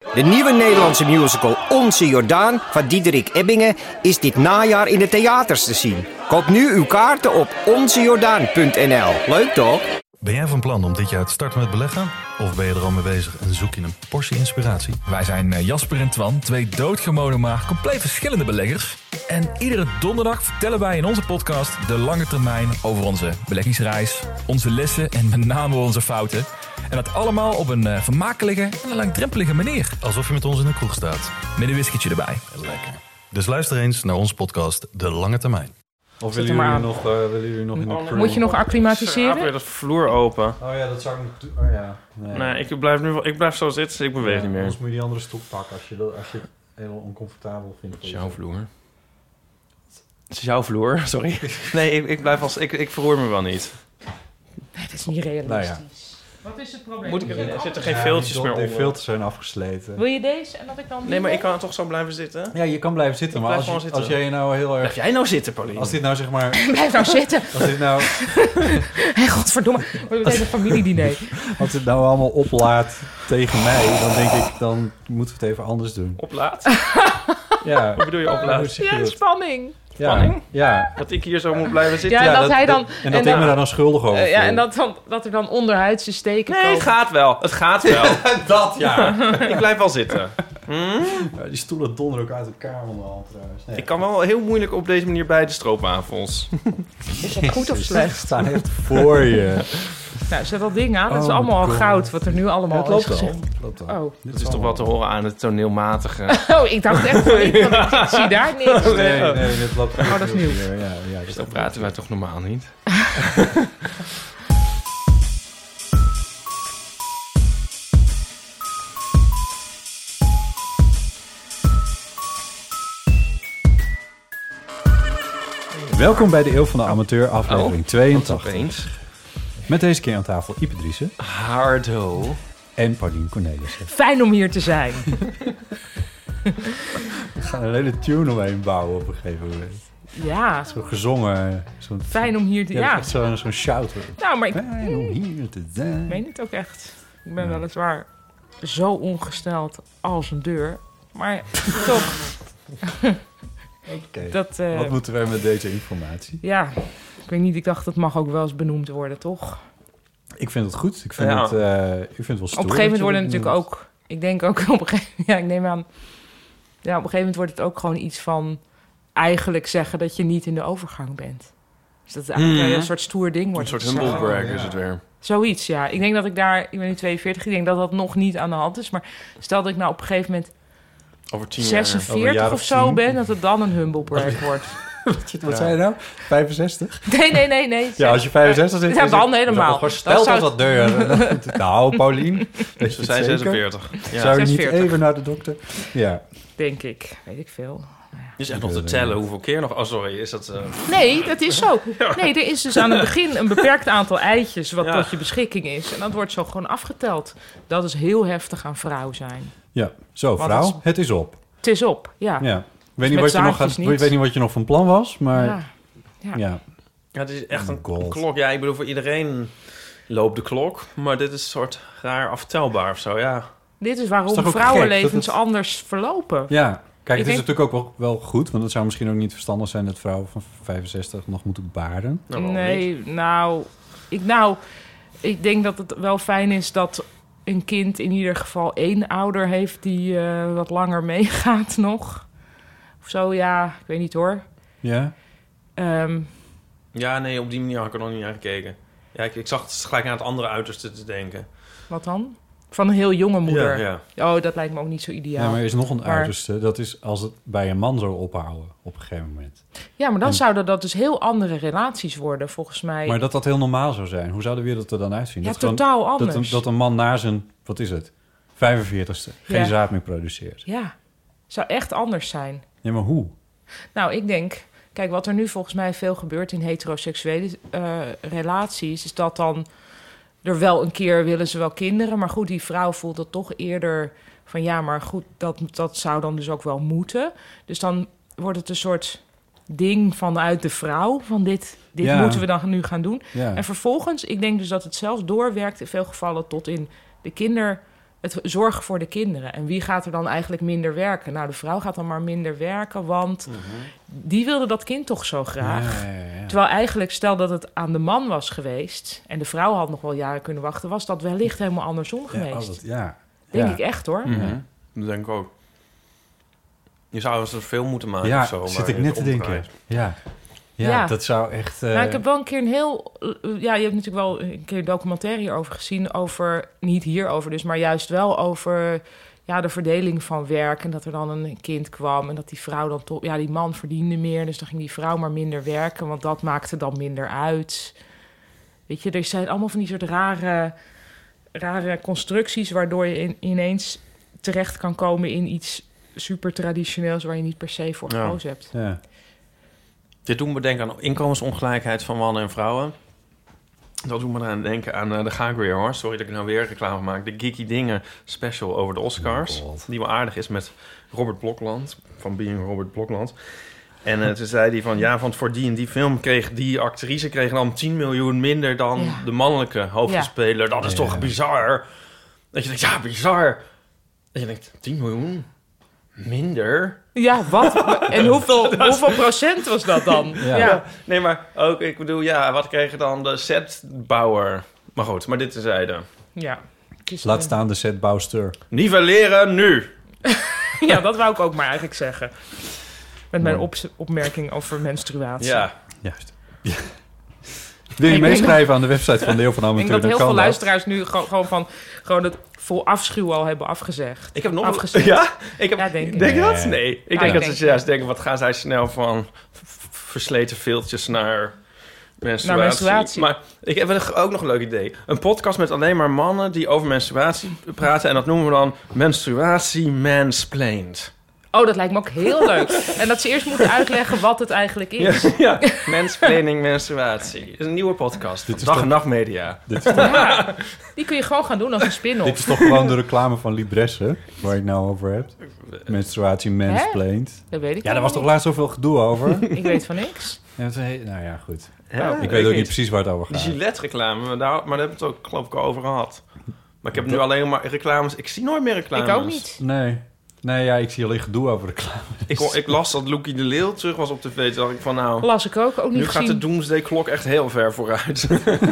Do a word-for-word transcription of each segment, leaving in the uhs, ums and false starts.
De nieuwe Nederlandse musical Onze Jordaan van Diederik Ebbingen is dit najaar in de theaters te zien. Koop nu uw kaarten op onze jordaan punt n l. Leuk toch? Ben jij van plan om dit jaar te starten met beleggen? Of ben je er al mee bezig en zoek je een portie inspiratie? Wij zijn Jasper en Twan, twee doodgewone maar compleet verschillende beleggers. En iedere donderdag vertellen wij in onze podcast de lange termijn over onze beleggingsreis, onze lessen en met name onze fouten. En dat allemaal op een uh, vermakelijke en een langdrempelige manier. Alsof je met ons in de kroeg staat. Met een whiskietje erbij. Lekker. Dus luister eens naar onze podcast De Lange Termijn. Of willen jullie, nog, uh, willen jullie nog in de crew? Moet je nog acclimatiseren? Ik weer de vloer open. Oh ja, dat zou ik niet doen. Oh ja. Nee, nee ik, blijf nu, ik blijf zo zitten, ik beweeg ja, niet meer. Anders moet je die andere stoel pakken als je, dat, als je het heel oncomfortabel vindt. Het is jouw vloer. Het is jouw vloer, sorry. Nee, ik, ik blijf als... Ik, ik verroer me wel niet. Nee, dat is niet realistisch. Nou ja. Wat is het probleem? Moet ik er, er zitten geen ja, filtjes meer onder. De filters zijn afgesleten. Wil je deze en dat ik dan... Nee, maar ik kan toch zo blijven zitten? Ja, je kan blijven zitten, ik maar als, je, zitten. als jij nou heel erg... Blijf jij nou zitten, Pauline? Als dit nou zeg maar... Blijf nou zitten! Als dit nou... Hé, godverdomme. We hebben een familiediner. Als dit nou allemaal oplaat tegen mij, dan denk ik, dan moeten we het even anders doen. Oplaat? Ja. Wat bedoel je oplaat? Ja, spanning. Spanning? Ja. ja. Dat ik hier zo moet blijven zitten? Ja, en dat, dat hij dan... Dat, en dat en ik dan, me daar dan schuldig over uh, Ja, en dat, dan, dat er dan onderhuidse steken nee, komen. Nee, het gaat wel. Het gaat wel. Dat, ja. Ik blijf wel zitten. Hmm? Ja, die stoelen donderen ook uit elkaar onderhand trouwens. Nee. Ik kan wel heel moeilijk op deze manier bij de stroopwafels. Is dat goed of slecht? Ze staan echt voor je. Nou, zet dat ding aan. Dat is oh allemaal al goud, wat er nu allemaal ja, het loopt is gezegd. Het loopt al. Oh. Dit is toch wel te horen aan het toneelmatige. Oh, ik dacht echt van niet, want ik zie daar niks. Nee, nee, nee, dit loopt oh, dat is nieuw. Ja, ja, dus dan praten wij toch normaal niet? Welkom bij de Eeuw van de Amateur, aflevering oh, tweeëntachtig. Eens. Met deze keer aan tafel Ipe Driessen. Hardo. En Paulien Cornelissen. Fijn om hier te zijn. We gaan een hele tune omheen bouwen op een gegeven moment. Ja. Zo gezongen. Zo Fijn om hier te zijn. Ja, echt zo'n zo shout. Nou, maar ik... Fijn om hier te zijn. Ik meen het ook echt. Ik ben ja. weliswaar zo ongesteld als een deur. Maar toch... Oké, okay. uh, wat moeten wij met deze informatie? Ja, ik weet niet, ik dacht dat mag ook wel eens benoemd worden, toch? Ik vind het goed. Ik vind, ja. het, uh, ik vind het wel stoer. Op een gegeven moment worden natuurlijk ook... Ik denk ook op een gegeven moment... Ja, ik neem aan... Ja, op een gegeven moment wordt het ook gewoon iets van... Eigenlijk zeggen dat je niet in de overgang bent. Dus dat het eigenlijk mm. een soort stoer ding wordt. Een soort humble brag is het weer. Zoiets, ja. Ik denk dat ik daar... Ik ben nu tweeënveertig. Ik denk dat dat nog niet aan de hand is. Maar stel dat ik nou op een gegeven moment... Over tien zesenveertig jaar. of zo ben, dat het dan een humble brag wordt. Wat, wat ja. zei je nou? vijfenzestig? Nee, nee, nee. nee. Ja, als je vijfenzestig zit... Ja, dan helemaal. Stel dat dat deur. Nou, Paulien. Ze zijn zesenveertig. Ja. Zou je niet even naar de dokter? Ja. Denk ik. Weet ik veel. Ja. Je is echt nog te tellen hoeveel keer nog... Oh, sorry, is dat... Uh... Nee, dat is zo. Nee, er is dus aan het begin een beperkt aantal eitjes... wat ja. tot je beschikking is. En dat wordt zo gewoon afgeteld. Dat is heel heftig aan vrouw zijn. Ja, zo vrouw, het is, het is op. Het is op, ja. ja. Ik weet niet, wat je nog gaat, niet. weet niet wat je nog van plan was, maar... Ja. Ja. ja. ja het is echt een God. klok. Ja, ik bedoel, voor iedereen loopt de klok. Maar dit is een soort raar aftelbaar of zo, ja. Dit is waarom is vrouwenlevens het... anders verlopen. Ja, kijk, ik het is denk... natuurlijk ook wel, wel goed... want het zou misschien ook niet verstandig zijn... dat vrouwen van vijfenzestig nog moeten baren. Nou, nee, niet. nou... Ik, nou, ik denk dat het wel fijn is dat... een kind in ieder geval één ouder heeft die uh, wat langer meegaat nog. Of zo, ja, ik weet niet hoor. Ja? Um, ja, nee, op die manier had ik er nog niet naar gekeken. Ja, ik, ik zag het gelijk aan het andere uiterste te denken. Wat dan? Van een heel jonge moeder. Ja, ja. Oh, dat lijkt me ook niet zo ideaal. Ja, maar er is nog een maar... uiterste. Dat is als het bij een man zou ophouden op een gegeven moment. Ja, maar dan en... zouden dat dus heel andere relaties worden, volgens mij. Maar dat dat heel normaal zou zijn. Hoe zou de wereld er dan uitzien? Ja, dat totaal gewoon, anders. Dat een, dat een man na zijn, wat is het, vijfenveertigste geen ja. zaad meer produceert. Ja, zou echt anders zijn. Ja, maar hoe? Nou, ik denk... Kijk, wat er nu volgens mij veel gebeurt in heteroseksuele uh, relaties... is dat dan er wel een keer willen ze wel kinderen... maar goed, die vrouw voelt dat toch eerder van... ja, maar goed, dat, dat zou dan dus ook wel moeten. Dus dan wordt het een soort ding vanuit de vrouw... van dit, dit ja. moeten we dan nu gaan doen. Ja. En vervolgens, ik denk dus dat het zelfs doorwerkt... in veel gevallen tot in de kinder... het zorgen voor de kinderen. En wie gaat er dan eigenlijk minder werken? Nou, de vrouw gaat dan maar minder werken, want Mm-hmm. die wilde dat kind toch zo graag. Ja, ja, ja. Terwijl eigenlijk, stel dat het aan de man was geweest... en de vrouw had nog wel jaren kunnen wachten... was dat wellicht helemaal andersom Ja, geweest. oh, dat, ja. Denk ja. ik echt, hoor. Mm-hmm. Dat denk ik ook. Je zou eens een film moeten maken Ja, of zo. zit waar ik je net het te denken. omdraait. Ja. Ja, Ja. dat zou echt... Uh... Nou, ik heb wel een keer een heel... uh, ja, je hebt natuurlijk wel een keer een documentaire hierover gezien... over, niet hierover dus, maar juist wel over... ja, de verdeling van werk en dat er dan een kind kwam... en dat die vrouw dan toch... ja, die man verdiende meer, dus dan ging die vrouw maar minder werken... want dat maakte dan minder uit. Weet je, er zijn allemaal van die soort rare, rare constructies... waardoor je in, ineens terecht kan komen in iets super traditioneels... waar je niet per se voor Ja. gekozen hebt. Ja. Dit doen we denken aan inkomensongelijkheid van mannen en vrouwen. Dat doet me aan denken aan... Uh, de ga ik weer, hoor. Sorry dat ik nou weer reclame maak. De Geeky Dingen special over de Oscars. Oh God. Die wel aardig is met Robert Blokland. Van Being Robert Blokland. En uh, toen zei hij van... ja, want voor die en die film kreeg die actrice... kreeg dan tien miljoen minder dan Ja. de mannelijke hoofdrolspeler. Dat is Ja. toch bizar? Dat je denkt, ja, bizar. Dat je denkt, tien miljoen? Minder? Ja, wat? En hoeveel, hoeveel procent was dat dan? Ja. Ja. Nee, maar ook, ik bedoel, ja, wat kregen dan de setbouwer? Maar goed, maar dit tezijde. Ja. Het is, Laat eh, staan de setbouwster. Nivelleren nu! Ja, dat wou ik ook maar eigenlijk zeggen. Met mijn Mooi. op- opmerking over menstruatie. Ja. Juist. Ja. Wil je Ik meeschrijven aan de website van Deel van Ik Amateur? denk dat heel dan kan veel dat. luisteraars nu gewoon, gewoon van gewoon het vol afschuw al hebben afgezegd. Ik heb nog Afgezet. Ja? Ik heb, Ja, denk ik. denk je dat? Nee. Nee. Ik Ja, denk ik dat denk ze juist denken, wat gaan zij snel van v- versleten veeltjes naar menstruatie. Naar menstruatie. Maar ik heb wel ook nog een leuk idee. Een podcast met alleen maar mannen die over menstruatie praten. En dat noemen we dan menstruatie mansplained. Oh, dat lijkt me ook heel leuk. En dat ze eerst moeten uitleggen wat het eigenlijk is. Ja, ja. Mansplaining menstruatie. Dat is een nieuwe podcast. Dit is Dag toch- en Nacht Media. Dit is, toch, Ja, die kun je gewoon gaan doen als een dit spin-off. is toch gewoon de reclame van Libresse, waar je het nou over hebt? Menstruatie mansplained. Dat weet ik Ja, daar was toch helemaal laatst zoveel gedoe over? niet. Ik weet van niks. Ja, het is een he- nou ja, goed. Ja, Ik weet ook niet precies waar het over Die gaat. Gillette-reclame, maar daar, maar daar hebben we het ook geloof ik al over gehad. Maar ik heb nu alleen maar reclames. Ik zie nooit meer reclames. Ik ook niet. Nee. Nee, ja, ik zie alleen gedoe over reclame. Ik, hoor- ik las dat Loekie de Leeuw terug was op tv. Toen dacht ik van nou, Las ik ook, ook niet nu gaat de gezien. Doomsday-klok echt heel ver vooruit.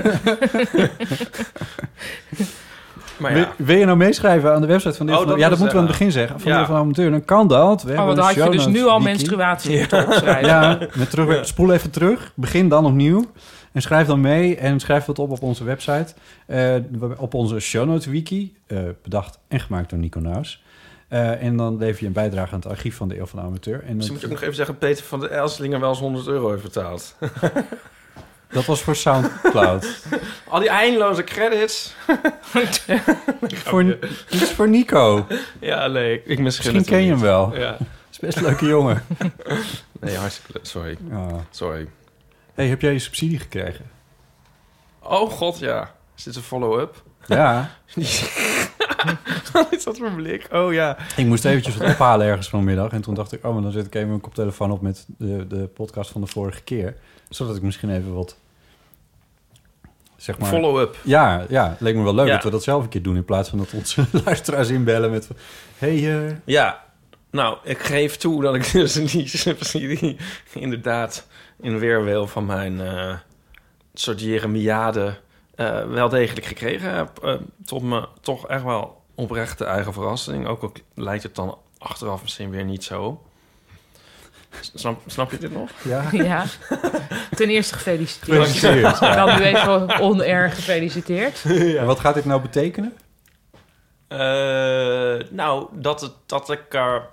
maar Wil, ja, wil je nou meeschrijven aan de website van Deel Oh, van dat Ja, dat was, moeten we aan eh, het begin zeggen. Van ja. Deel van Amateur. Dan kan dat. We Oh, hebben want dan een had je show dus notes nu al wiki. menstruatie moeten opschrijven. Ja, met terug, spoel even terug. Begin dan opnieuw. En schrijf dan mee. En schrijf dat op op onze website. Eh, op onze show notes wiki. eh, bedacht en gemaakt door Nico Naus. Eh, en dan lever je een bijdrage aan het archief van de Eeuw van de Amateur. En misschien dat, moet je ook nog even zeggen... Peter van de Elslinger wel eens honderd euro heeft betaald. dat was voor Soundcloud. Al die eindeloze credits. voor, dit is voor Nico. Ja, nee, ik, ik misschien Misschien ken je hem wel. Ja. Het is best een leuke jongen. Nee, hartstikke leuk. Sorry, Oh. sorry. Hey, heb jij je subsidie gekregen? Oh god, ja. Is dit een follow-up? Ja. Wat is dat voor een blik? Oh ja. Ik moest eventjes wat ophalen ergens vanmiddag. En toen dacht ik, oh, maar dan zet ik even mijn koptelefoon op met de, de podcast van de vorige keer. Zodat ik misschien even wat, zeg maar... Follow-up. Ja, ja, het leek me wel leuk Ja. dat we dat zelf een keer doen... in plaats van dat onze luisteraars inbellen met... hey, eh, Ja, nou, ik geef toe dat ik dus die subsidie inderdaad in weerwil van mijn uh, soort jeremiade uh, wel degelijk gekregen heb. Uh, tot me toch echt wel oprechte eigen verrassing. Ook al lijkt het dan achteraf misschien weer niet zo. Snap, snap je dit nog? ja, Ja. Ten eerste gefeliciteerd. gefeliciteerd. Ja. Dan nu even onerg gefeliciteerd. En wat gaat dit nou betekenen? Uh, nou, dat, het, dat ik er...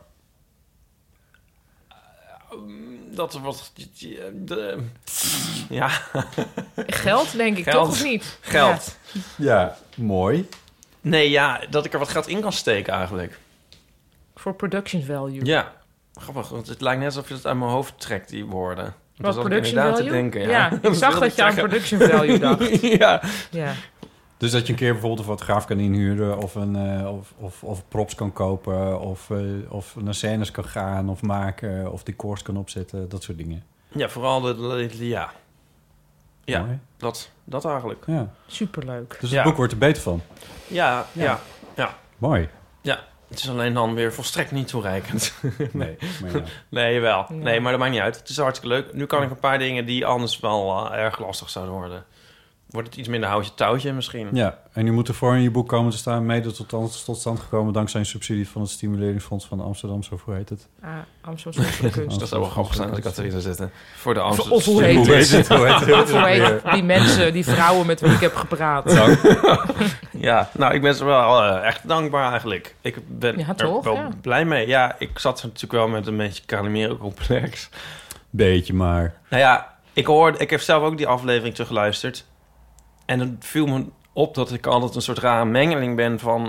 dat er wat... De, ja. Geld, denk ik Geld. toch of niet? Geld. Ja, mooi. Nee, ja, dat ik er wat geld in kan steken eigenlijk. Ja, voor production value. Ja, grappig, want het lijkt net alsof je het uit mijn hoofd trekt, die woorden. Wat zat ik production inderdaad value? te denken, ja. Ja, ik Dat zag wilde dat je aan zeggen. production value dacht. ja. Ja. Dus dat je een keer bijvoorbeeld een fotograaf kan inhuren... of, een, uh, of, of, of props kan kopen... Of, uh, of naar scènes kan gaan of maken... of decors kan opzetten, dat soort dingen. Ja, vooral de... de- ja, ja Mooi. dat, dat eigenlijk. Ja. Superleuk. Dus het Ja. boek wordt er beter van. Ja, Ja. ja, ja. Mooi. Ja, het is alleen dan weer volstrekt niet toereikend. Nee, maar ja. Nee, wel. Ja. Nee, maar dat maakt niet uit. Het is hartstikke leuk. Nu kan ik een paar dingen die anders wel uh, erg lastig zouden worden. Wordt het iets minder houtje touwtje misschien? Ja, en je moet ervoor in je boek komen te staan... mede tot, tot stand gekomen dankzij een subsidie... van het Stimuleringsfonds van Amsterdam, zo hoe heet het? Ah, Amsterdamse kunst. Dat zou wel grappig zijn als ik dat erin zou zetten. Voor de Of, Amsterdam. of hoe heet Hoe heet het? het? Hoe heet het? Of hoe heet die mensen, die vrouwen met wie ik heb gepraat? Ja, nou, ik ben ze wel uh, echt dankbaar eigenlijk. Ik ben Ja, er toch? wel Ja. blij mee. Ja, ik zat er natuurlijk wel met een beetje Calimero-complex. Beetje maar. Nou ja, ik hoorde, ik heb zelf ook die aflevering teruggeluisterd. En het viel me op dat ik altijd een soort rare mengeling ben van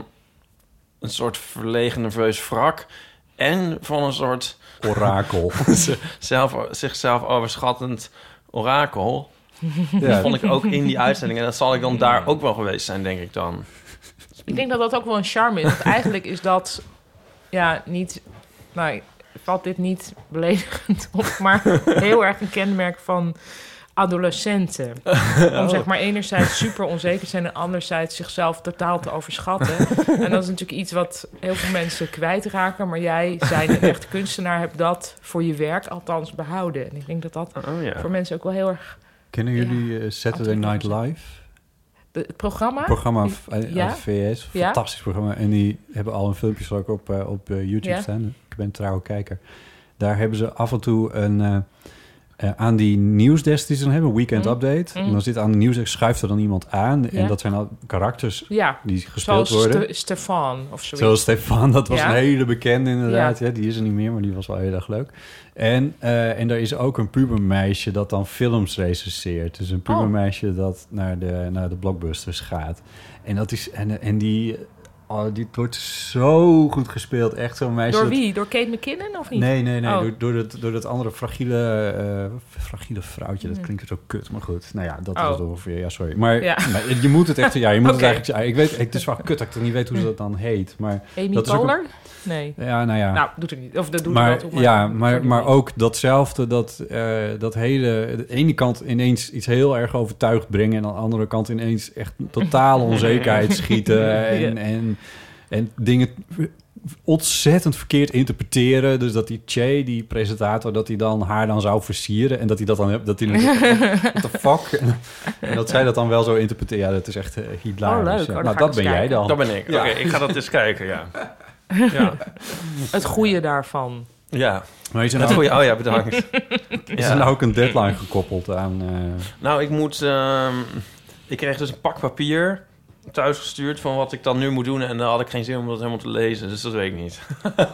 een soort verlegen nerveus wrak en van een soort Orakel. zelf, zichzelf overschattend orakel. Ja. Dat vond ik ook in die uitzending. En dat zal ik dan daar ook wel geweest zijn, denk ik dan. Ik denk dat dat ook wel een charme is. Want eigenlijk is dat... Ja, niet... Nou, valt dit niet beledigend op... maar heel erg een kenmerk van adolescenten. Om zeg maar enerzijds super onzeker zijn... en anderzijds zichzelf totaal te overschatten. En dat is natuurlijk iets wat heel veel mensen kwijtraken... maar jij, zijn een echte kunstenaar... hebt dat voor je werk althans behouden. En ik denk dat dat Oh ja. voor mensen ook wel heel erg... Kennen jullie uh, Saturday Night Live? De, het programma? Het programma uit Ja? de V S. Ja? Fantastisch programma. En die hebben al een filmpjes ook op, uh, op uh, YouTube Ja? staan. Ik ben een trouwe kijker. Daar hebben ze af en toe een... Uh, uh, aan die nieuwsdesk die ze dan hebben, een weekend Mm. update. Mm. En dan zit aan de nieuwsdesk, schuift er dan iemand aan. Ja? En dat zijn al karakters Ja, die gespeeld zoals worden. Ste- Stefan of zoiets. Zoals Stefan, dat was Ja? een hele bekende inderdaad. Ja. Ja. Die is er niet meer, maar die was wel heel erg leuk. En, uh, en er is ook een pubermeisje dat dan films recenseert. Dus een pubermeisje dat naar de, naar de blockbusters gaat. En, dat is, en, en die, oh, die wordt zo goed gespeeld. Echt zo'n meisje. Door dat- wie? Door Kate McKinnon of niet? Nee, nee, nee. Oh. Door, door, dat, door dat andere fragiele, uh, fragiele vrouwtje. Dat Hmm. klinkt zo kut, maar goed. Nou ja, dat Oh. is het ongeveer. Ja, sorry. Maar, Ja. maar je moet het echt... Ja, je moet Oké. het eigenlijk... Ja, ik weet, het is wel kut dat ik niet weet hoe ze dat dan heet. Maar Amy dat is ook een- Poehler? Nee. ja, nou ja. Nou, doet er niet. Of dat doet maar, er wel toe. ja, maar, voor die maar niet. ook datzelfde, dat, uh, dat hele... De ene kant ineens iets heel erg overtuigd brengen... en aan de andere kant ineens echt totaal onzekerheid schieten... En, Ja. en, en dingen ontzettend verkeerd interpreteren. Dus dat die Che, die presentator, dat hij dan haar dan zou versieren... en dat hij dat dan... Dat hij dan what the fuck? En dat zij dat dan wel zo interpreteren. Ja, dat is echt uh, hilarisch. Oh, leuk. Ja. Oh, dan Nou, ga dat ik ben eens jij kijken. dan. Dat ben ik. Ja. Oké, ik ga dat eens kijken, ja. Ja. Het goede daarvan. Ja. Maar is er Dat nou, goeie, oh ja, bedankt. is Ja. er nou ook een deadline gekoppeld aan... Uh, Nou, ik moet... ehm, ik kreeg dus een pak papier thuis gestuurd van wat ik dan nu moet doen. En dan had ik geen zin om dat helemaal te lezen. Dus dat weet ik niet.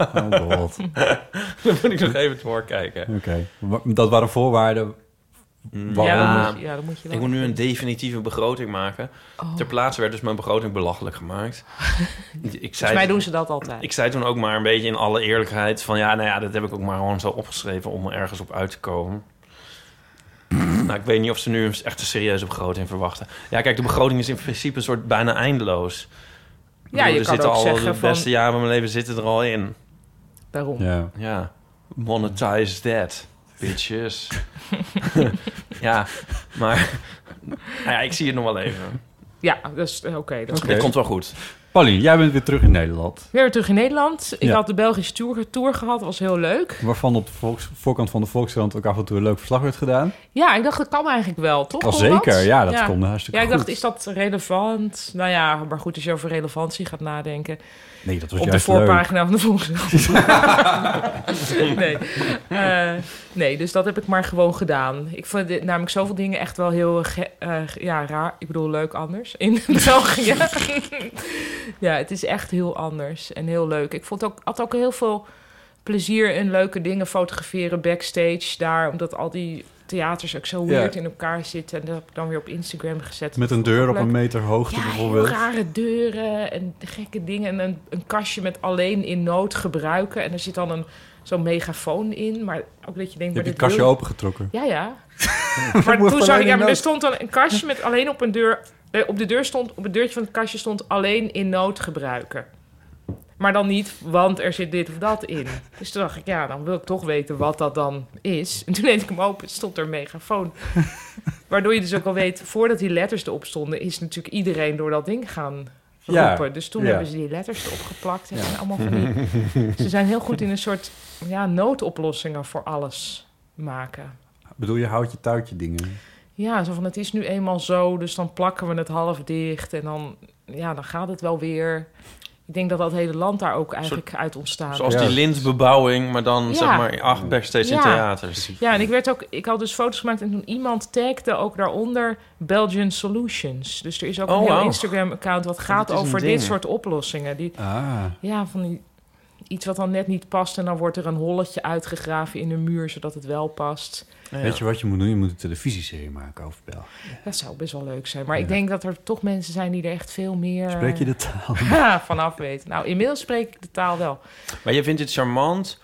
oh god. Dan moet ik nog even doorkijken. Oké. Wa- Dat waren voorwaarden. Waarom? Ja, Ja, ja, dat moet je wel. ik moet nu een definitieve begroting maken. Oh. Ter plaatse werd dus mijn begroting belachelijk gemaakt. ik, Volgens zei, mij doen ze dat altijd. ik zei toen ook maar een beetje in alle eerlijkheid... van ja, nou ja, dat heb ik ook maar gewoon zo opgeschreven... om er ergens op uit te komen. Nou, ik weet niet of ze nu echt een serieuze begroting verwachten. Ja, kijk, de begroting is in principe een soort bijna eindeloos. Ik Ja, je er kan zitten ook al zeggen de van- beste jaren van mijn leven zitten er al in. Daarom. Ja. Ja, monetize that, bitches. ja, maar nou ja, ik zie het nog wel even. Ja, dus oké. Okay, dat is Oké. Dit komt wel goed. Paulien, jij bent weer terug in Nederland. Weer terug in Nederland. Ik Ja. had de Belgische tour, tour gehad. Dat was heel leuk. Waarvan op de volks- voorkant van de Volkskrant ook af en toe een leuk verslag werd gedaan. Ja, ik dacht, dat kan eigenlijk wel, toch? Al Kon zeker, dat? ja, dat komt hartstikke Ja, ik goed. dacht, is dat relevant? Nou ja, maar goed, als je over relevantie gaat nadenken... Nee, dat was op de juist leuk. voorpagina van de Volkskrant. nee. Uh, nee, dus dat heb ik maar gewoon gedaan. Ik vond dit, namelijk zoveel dingen echt wel heel ge- uh, ja, raar. Ik bedoel, leuk anders in België. Ja, het is echt heel anders en heel leuk. Ik vond ook, had ook heel veel plezier in leuke dingen fotograferen backstage daar. Omdat al die theaters ook zo Ja. weird in elkaar zitten. En dat heb ik dan weer op Instagram gezet. Met een Dat vond ik deur ook op een leuk. meter hoogte Ja, bijvoorbeeld. heel rare deuren en gekke dingen. En een, een kastje met alleen in nood gebruiken. En er zit dan een, zo'n megafoon in. Maar ook dat je denkt... Je maar hebt je dit kastje wil- opengetrokken. Ja, ja. Maar Moet toen van zag ik... alleen Ja, in maar er nood. stond dan een kastje met alleen op een deur... Eh, op de deur stond... Op het deurtje van het kastje stond alleen in nood gebruiken. Maar dan niet, want er zit dit of dat in. Dus toen dacht ik, ja, dan wil ik toch weten wat dat dan is. En toen deed ik hem open, stond er een megafoon. Waardoor je dus ook al weet, voordat die letters erop stonden... is natuurlijk iedereen door dat ding gaan roepen. Ja, Dus toen ja. hebben ze die letters erop geplakt. En allemaal van die, ze zijn heel goed in een soort ja, noodoplossingen voor alles maken. Bedoel je houtje touwtje dingen? Ja, zo van het is nu eenmaal zo, dus dan plakken we het half dicht en dan, ja, dan gaat het wel weer. Ik denk dat dat hele land daar ook eigenlijk Zo, uit ontstaan. Zoals Ja. die lintbebouwing, maar dan Ja. zeg maar acht backstage in Ja. theaters. Ja, en ik werd ook, ik had dus foto's gemaakt en toen iemand tagde ook daaronder Belgian Solutions. Dus er is ook Oh, een heel wow. Instagram-account wat gaat dit is een over ding. dit soort oplossingen. Die, Ah, ja, van die, iets wat dan net niet past en dan wordt er een holletje uitgegraven in de muur zodat het wel past. Ja. weet je wat je moet doen? Je moet een televisieserie maken over België. Dat zou best wel leuk zijn. Maar Ja. ik denk dat er toch mensen zijn die er echt veel meer Spreek je de taal? Ja, vanaf weten. Nou, inmiddels spreek ik de taal wel. Maar je vindt het charmant,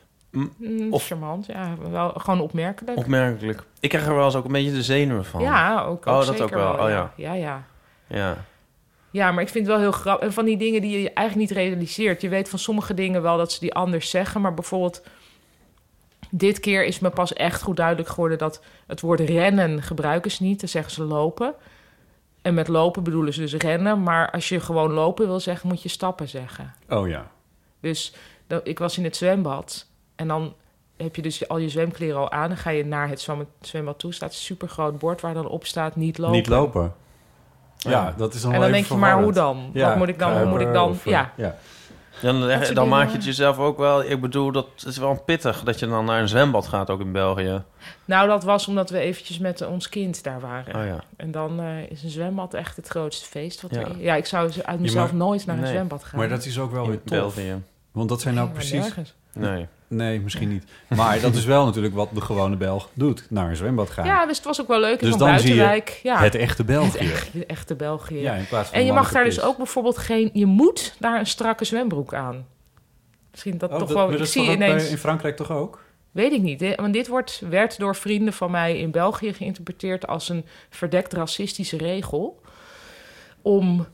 Mm, Of- charmant, ja. Wel, gewoon opmerkelijk. opmerkelijk. Ik krijg er wel eens ook een beetje de zenuwen van. Ja, ook, ook Oh, dat zeker ook wel. Oh, ja. Ja, ja. Ja. Ja, maar ik vind het wel heel grappig. En van die dingen die je eigenlijk niet realiseert. Je weet van sommige dingen wel dat ze die anders zeggen. Maar bijvoorbeeld, dit keer is me pas echt goed duidelijk geworden dat het woord rennen gebruiken ze niet. Dan zeggen ze lopen. En met lopen bedoelen ze dus rennen. Maar als je gewoon lopen wil zeggen, moet je stappen zeggen. Oh ja. Dus dat, ik was in het zwembad. En dan heb je dus al je zwemkleren al aan. Dan ga je naar het zwem- zwembad toe. Staat een supergroot bord waar dan op staat niet lopen. Niet lopen. Ja, Ja. dat is dan En wel dan even denk je, maar hoe verwarrend. dan? Ja, Wat moet ik dan? Hoe moet ik dan? of, eh, Ja. ja. Dan, Dat soort dan maak je dingen. het jezelf ook wel... Ik bedoel, dat is wel pittig dat je dan naar een zwembad gaat, ook in België. Nou, dat was omdat we eventjes met ons kind daar waren. Oh ja. En dan eh, is een zwembad echt het grootste feest. Wat Ja. er, ja, ik zou uit mezelf maar- nooit naar een nee. zwembad gaan. Maar dat is ook wel In weer tof. België. Want dat zijn nou Nee, maar precies... nergens. Nee. Nee, misschien niet. Maar dat is wel natuurlijk wat de gewone Belg doet. Naar een zwembad gaan. Ja, dus het was ook wel leuk. Dus Dus dan van zie je Buitenwijk. Ja, Het echte België. het echt- de echte België. Ja, in plaats van En je de mag daar dus mannelijke ook bijvoorbeeld geen... Je moet daar een strakke zwembroek aan. Misschien dat pis. toch Oh, wel... dat, Ik dat is zie toch ook bij- ineens... in Frankrijk toch ook? Weet ik niet. Hè? Want dit wordt, werd door vrienden van mij in België geïnterpreteerd als een verdekt racistische regel. Om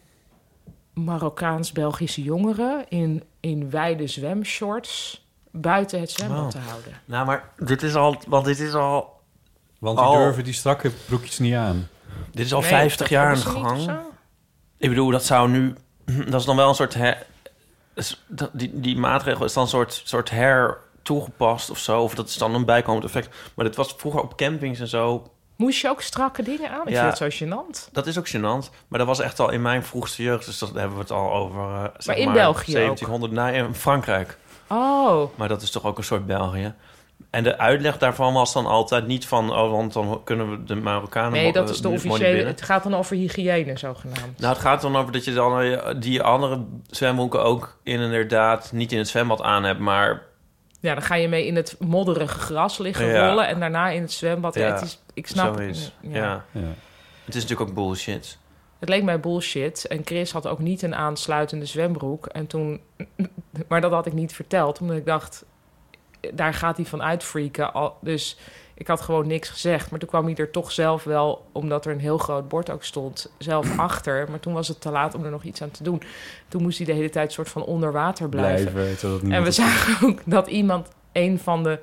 Marokkaans-Belgische jongeren in, in wijde zwemshorts buiten het zwembad Wow. te houden. Nou, maar dit is al... Want dit is al... Want die Oh. durven die strakke broekjes niet aan. Dit is al Nee, vijftig dat jaar aan de hebben ze niet gang. of zo? Ik bedoel, dat zou nu... Dat is dan wel een soort... Her, is- dat- die, die maatregel is dan een soort, soort her toegepast of zo. Of dat is dan een bijkomend effect. Maar dit was vroeger op campings en zo... Moest je ook strakke dingen aan? Ik Ja. vind het zo gênant. Dat is ook gênant. Maar dat was echt al in mijn vroegste jeugd. Dus dat hebben we het al over... eh, zeg Maar in maar België ook? zeventienhonderd na in Frankrijk. Oh, Maar dat is toch ook een soort België. En de uitleg daarvan was dan altijd niet van... Oh, want dan kunnen we de Marokkanen... nee, dat mo- is de dus mooi niet officiële... binnen. Het gaat dan over hygiëne, zogenaamd. Nou, het gaat dan over dat je dan eh, die andere zwembroeken ook inderdaad niet in het zwembad aan hebt, maar Ja, dan ga je mee in het modderige gras liggen Ja. rollen... en daarna in het zwembad. Ja, Ja, het is, ik snap zoiets. het. Ja. Ja. Het is natuurlijk ook bullshit. Het leek mij bullshit. En Chris had ook niet een aansluitende zwembroek. En toen... Maar dat had ik niet verteld. Omdat ik dacht... Daar gaat hij van uitfreaken. Al- Dus ik had gewoon niks gezegd. Maar toen kwam hij er toch zelf wel... Omdat er een heel groot bord ook stond... Zelf achter. Maar toen was het te laat om er nog iets aan te doen. Toen moest hij de hele tijd soort van onder water blijven. Blijven. Zodat En niemand we het- zagen ook dat iemand... Een van de...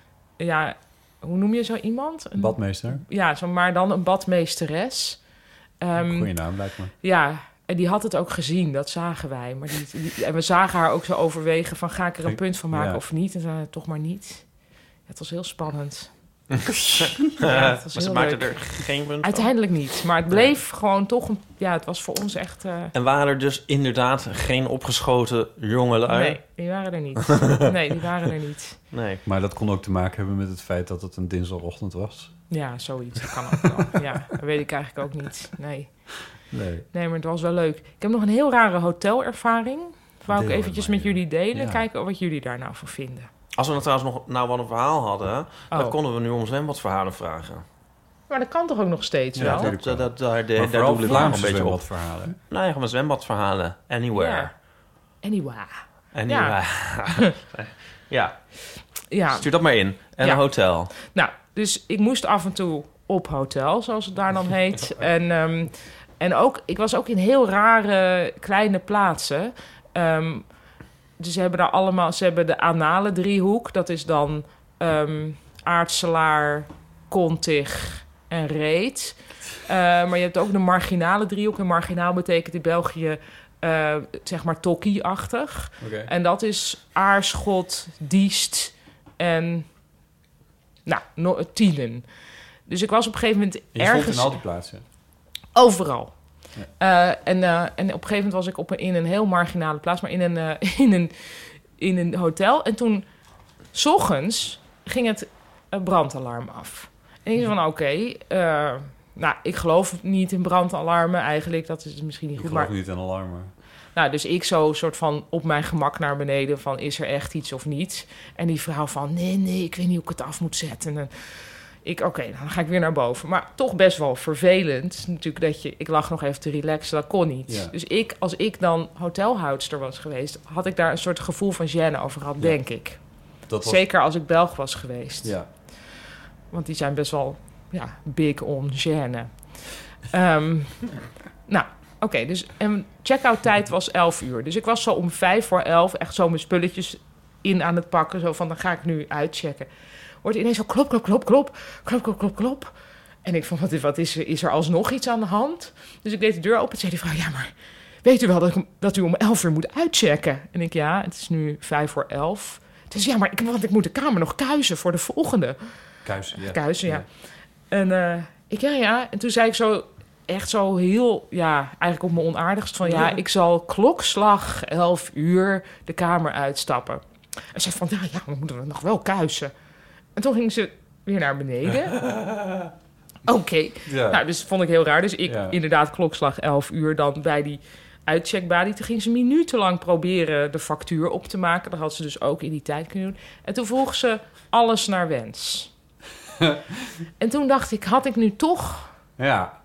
Ja... Hoe noem je zo iemand? Een, Badmeester. ja, zo, maar dan een badmeesteres. Ehm, Goeie naam, lijkt me. ja, en die had het ook gezien, dat zagen wij. Maar die, die- en we zagen haar ook zo overwegen van... ga ik er een Ik- punt van maken ja. of niet? En zei toch maar niet. Ja, het was heel spannend. Ja, het was maar ze heel maakten leuk. er geen punt van. Uiteindelijk niet. Maar het bleef gewoon toch... Een, ja, het was voor ons echt... eh, En waren er dus inderdaad geen opgeschoten jongelui? nee, die waren er niet. Nee, die waren er niet. Nee. Maar dat kon ook te maken hebben met het feit dat het een dinsdagochtend was. Ja, zoiets. Dat kan ook wel. Ja, dat weet ik eigenlijk ook niet. Nee. Nee. Nee, maar het was wel leuk. Ik heb nog een heel rare hotelervaring. Wou ik Deel eventjes maar, met jullie delen. ja. Kijken wat jullie daar nou van vinden. Als we nou trouwens nog nou wel een verhaal hadden... dan Oh. konden we nu om zwembadverhalen vragen. Maar dat kan toch ook nog steeds Ja, wel? natuurlijk. Dat, dat, daar de, Maar daar vooral doe ik wel een Vlaamse beetje op. zwembadverhalen. Nou ja, gewoon zwembadverhalen. Anywhere. Ja. Anyway. Anywhere. Ja. Ja, Stuur dat maar in. En Ja. een hotel. nou, dus ik moest af en toe op hotel, zoals het daar dan heet. En, ehm, en ook, ik was ook in heel rare kleine plaatsen. Ehm, dus ze hebben daar allemaal, ze hebben de anale driehoek. Dat is dan ehm Aartselaar, Kontig en Reet. Eh, maar je hebt ook de marginale driehoek. En marginaal betekent in België uh, zeg maar tokkie-achtig. Okay. En dat is Aarschot, Diest en nou, no, Tielen. Dus ik was op een gegeven moment je ergens... stond in al die plaatsen? Overal. Ja. Uh, en, uh, en op een gegeven moment was ik op een, in een heel marginale plaats, maar in een, uh, in een, in een hotel. En toen, 's ochtends, ging het uh, brandalarm af. En ik zei van, oké, okay, uh, nou, ik geloof niet in brandalarmen eigenlijk. Dat is misschien niet ik goed, geloof maar... niet in alarmen. Nou, dus ik zo soort van op mijn gemak naar beneden van, is er echt iets of niet? En die vrouw van, nee, nee, ik weet niet hoe ik het af moet zetten. En ik, oké, okay, dan ga ik weer naar boven. Maar toch best wel vervelend. Natuurlijk dat je, ik lag nog even te relaxen, dat kon niet. Ja. Dus ik, als ik dan hotelhoudster was geweest, had ik daar een soort gevoel van gêne over gehad, ja. denk ik. Dat was... Zeker als ik Belg was geweest. Ja. Want die zijn best wel, ja, big on gêne. um, nou, oké, okay, dus en check-out tijd was elf uur. Dus ik was zo om vijf voor elf echt zo mijn spulletjes in aan het pakken. Zo van, dan ga ik nu uitchecken. Wordt ineens zo klop, klop, klop, klop, klop, klop, klop, klop. En ik van, wat, wat is er? Is er alsnog iets aan de hand? Dus ik deed de deur open en zei die vrouw, ja, maar weet u wel dat, ik, dat u om elf uur moet uitchecken? En ik, ja, het is nu vijf voor elf. Dus ja, maar ik, want ik moet de kamer nog kuisen voor de volgende. Kuisen, ja. Kuisen, ja. ja. En uh, ik, ja, ja. En toen zei ik zo, echt zo heel, ja, eigenlijk op mijn onaardigst van, ja, ik zal klokslag elf uur de kamer uitstappen. En zei van, ja, ja, dan moeten we nog wel kuisen. En toen ging ze weer naar beneden. Oké. Okay. Ja. Nou, dus vond ik heel raar. Dus ik ja. inderdaad klokslag elf uur dan bij die uitcheckbalie. Toen ging ze minutenlang proberen de factuur op te maken. Dat had ze dus ook in die tijd kunnen doen. En toen vroeg ze alles naar wens. En toen dacht ik, had ik nu toch... Ja.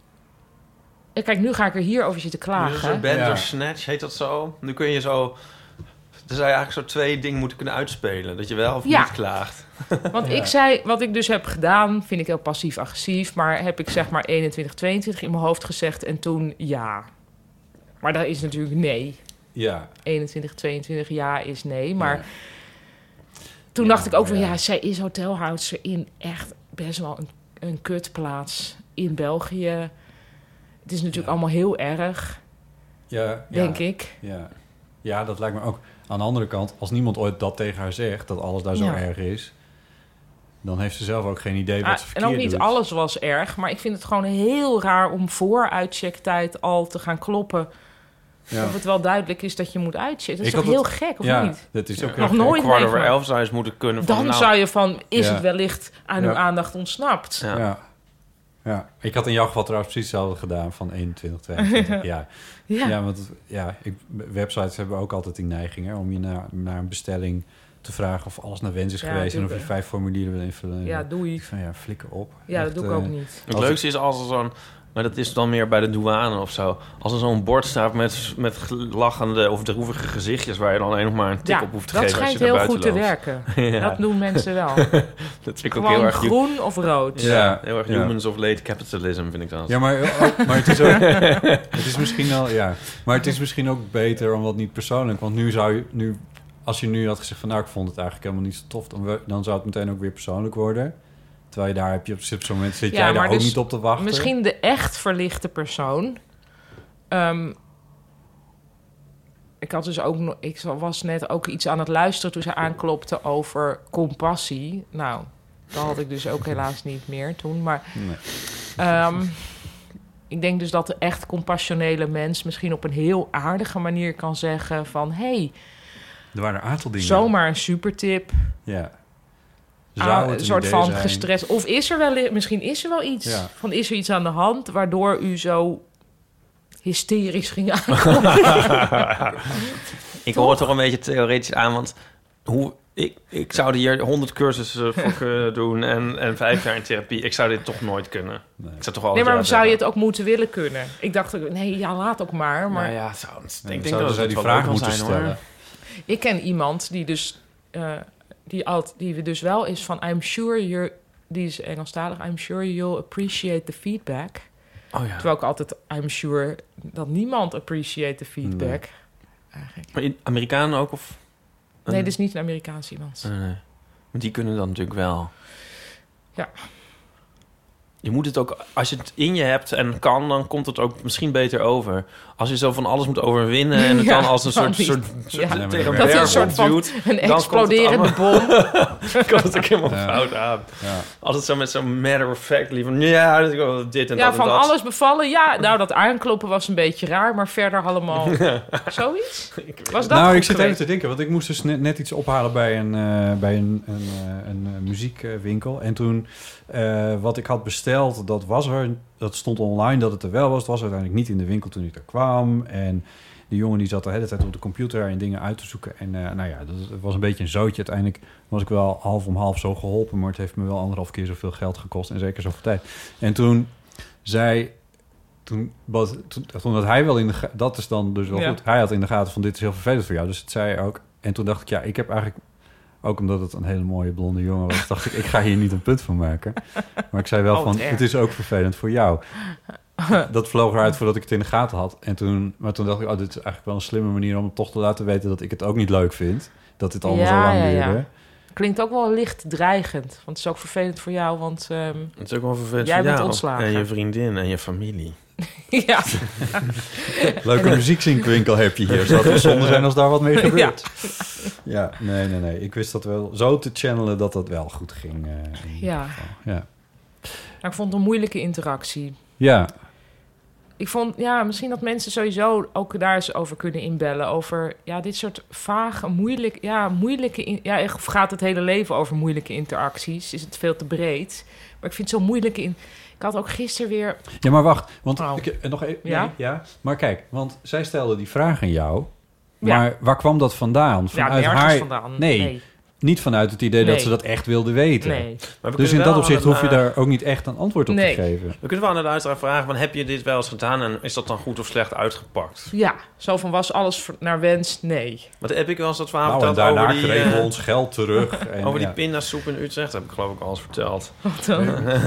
Kijk, nu ga ik er hier over zitten klagen. Een Bandersnatch, ja. heet dat zo? Nu kun je zo... Dan zou je eigenlijk zo twee dingen moeten kunnen uitspelen. Dat je wel of ja. niet klaagt. Want ja. ik zei, wat ik dus heb gedaan, vind ik heel passief-agressief. Maar heb ik zeg maar eenentwintig, tweeëntwintig in mijn hoofd gezegd. En toen ja. Maar dat is natuurlijk nee. Ja. eenentwintig, tweeëntwintig ja is nee. Maar ja. toen ja, dacht ik ook van ja. ja, zij is hotelhoudster in echt best wel een, een kutplaats in België. Het is natuurlijk ja. allemaal heel erg. Ja. Denk ja. ik. Ja. Ja, dat lijkt me ook. Aan de andere kant, als niemand ooit dat tegen haar zegt, dat alles daar zo ja. erg is, dan heeft ze zelf ook geen idee wat ah, ze verkeerd En ook niet doet. alles was erg, maar ik vind het gewoon heel raar om voor uitchecktijd al te gaan kloppen. Ja. Of het wel duidelijk is dat je moet uitchecken. Dat is ik toch heel het, gek, of ja, niet? Dat is ook nog gek. nooit kwart over elf zou je eens moeten kunnen. Dan van, nou, zou je van, is ja. het wellicht aan ja. uw aandacht ontsnapt? Ja. Ja. Ja, ik had in jouw geval trouwens precies hetzelfde gedaan van eenentwintig, tweeëntwintig. ja. Ja. ja, want ja, ik, websites hebben ook altijd die neiging hè, om je naar, naar een bestelling te vragen of alles naar wens is ja, geweest en of je vijf formulieren wil invullen. Ja, doei. Ik van ja, flikker op. Ja, Echt, dat doe ik uh, ook niet. Het leukste is als er zo'n... Maar dat is dan meer bij de douane of zo. Als er zo'n bord staat met, met lachende of droevige gezichtjes... waar je dan alleen nog maar een tik ja, op hoeft te geven als je dat naar schijnt heel buiten goed loopt. te werken. Ja. Dat doen mensen wel. Dat vind ik Gewoon ook heel erg... groen of rood. Ja, ja, heel erg ja. humans of late capitalism vind ik dat. Ja, maar, ook, maar het is ook... het is misschien al... Ja, maar het is misschien ook beter omdat niet persoonlijk. Want nu zou je... Nu, als je nu had gezegd van... Nou, ik vond het eigenlijk helemaal niet zo tof... dan, dan zou het meteen ook weer persoonlijk worden... Terwijl je daar heb je op zo'n moment zit ja, jij daar ook dus niet op te wachten. Misschien de echt verlichte persoon. Um, ik had dus ook nog, ik was net ook iets aan het luisteren toen ze aanklopte over compassie. Nou, dat had ik dus ook helaas niet meer toen. Maar nee. um, ik denk dus dat de echt compassionele mens misschien op een heel aardige manier kan zeggen van hey, er waren een aantal dingen. Zomaar een supertip. Ja. Ah, een soort van zijn. Gestrest. Of is er wel, misschien is er wel iets. Ja. Van is er iets aan de hand waardoor u zo hysterisch ging aankomen? Ik hoor het toch een beetje theoretisch aan, want hoe, ik, ik zou hier honderd cursussen voor kunnen doen en, en vijf jaar in therapie. Ik zou dit toch nooit kunnen. Nee, ik zou toch wel nee maar zou je het ook moeten willen kunnen? Ik dacht, nee, ja, laat ook maar. maar... Nou ja, zou, nee, ik denk dat ze die vraag moeten zijn, stellen. Hoor. Ik ken iemand die dus... Uh, Die, alt, die dus wel is van... I'm sure you're... Die is Engelstalig. I'm sure you'll appreciate the feedback. Oh ja. Terwijl ik altijd... I'm sure dat niemand appreciate the feedback. Nee. Eigenlijk. Maar in Amerikanen ook? Of nee, dit is niet een Amerikaans iemand. Nee, nee. Maar die kunnen dan natuurlijk wel. Ja. je moet het ook... Als je het in je hebt en kan, dan komt het ook misschien beter over. Als je zo van alles moet overwinnen... en het Ja, dan als een soort, die- soort, soort ja. tegen Dat is een berg soort van opduwt... een dan exploderende bom. komt het ook helemaal Ja. fout aan. Ja. Altijd zo met zo'n matter of fact... van ja, dit en Ja, dat en van dat. alles bevallen. Ja, nou, dat aankloppen was een beetje raar, maar verder allemaal zoiets. Was dat Nou, goed ik zit even geweest? te denken, want ik moest dus net, net iets ophalen bij een, uh, bij een, een, uh, een uh, muziekwinkel. En toen, uh, wat ik had besteld, dat was er, dat stond online dat het er wel was. Het was uiteindelijk niet in de winkel toen ik er kwam. En die jongen die zat de hele tijd op de computer en dingen uit te zoeken. En uh, nou ja, dat het was een beetje een zootje. Uiteindelijk was ik wel half om half zo geholpen, maar het heeft me wel anderhalf keer zoveel geld gekost en zeker zoveel tijd. En toen zei... Toen, wat, toen, toen had hij wel in de gaten... Dat is dan dus wel Ja. goed. Hij had in de gaten van dit is heel vervelend voor jou. Dus het zei hij ook. En toen dacht ik, ja, ik heb eigenlijk... Ook omdat het een hele mooie blonde jongen was... dacht ik, ik ga hier niet een punt van maken. Maar ik zei wel Oh, van, erg. het is ook vervelend voor jou. Dat vloog eruit voordat ik het in de gaten had. En toen, maar toen dacht ik, oh, dit is eigenlijk wel een slimme manier... om hem toch te laten weten dat ik het ook niet leuk vind. Dat dit allemaal Ja, zo lang ja, ja. duurde. Klinkt ook wel licht dreigend. Want het is ook vervelend voor jou, want... ehm, Het is ook wel vervelend Jij voor bent jou. ontslagen. En je vriendin en je familie. ja. Leuke muziekzinkwinkel heb je hier. Zou het wel zonde zijn als daar wat mee gebeurt? Ja. Ja, nee, nee, nee. Ik wist dat wel zo te channelen dat dat wel goed ging. Uh, in ieder Ja. geval. Ja. Maar ik vond het een moeilijke interactie. Ja, Ik vond, ja, misschien dat mensen sowieso ook daar eens over kunnen inbellen. Over, ja, dit soort vage, moeilijk, ja, moeilijke... In, ja, echt, of gaat het hele leven over moeilijke interacties? Is het veel te breed? Maar ik vind het zo moeilijke in... Ik had ook gisteren weer... ja, maar wacht. Want Oh. ik, eh, nog even. Ja? Nee, ja. Maar kijk, want zij stelde die vraag aan jou. Ja. Maar waar kwam dat vandaan? Ja, Vanuit nergens haar. vandaan. Nee, Nee. niet vanuit het idee dat Nee. ze dat echt wilde weten. nee. Maar we Dus in kunnen dat wel opzicht aan hoef je het, uh, daar ook niet echt een antwoord op Nee. te geven. We kunnen wel aan de luisteraar vragen... Van, heb je dit wel eens gedaan en is dat dan goed of slecht uitgepakt? Ja, zo van was alles v- naar wens? Nee. Want heb ik wel eens dat verhaal Nou, en verteld daarna over die... kregen we eh, ons geld terug. En, over die ja. pindasoep in Utrecht heb ik geloof ik al eens verteld. Wat dan?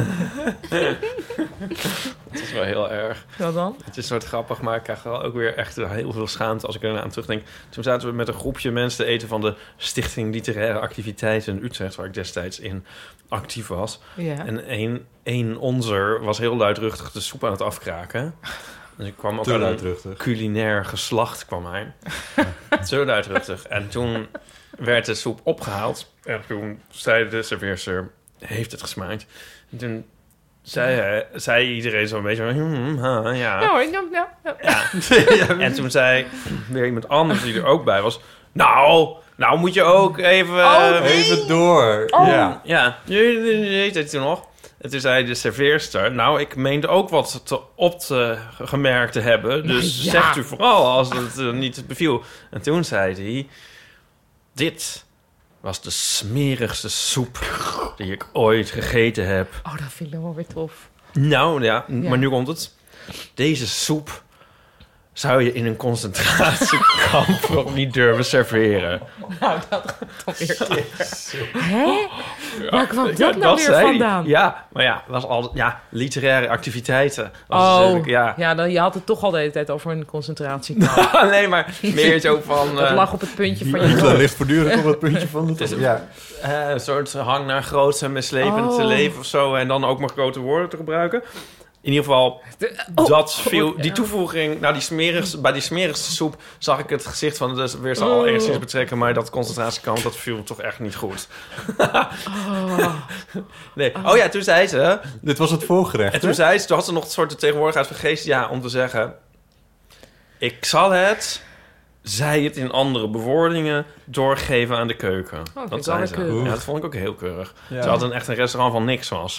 Het is wel heel erg. Wat dan? Het is een soort grappig, maar ik krijg wel ook weer echt heel veel schaamte als ik er aan terugdenk. Toen zaten we met een groepje mensen te eten van de Stichting Literaire Activiteiten in Utrecht, waar ik destijds in actief was. Ja. En een, een onzer was heel luidruchtig de soep aan het afkraken. Dus ik kwam ook Te uit een luidruchtig. culinair geslacht, kwam hij. Zo luidruchtig. En toen werd de soep opgehaald. En toen zei de serveerster, heeft het gesmaakt? En toen zei, hij, zei iedereen zo'n beetje, hmm, ha, ja. Nou, ik ja, ja. Ja. En toen zei weer iemand anders die er ook bij was... Nou, nou moet je ook even... Oh, nee. Even door. Oh. Ja. Ja, je weet het toen nog. En toen zei de serveerster... Nou, ik meende ook wat te, op te gemerkt te hebben. Dus Ja. zegt u vooral als het uh, niet beviel. En toen zei hij... Dit was de smerigste soep die ik ooit gegeten heb. Oh, dat vind ik dan wel weer tof. Nou ja, Ja. maar nu komt het. Deze soep zou je in een concentratiekamp nog niet durven serveren. Nou, dat gaat dan weer terug. Hè? Waar kwam dat Ja, nou weer zei hij. vandaan? Ja, maar ja, was al ja, literaire activiteiten. Was Oh, natuurlijk, ja. ja, dan, je had het toch al de hele tijd over een concentratiekamp. nee, maar meer zo van... Dat eh, lag op het puntje van je Dat hoofd. ligt voortdurend op het puntje van Het is de... een- Ja. eh, een soort hang naar groots en mislepend Oh. te leven of zo. En dan ook maar grote woorden te gebruiken. In ieder geval, Oh, dat viel, ja. die toevoeging, nou die smerigste, bij die smerigste soep zag ik het gezicht van de weer zal al Oh. enigszins betrekken, maar dat concentratiekamp, dat viel toch echt niet goed. Oh. Nee. Oh ja, toen zei ze, Dit was het voorgerecht, en toen hè? zei ze, toen had ze nog een soort de tegenwoordigheid van geest, ja, om te zeggen, ik zal het, zij het in andere bewoordingen, doorgeven aan de keuken. vind ik dat wel zei weer ze. keurig. Ja, dat vond ik ook heel keurig. Ja. Ze had een echt een restaurant van niks was.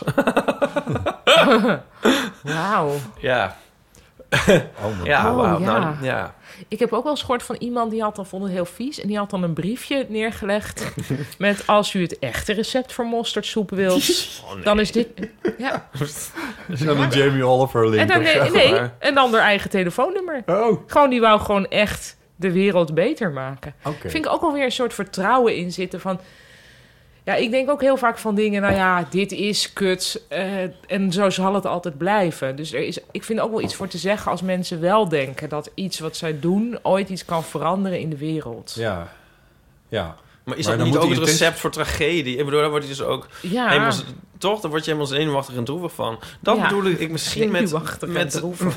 Wauw. ja, Oh, maar- ja, Oh, wauw. ja. Nou, ja. Ik heb ook wel eens gehoord van iemand die had dan vond het heel vies. En die had dan een briefje neergelegd met als u het echte recept voor mosterdsoep wilt, Oh, nee. dan is dit... Ja. Is dat een Jamie Oliver link En dan, of zo? nee, nee, maar. en dan haar eigen telefoonnummer. Oh, Gewoon, die wou gewoon echt de wereld beter maken. oké. Vind ik ook alweer een soort vertrouwen in zitten van... Ja, ik denk ook heel vaak van dingen, nou ja, dit is kut eh, en zo zal het altijd blijven. Dus er is, ik vind ook wel iets voor te zeggen als mensen wel denken dat iets wat zij doen ooit iets kan veranderen in de wereld. Ja. Ja. Maar is Maar dat dan niet moet ook die het intentie- recept voor tragedie? Ik bedoel, daar wordt hij dus ook... Ja, Eenmaal, toch? Daar word je helemaal zenuwachtig en droevig van. Dat Ja. bedoel ik, ik misschien met... Zenuwachtig en met droevig.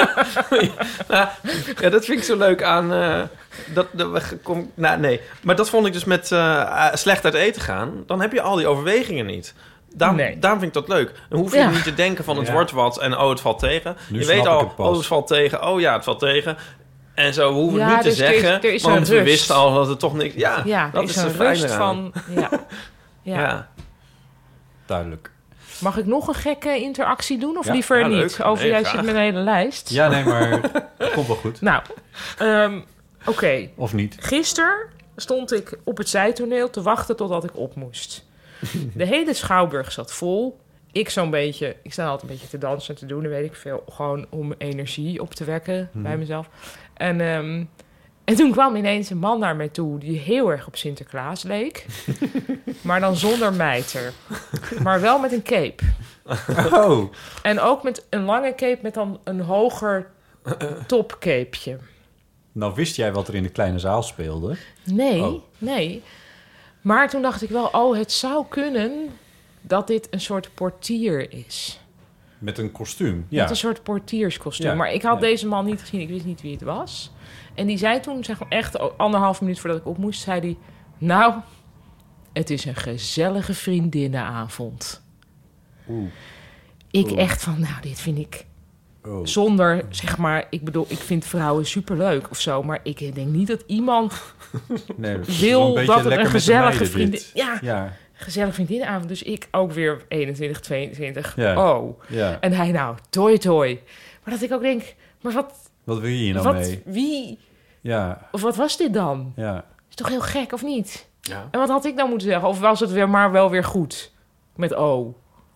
ja, ja, dat vind ik zo leuk aan... Uh, dat, dat we kom, nou, nee, maar dat vond ik dus met uh, slecht uit eten gaan. Dan heb je al die overwegingen niet. Daarom, Nee. daarom vind ik dat leuk. Dan hoef je Ja. niet te denken van het Ja. wordt wat en oh, het valt tegen. Nu je snap weet ik al, het pas. oh, het valt tegen. Oh ja, het valt tegen. En zo, we hoeven Ja, het niet te dus er is- zeggen, er is want een we rust. wisten al dat het toch niks... Ja, Ja, dat er is is de een fijne rust eraan. van... Ja. Ja. Ja. Duidelijk. Mag ik nog een gekke interactie doen? Of Ja. liever Ja, niet? leuk. Over Nee, jij graag. zit met een hele lijst. Ja, nee, maar het komt wel goed. Nou, um, oké. Okay. Of niet? Gisteren stond ik op het zijtoneel te wachten totdat ik op moest. De hele schouwburg zat vol. Ik zo'n beetje... Ik sta altijd een beetje te dansen en te doen, dan weet ik veel. Gewoon om energie op te wekken Hmm. bij mezelf. En, um, en toen kwam ineens een man naar mij toe... die heel erg op Sinterklaas leek. Maar dan zonder mijter. Maar wel met een cape. Oh, En ook met een lange cape met dan een hoger topcapeje. nou wist jij wat er in de kleine zaal speelde? Nee, Oh. nee. Maar toen dacht ik wel, oh, het zou kunnen dat dit een soort portier is. Met een kostuum, ja. Met een soort portierskostuum. Ja, Maar ik had ja. deze man niet gezien, ik wist niet wie het was. En die zei toen, zeg maar echt anderhalf minuut voordat ik op moest, zei hij... Nou, het is een gezellige vriendinnenavond. Oeh. Ik Oeh. echt van, nou, dit vind ik... Oh. Zonder, zeg maar, ik bedoel, ik vind vrouwen superleuk of zo. Maar ik denk niet dat iemand Nee, dat is wel wil een beetje dat het lekker een met de gezellige meiden, vriendin... dit. Ja, Ja, gezellige vriendinnenavond. Dus ik ook weer eenentwintig, tweeëntwintig. Ja. Oh. ja. En hij nou, toi toi. Maar dat ik ook denk, maar wat, Wat wil je hier nou wat, mee? wie, Ja, of wat was dit dan? ja. Is toch heel gek, of niet? Ja. En wat had ik dan moeten zeggen? Of was het weer maar wel weer goed? Met oh.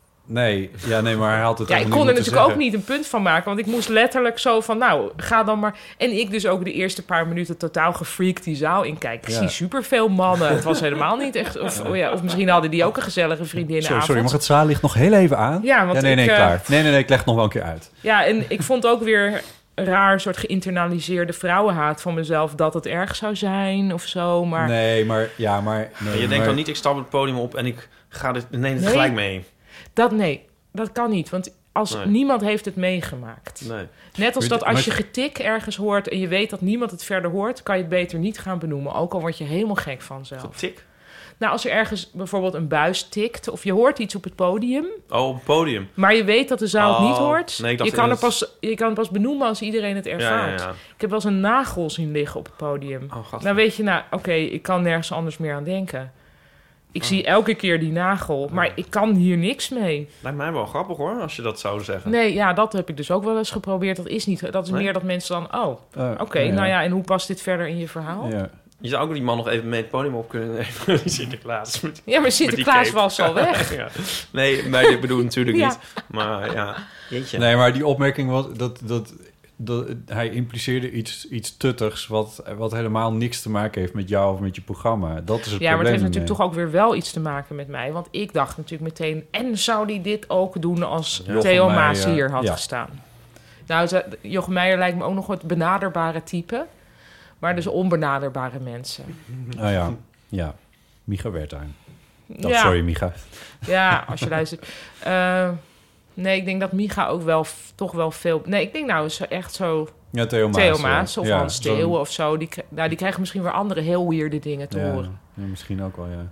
Nee, ja, nee, maar hij had het Ja, ik helemaal kon er niet natuurlijk moeten ook niet een punt van maken. Want ik moest letterlijk zo van, nou, ga dan maar... En ik dus ook de eerste paar minuten totaal gefreakt die zaal inkijken. Ik Ja. zie superveel mannen. Het was helemaal niet echt... Of, oh ja, of misschien hadden die ook een gezellige zeggen. vriendinnenavond. Sorry, sorry, mag het zaallicht nog heel even aan? Ja, want ja, nee, ik, nee, eh, klaar. Nee, nee, nee, ik leg het nog wel een keer uit. Ja, en ik vond ook weer een raar soort geïnternaliseerde vrouwenhaat van mezelf... dat het erg zou zijn of zo, maar... Nee, maar, ja, maar... Nee, je denkt maar, dan niet, ik stap het podium op en ik ga dit, neem het Nee. gelijk mee. Dat, nee, dat kan niet, want als Nee. niemand heeft het meegemaakt. Nee. Net als Maar- dat als maar- je getik ergens hoort... en je weet dat niemand het verder hoort... kan je het beter niet gaan benoemen. Ook al word je helemaal gek van zelf. Tik. Nou, als er ergens bijvoorbeeld een buis tikt... of je hoort iets op het podium... Oh, op het podium. maar je weet dat de zaal het Oh, niet hoort... nee, ik dacht je, kan in er het- pas, je kan het pas benoemen als iedereen het Ja, ja, ervaart. ja. Ik heb wel eens een nagel zien liggen op het podium. Oh, gast. Dan weet je, nou, oké, ik kan nergens anders meer aan denken. Ik Oh. zie elke keer die nagel, maar ik kan hier niks mee. Lijkt mij wel grappig hoor, als je dat zou zeggen. Nee, ja, dat heb ik dus ook wel eens geprobeerd. Dat is niet, dat is Nee? meer dat mensen dan, oh, eh, oké, nou ja, en hoe past dit verder in je verhaal? Ja, Ja. Je zou ook die man nog even mee het podium op kunnen nemen. Die Sinterklaas. Met, maar Sinterklaas cape. was al weg. ja. Nee, maar ik bedoel natuurlijk Ja. niet. Maar ja, jeetje. Nee, maar die opmerking was dat, dat, dat hij impliceerde iets, iets tuttigs... Wat, wat helemaal niks te maken heeft met jou of met je programma. Dat is het Ja, maar het probleem heeft natuurlijk ermee. toch ook weer wel iets te maken met mij. Want ik dacht natuurlijk meteen... en zou die dit ook doen als Jochem Theo Meijer, Maas hier had ja. gestaan? Nou, ze- Jochem Meijer lijkt me ook nog wat benaderbare type. Maar dus onbenaderbare mensen. Ah ja, ja. Micha Wertheim. Oh, ja, Sorry, Micha. ja, als je luistert. Eh, nee, ik denk dat Micha ook wel f- toch wel veel... Nee, ik denk nou zo echt zo Ja, Theo Maas. Theo ja. Maas of Ja, Hans zo'n- Steeuwen of zo. Die, kri- nou, die krijgen misschien weer andere heel weirde dingen te ja, horen. ja, misschien ook wel, ja.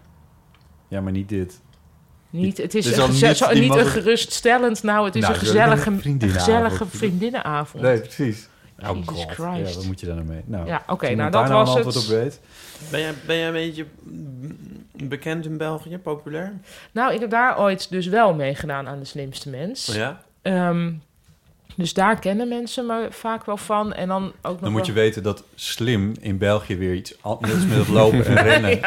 Ja, maar niet dit. Niet, het is Dus een dan geze- niet zo- die niet man- een geruststellend... Nou, het is Nou, een zo- gezellige, een vriendinnenavond. gezellige vriendinnenavond. Nee, precies. Oh Jesus god. Christ. Ja, wat moet je daar nou mee? Nou, Ja, oké, als nou iemand dat daar nou was een het. antwoord op weet. Ben jij, ben jij een beetje bekend in België, populair? Nou, ik heb daar ooit dus wel meegedaan aan De Slimste Mens. Ja? Ehm, dus daar kennen mensen me vaak wel van. En dan ook nog Dan moet je wel- weten dat slim in België weer iets anders is met het lopen en rennen.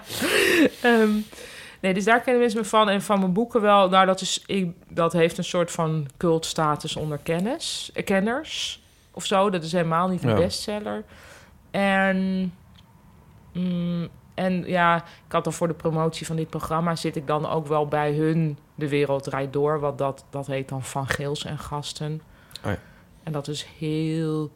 Ehm, nee, dus daar kennen mensen me van. En van mijn boeken wel. Nou, dat, is, ik, dat heeft een soort van cultstatus onder kennis, eh, kenners of zo. Dat is helemaal niet een Ja. bestseller. En, mm, en ja, ik had dan voor de promotie van dit programma... zit ik dan ook wel bij hun De Wereld Draait Door. Want dat, dat heet dan Van Geels en Gasten. Oh ja. En dat is heel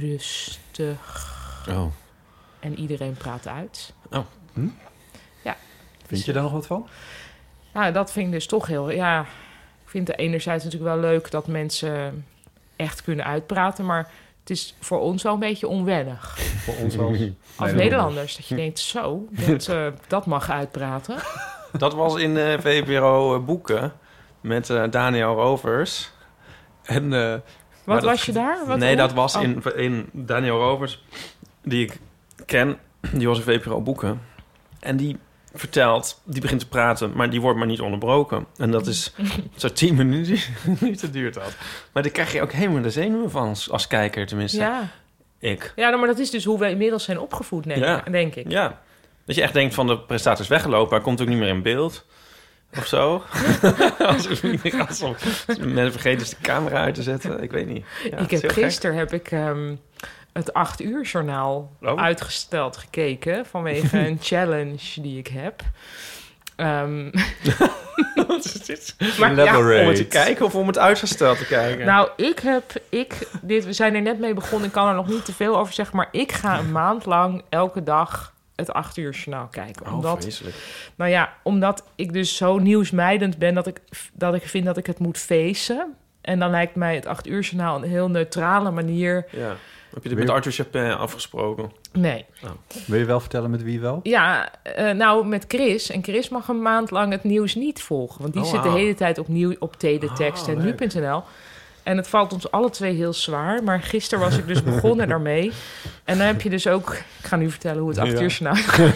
rustig. Oh. En iedereen praat uit. Vind je daar nog wat van? Nou, dat vind ik dus toch heel... Ja, ik vind het enerzijds natuurlijk wel leuk dat mensen echt kunnen uitpraten, maar het is voor ons wel een beetje onwennig. Voor ons als, Als Nederlanders, dat je denkt, zo, dat, uh, dat mag uitpraten. Dat was in uh, V P R O uh, Boeken met uh, Daniel Rovers. En, uh, Wat was dat, je daar? Wat nee, om? dat was oh. in, in Daniel Rovers, die ik ken. Die was in V P R O Boeken. En die vertelt, die begint te praten, maar die wordt maar niet onderbroken. En dat is zo tien minuten duurt dat. Maar daar krijg je ook helemaal de zenuwen van als, als kijker, tenminste. Ja. Ik. Ja, nou, maar dat is dus hoe we inmiddels zijn opgevoed, denk, Ja. denk ik. Ja. Dat je echt denkt van de prestator is weggelopen, hij komt ook niet meer in beeld. Of zo. als, als, als mensen vergeten is de camera uit te zetten. Ik weet niet. Ja, ik heb gisteren heb ik um, het acht uur journaal oh. uitgesteld gekeken vanwege een challenge die ik heb. Um, Wat is dit? Maar, ja, om het te kijken of om het uitgesteld te kijken? Nou, ik heb... Ik, dit, we zijn er net mee begonnen. Ik kan er nog niet te veel over zeggen. Maar ik ga een maand lang elke dag het acht uur journaal kijken. Oh, omdat, vreselijk. Nou ja, omdat ik dus zo nieuwsmijdend ben dat ik, dat ik vind dat ik het moet facen. En dan lijkt mij het acht uur journaal een heel neutrale manier. Ja. Heb je dit met Arthur Chapin afgesproken? Nee. Oh. Wil je wel vertellen met wie wel? Ja, uh, nou met Chris. En Chris mag een maand lang het nieuws niet volgen. Want die oh, zit wow. de hele tijd opnieuw op Teletext oh, en nu punt n l. En het valt ons alle twee heel zwaar. Maar gisteren was ik dus begonnen daarmee. En dan heb je dus ook... Ik ga nu vertellen hoe het acht uur journaal gaat.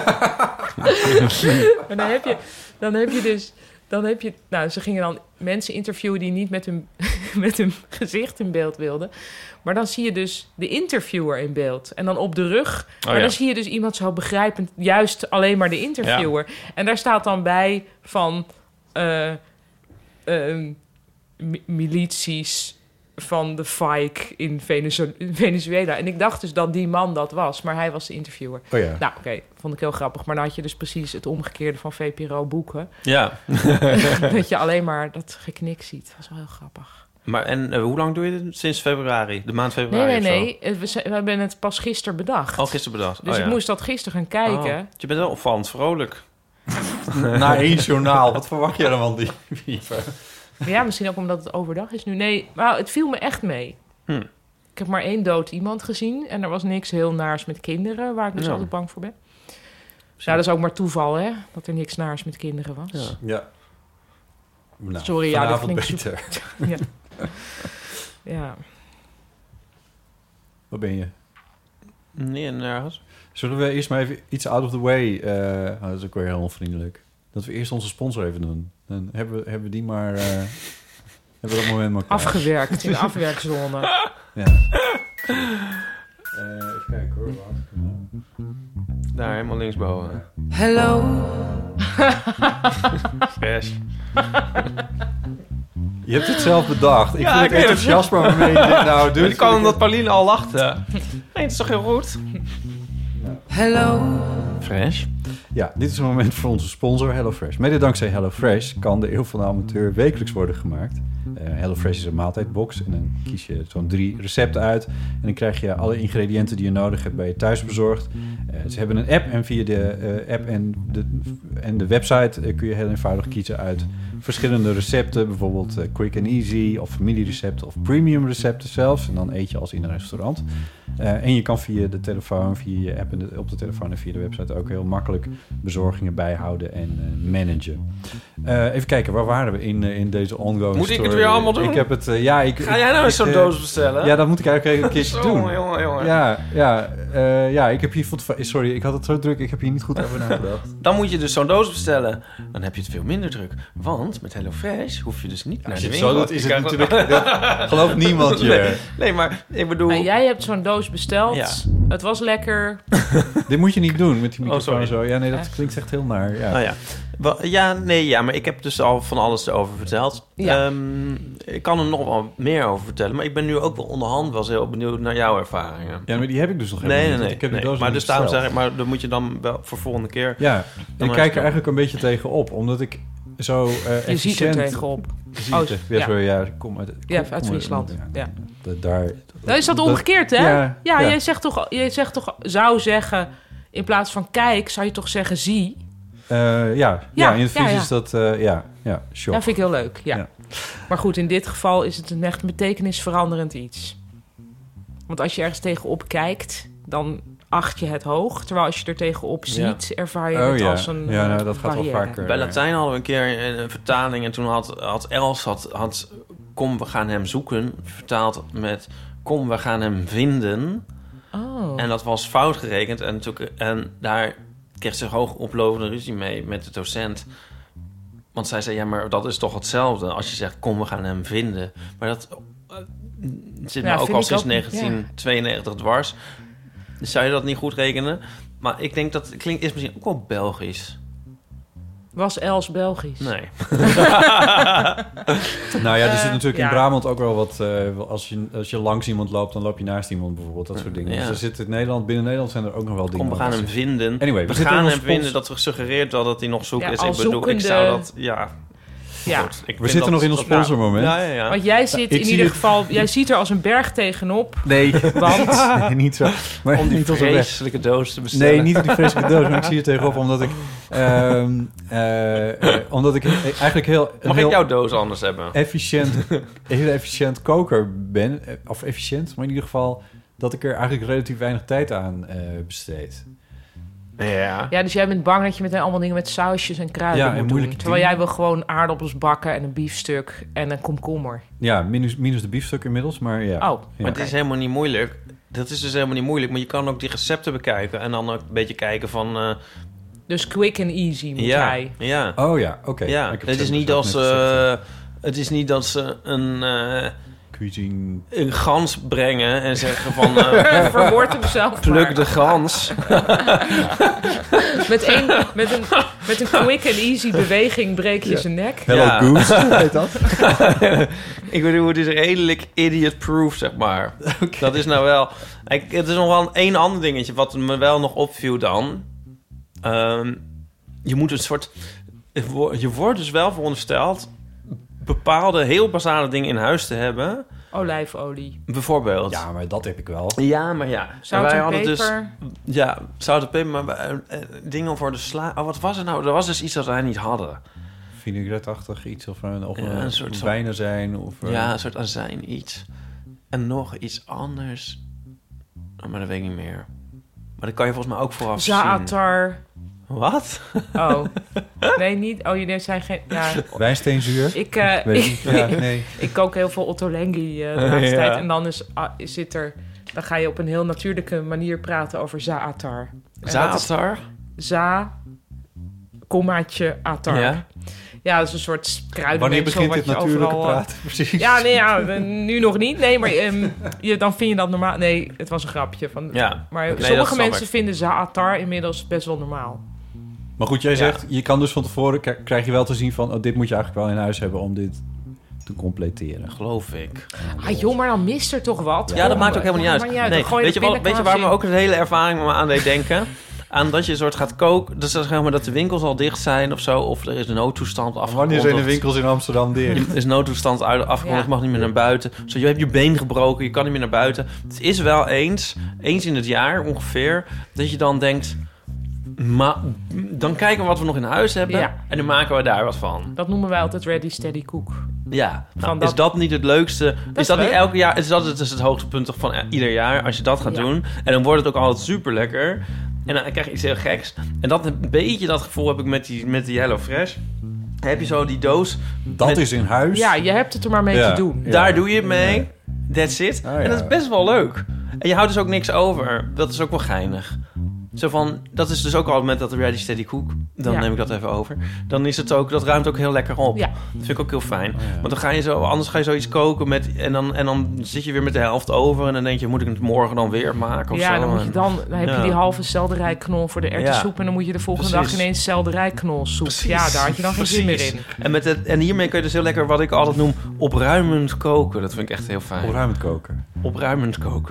Maar dan heb je, dan heb je dus... Dan heb je... Nou, ze gingen dan mensen interviewen die niet met hun, met hun gezicht in beeld wilden. Maar dan zie je dus de interviewer in beeld. En dan op de rug. Oh, maar ja. dan zie je dus iemand zo begrijpend... Juist alleen maar de interviewer. Ja. En daar staat dan bij van... Uh, uh, milities van de F A I C in Venezuela. En ik dacht dus dat die man dat was, maar hij was de interviewer. Oh ja. Nou, oké, okay, vond ik heel grappig. Maar dan had je dus precies het omgekeerde van V P R O Boeken. Ja. Dat je alleen maar dat geknik ziet. Dat was wel heel grappig. Maar en uh, hoe lang doe je dit? Sinds februari? De maand februari Nee, nee, nee. We, we hebben het pas gisteren bedacht. Oh, gisteren bedacht. Dus oh, ik ja. moest dat gisteren gaan kijken. Oh, je bent wel opvallend vrolijk. Na één journaal. Wat verwacht je dan van die wiever? Ja, misschien ook omdat het overdag is nu. Nee, maar het viel me echt mee. Hm. Ik heb maar één dood iemand gezien. En er was niks heel naars met kinderen, waar ik dus ja. altijd bang voor ben. Ja, dat is ook maar toeval, hè? Dat er niks naars met kinderen was. Ja. Ja. Nou, sorry, ja, dat vanavond klinkt beter. ja. ja. Waar ben je? Nee, nergens. Zullen we eerst maar even iets out of the way... Uh, oh, dat is ook weer heel onvriendelijk. Dat we eerst onze sponsor even doen. Dan hebben we, hebben we die maar... Uh, hebben we dat moment maar klaar. Afgewerkt, in de afwerkzone. Ja. Uh, even kijken hoor. Daar, helemaal linksboven. Hello. Fresh. Je hebt het zelf bedacht. Ik Ja, vind het enthousiasme waarmee je dit nou doet. Dat kan omdat Pauline al lachte. Nee, het is toch heel goed? Hello. Fresh. Ja, dit is een moment voor onze sponsor HelloFresh. Mede dankzij HelloFresh kan de Eeuw van de Amateur wekelijks worden gemaakt. Uh, HelloFresh is een maaltijdbox en dan kies je zo'n drie recepten uit. En dan krijg je alle ingrediënten die je nodig hebt bij je thuis bezorgd. Uh, ze hebben een app en via de uh, app en de, en de website uh, kun je heel eenvoudig kiezen uit verschillende recepten. Bijvoorbeeld uh, quick and easy of familierecepten of premium recepten zelfs. En dan eet je als in een restaurant. Uh, en je kan via de telefoon, via je app en de, op de telefoon en via de website ook heel makkelijk bezorgingen bijhouden en uh, managen. Uh, even kijken, waar waren we in, uh, in deze ongoing Moet story? ik het weer allemaal doen? Ik heb het, uh, ja, ik, Ga jij nou eens zo'n uh, doos bestellen? Ja, dat moet ik eigenlijk een keertje doen. Jongen, jongen, jongen. Ja, ja, uh, ja, ik heb hier... Sorry, ik had het zo druk, ik heb hier niet goed over nagedacht. Dan moet je dus zo'n doos bestellen. Dan heb je het veel minder druk. Want met HelloFresh hoef je dus niet naar Als de je winkel. zo doet, is het Je natuurlijk... krijgt- Dat gelooft niemand je. Nee, nee, maar ik bedoel... En jij hebt zo'n doos besteld. Ja. Het was lekker. Dit moet je niet doen met die Oh, microfoon sorry. zo. Ja, nee, dat klinkt echt heel naar. Ja. Oh ja. Wel, ja, nee, ja, maar ik heb dus al van alles erover verteld. Ja. Um, ik kan er nog wel meer over vertellen. Maar ik ben nu ook wel onderhand wel eens heel benieuwd naar jouw ervaringen. Ja, maar die heb ik dus nog helemaal Nee, niet. nee, want nee. Ik heb die nee. doos Maar nog dus daarom zeg besteld. ik, maar dan moet je dan wel voor volgende keer... Ja, Dan ik maar kijk er eens eigenlijk een beetje tegen op. Omdat ik zo uh, Je ziet er efficiënt... tegenop. Je ziet Oh, er- ja, ja. sorry, ja, ik kom uit... Ja, kom- uit kom Friesland. Ja, Ja. dat- daar... Nou, is dat omgekeerd, hè? Ja, Ja, ja. Jij, zegt toch, jij zegt toch... Zou zeggen... In plaats van kijk, zou je toch zeggen zie... Uh, ja, ja, Ja, in het Fries ja, ja. is dat... Uh, ja, ja, shock. Dat vind ik heel leuk, ja. Ja. Maar goed, in dit geval is het een echt betekenisveranderend iets. Want als je ergens tegenop kijkt, dan acht je het hoog. Terwijl als je er tegenop ziet, ervaar je Oh, het ja. als een Ja, nou, uh, dat gaat wel barrière. vaker. Bij Latijn hadden we een keer een, een vertaling... en toen had, had Els had, had... kom, we gaan hem zoeken... vertaald met... kom, we gaan hem vinden... Oh. En dat was fout gerekend. En, toen, en daar kreeg ze hoog oplopende ruzie mee met de docent. Want zij zei, ja, maar dat is toch hetzelfde... als je zegt, kom, we gaan hem vinden. Maar dat uh, zit Ja, me ook vind al ik sinds ook, negentien tweeënnegentig dwars. Dus zou je dat niet goed rekenen? Maar ik denk dat het klinkt is misschien ook wel Belgisch. Was Els Belgisch? Nee. Nou ja, er zit natuurlijk ja. in Brabant ook wel wat... Uh, als, je, als je langs iemand loopt, dan loop je naast iemand bijvoorbeeld. Dat soort dingen. Ja. Dus er zit in Nederland, binnen Nederland zijn er ook nog wel dingen. Kom, we gaan hem vinden. Anyway, we, we zitten gaan in hem ons vinden. spons- Dat suggereert wel dat hij nog zoek Ja, is. al Ik bedoel, ik zoekende- zou dat... Ja, Ja. goed. Ik We vind zitten dat- nog in ons dat- sponsormoment. Ja, ja, ja. Want jij zit Ik in zie ieder het- geval... Jij ziet er als een berg tegenop. Nee, Want... nee, niet zo. Maar Om die niet als een weg. vreselijke doos te bestellen. Nee, niet op die vreselijke doos, maar ik zie er tegenop omdat ik... ehm, eh, eh, omdat ik eigenlijk heel... Mag heel ik jouw doos anders hebben? efficiënt, heel efficiënt koker ben. eh, Of efficiënt, maar in ieder geval... dat ik er eigenlijk relatief weinig tijd aan eh, besteed. Ja. Ja, dus jij bent bang dat je met allemaal dingen met sausjes en kruiden Ja, en moet doen. moeilijke Terwijl dingen. jij wil gewoon aardappels bakken en een biefstuk en een komkommer. Ja, minus, minus de biefstuk inmiddels, maar ja. Oh, Ja. Maar het is helemaal niet moeilijk. Dat is dus helemaal niet moeilijk. Maar je kan ook die recepten bekijken. En dan ook een beetje kijken van... uh, Dus quick and easy moet ja, jij. ja. Oh ja, oké. ja. Ik heb Het is zelf niet zelf als... net gezegd, Uh, het is niet dat ze een, uh, cuisine... een gans brengen en zeggen van... Uh, Verwoord hem zelf pluk maar. de gans. Met, een, met, een, met een quick and easy beweging breek je zijn nek. Hello Ja. Goose, heet dat? Ik bedoel, het is redelijk idiot-proof, zeg maar. Okay. Dat is nou wel... Ik, het is nog wel een één ander dingetje wat me wel nog opviel dan. Um, je moet een soort... Je wordt dus wel verondersteld bepaalde heel basale dingen in huis te hebben. Olijfolie. Bijvoorbeeld. Ja, maar dat heb ik wel. Ja, maar ja. Zout wij en hadden peper. dus ja, zout en peper, maar wij, uh, dingen voor de sla. Oh, wat was het nou? Er was dus iets dat wij niet hadden. Vinaigrette-achtig iets of een, of Ja, een, een een soort soort van- wijnazijn of uh, Ja, een soort azijn iets. En nog iets anders. Oh, maar dat weet ik niet meer. Maar dat kan je volgens mij ook vooraf zien. Zaatar. Wat? Oh. Nee, niet. Oh, jullie zijn geen... Ja, wijnsteenzuur. ik, uh, Weet ik, ik niet. Ja, nee. ik kook heel veel Ottolenghi uh, de laatste Ja. tijd. En dan is, ah, zit er... Dan ga je op een heel natuurlijke manier praten over zaatar. En dat is Zaatar? Za, kommaatje, atar. Ja. Ja, dat is een soort Wanneer kruidenmengsel begint wat dit je natuurlijke overal... uh, praten? Precies. Ja, nee, ja, eh, nu nog niet. Nee, maar um, je, dan vind je dat normaal. Nee, het was een grapje. Van, Ja. Maar Nee, dat sommige snap mensen ik. vinden zaatar inmiddels best wel normaal. Maar goed, jij Ja. zegt, je kan dus van tevoren... k- krijg je wel te zien van... Oh, dit moet je eigenlijk wel in huis hebben om dit te completeren. Geloof ik. Ah joh, maar dan mist er toch wat? Ja, dat maakt ook helemaal niet uit. Maakt niet uit. Nee, Dan gooi je weet, je de wel, weet je waar me pindakaas ook een hele ervaring me aan deed denken? Aan dat je een soort gaat koken. Dus zeg maar dat de winkels al dicht zijn of zo. Of er is een noodtoestand afgekondigd. Wanneer zijn de winkels in Amsterdam dicht? Er is noodtoestand uit- afgekondigd, Ja. mag niet meer naar buiten. Zo, je hebt je been gebroken, je kan niet meer naar buiten. Het is wel eens, eens in het jaar ongeveer, dat je dan denkt... Maar dan kijken we wat we nog in huis hebben Ja. en dan maken we daar wat van. Dat noemen wij altijd ready, steady, cook. Ja, nou, Van is dat- dat niet het leukste? is is dat niet leuk. elke jaar? Is dat het, is het hoogtepunt toch van ieder jaar als je dat gaat Ja. doen? En dan wordt het ook altijd super lekker. En dan krijg je iets heel geks. En dat een beetje dat gevoel heb ik met die, met die Hello Fresh. Dan heb je zo die doos. Dat met- is in huis. Ja, je hebt het er maar mee Ja. te doen. Ja. Daar doe je het mee. That's it. Oh, En ja. dat is best wel leuk. En je houdt dus ook niks over. Dat is ook wel geinig. Zo van, dat is dus ook al met dat Ready Steady Cook. Dan Ja. neem ik dat even over. Dan is het ook, dat ruimt ook heel lekker op. Ja. Dat vind ik ook heel fijn. Oh, ja. Want dan ga je zo, anders ga je zoiets koken met en dan en dan zit je weer met de helft over en dan denk je, moet ik het morgen dan weer maken of Ja, zo? dan, moet je En- dan, dan heb je Ja. die halve selderijknol voor de erwtensoep... Ja. en dan moet je de volgende Precies. dag ineens selderijknolsoep. Precies. Ja, daar had je dan geen zin meer Precies. in. En, met het, en hiermee kun je dus heel lekker wat ik altijd noem opruimend koken. Dat vind ik echt heel fijn. Opruimend koken. Opruimend koken.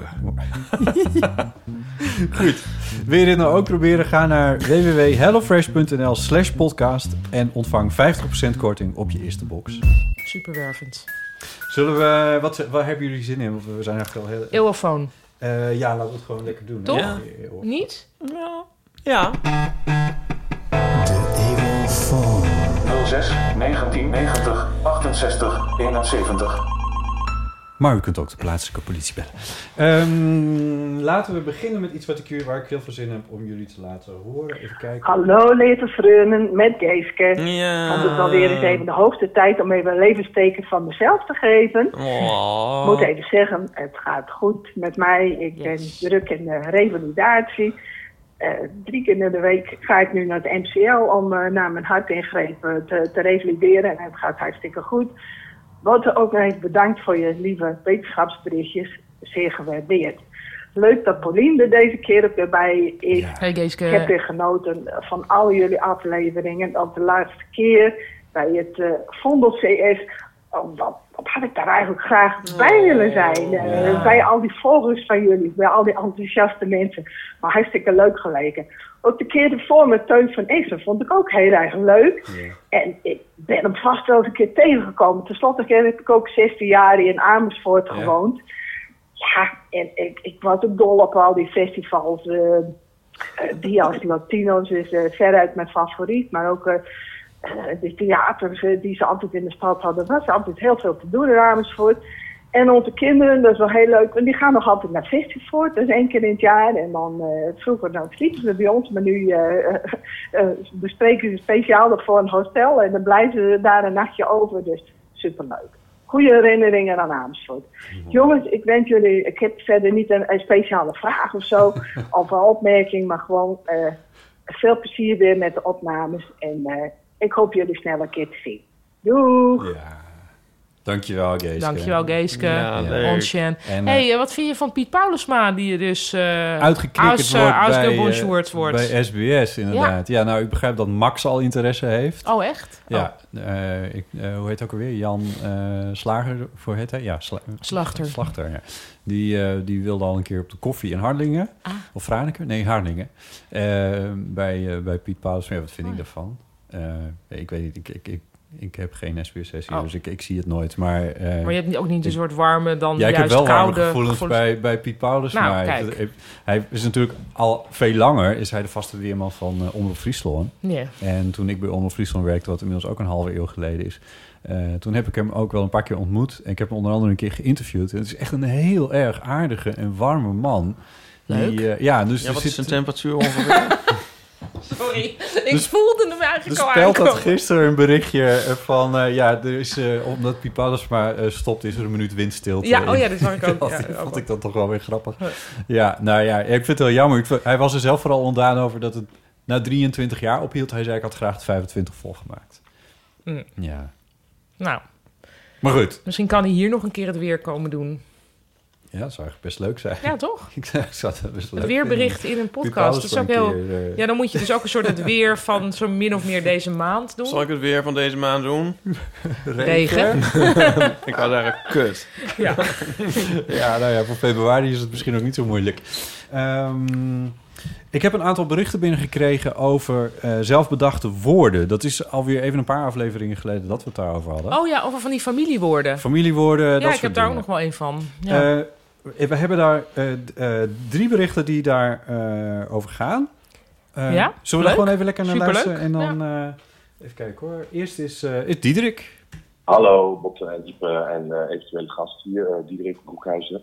Goed. Wil je dit nou ook proberen? Ga naar w w w punt hellofresh punt n l slash podcast en ontvang vijftig procent korting op je eerste box. Superwervend. Zullen we... Wat, waar hebben jullie zin in? Want we zijn eigenlijk al heel... Eeuwofoon. Uh, ja, laten we het gewoon lekker doen. Toch? Hè? Ja. Niet? Ja. Ja. De zes negentien negentig achtenzestig eenenzeventig. Maar u kunt ook de plaatselijke politie bellen. Um, laten we beginnen met iets wat ik, waar ik heel veel zin heb om jullie te laten horen. Even kijken. Hallo, Leerte Vreunen met Geeske. Ja. Vond het alweer eens even de hoogste tijd om even een levensteken van mezelf te geven. Oh. Ik moet even zeggen, het gaat goed met mij. Ik Yes. ben druk in de revalidatie. Uh, drie keer in de week ga ik nu naar het M C L om uh, naar mijn hartingreep uh, te, te revalideren. En het gaat hartstikke goed. Wouter, ook nog even bedankt voor je lieve wetenschapsberichtjes. Zeer gewaardeerd. Leuk dat Paulien er deze keer ook weer bij is. Ja. Hey Geeske. Ik heb weer genoten van al jullie afleveringen. Op de laatste keer bij het uh, Vondel C S. Oh, wat, wat had ik daar eigenlijk graag bij willen zijn. Uh, Ja. Bij al die volgers van jullie. Bij al die enthousiaste mensen. Maar hartstikke leuk geleken. Ook de keer ervoor met Teun van Essen vond ik ook heel erg leuk. Ja. En ik ben hem vast wel eens een keer tegengekomen. Ten slotte heb ik ook zestien jaar in Amersfoort Ja. gewoond. Ja, en ik, ik was ook dol op al die festivals. Uh, uh, Dias Latinos is uh, veruit mijn favoriet. Maar ook uh, uh, de theaters uh, die ze altijd in de stad hadden. Er was altijd heel veel te doen in Amersfoort. En onze kinderen, dat is wel heel leuk. En die gaan nog altijd naar Festivals. Dat is één keer in het jaar. En dan uh, vroeger dan sliepen ze bij ons. Maar nu uh, uh, uh, bespreken ze speciaal nog voor een hostel. En dan blijven ze daar een nachtje over. Dus superleuk. Goede herinneringen aan Amersfoort. Jongens, ik wens jullie... Ik heb verder niet een, een speciale vraag of zo. Of een opmerking. Maar gewoon uh, veel plezier weer met de opnames. En uh, ik hoop jullie snel een keer te zien. Doei! Ja. Dankjewel, Geeske. Dankjewel Geeske. Ja, leuk. Onsjen. En, uh, Hey, uh, wat vind je van Piet Paulusma die je dus uh, Uitgeknikkerd als, uh, wordt als bij, de uh, bonjourd wordt? bij S B S, inderdaad. Ja. ja, nou, ik begrijp dat Max al interesse heeft. Oh, echt? Ja, uh, ik, uh, hoe heet het ook alweer? Jan uh, Slager, voor het, hè? Ja, Sla- Slachter. Slachter, ja. Die, uh, die wilde al een keer op de koffie in Harlingen. Ah. Of Franeker? Nee, Harlingen. Uh, bij, uh, bij Piet Paulusma. Ja, wat vind Oh. ik daarvan? Uh, ik weet niet, ik... ik, ik Ik heb geen S B S-sessie, Oh. dus ik, ik zie het nooit. Maar, uh, Maar je hebt ook niet een soort warme, dan ja, ik heb juist wel warme koude gevoelens, bij, bij Piet Paulus. Nou, maar kijk. hij, hij is natuurlijk al veel langer... is hij de vaste weerman van uh, Omroep Friesland. Ja. En toen ik bij Omroep Friesland werkte... wat inmiddels ook een halve eeuw geleden is... Uh, toen heb ik hem ook wel een paar keer ontmoet. En ik heb hem onder andere een keer geïnterviewd. En het is echt een heel erg aardige en warme man. Leuk. Die, uh, ja, dus Ja, er wat is zit- zijn temperatuur ongeveer? Sorry, ik Dus- voelde hem eigenlijk Dus al speld had aankomen. gisteren een berichtje van... Uh, ja, er is, uh, omdat Piet Paulus maar uh, stopt... is er een minuut windstilte. Ja, oh ja, dat zag ik ook. Dat Ja, vond ook ik dan toch wel weer grappig. Ja, nou ja, ik vind het wel jammer. Ik, hij was er zelf vooral ontdaan over dat het na drieëntwintig jaar ophield. Hij zei, ik had graag het vijfentwintig volgemaakt. Mm. Ja. Nou, Maar goed. misschien kan hij hier nog een keer het weer komen doen. Ja, dat zou eigenlijk best leuk zijn. Ja, toch? Ik zou het best leuk Het weerbericht in een Piet podcast. Paulus Dat is voor ook een heel... keer, uh, Ja, dan moet je dus ook een soort het weer van zo min of meer deze maand doen. Zal ik het weer van deze maand doen? Regen. Ik wou zeggen, kut. Ja. Ja, nou ja, voor februari is het misschien ook niet zo moeilijk. Um, ik heb een aantal berichten binnengekregen over uh, zelfbedachte woorden. Dat is alweer even een paar afleveringen geleden dat we het daarover hadden. Oh ja, over van die familiewoorden. Familiewoorden, dat Ja, ik soort heb daar ook dingen. nog wel een van. Ja. Uh, we hebben daar uh, uh, drie berichten die daar uh, over gaan. Uh, Ja, zullen we er leuk. gewoon even lekker naar Superleuk. luisteren? En dan uh, even kijken hoor. Eerst is, uh, is Diederik. Hallo, Bob en Diepe en uh, eventuele gast hier, uh, Diederik Broekhuizen.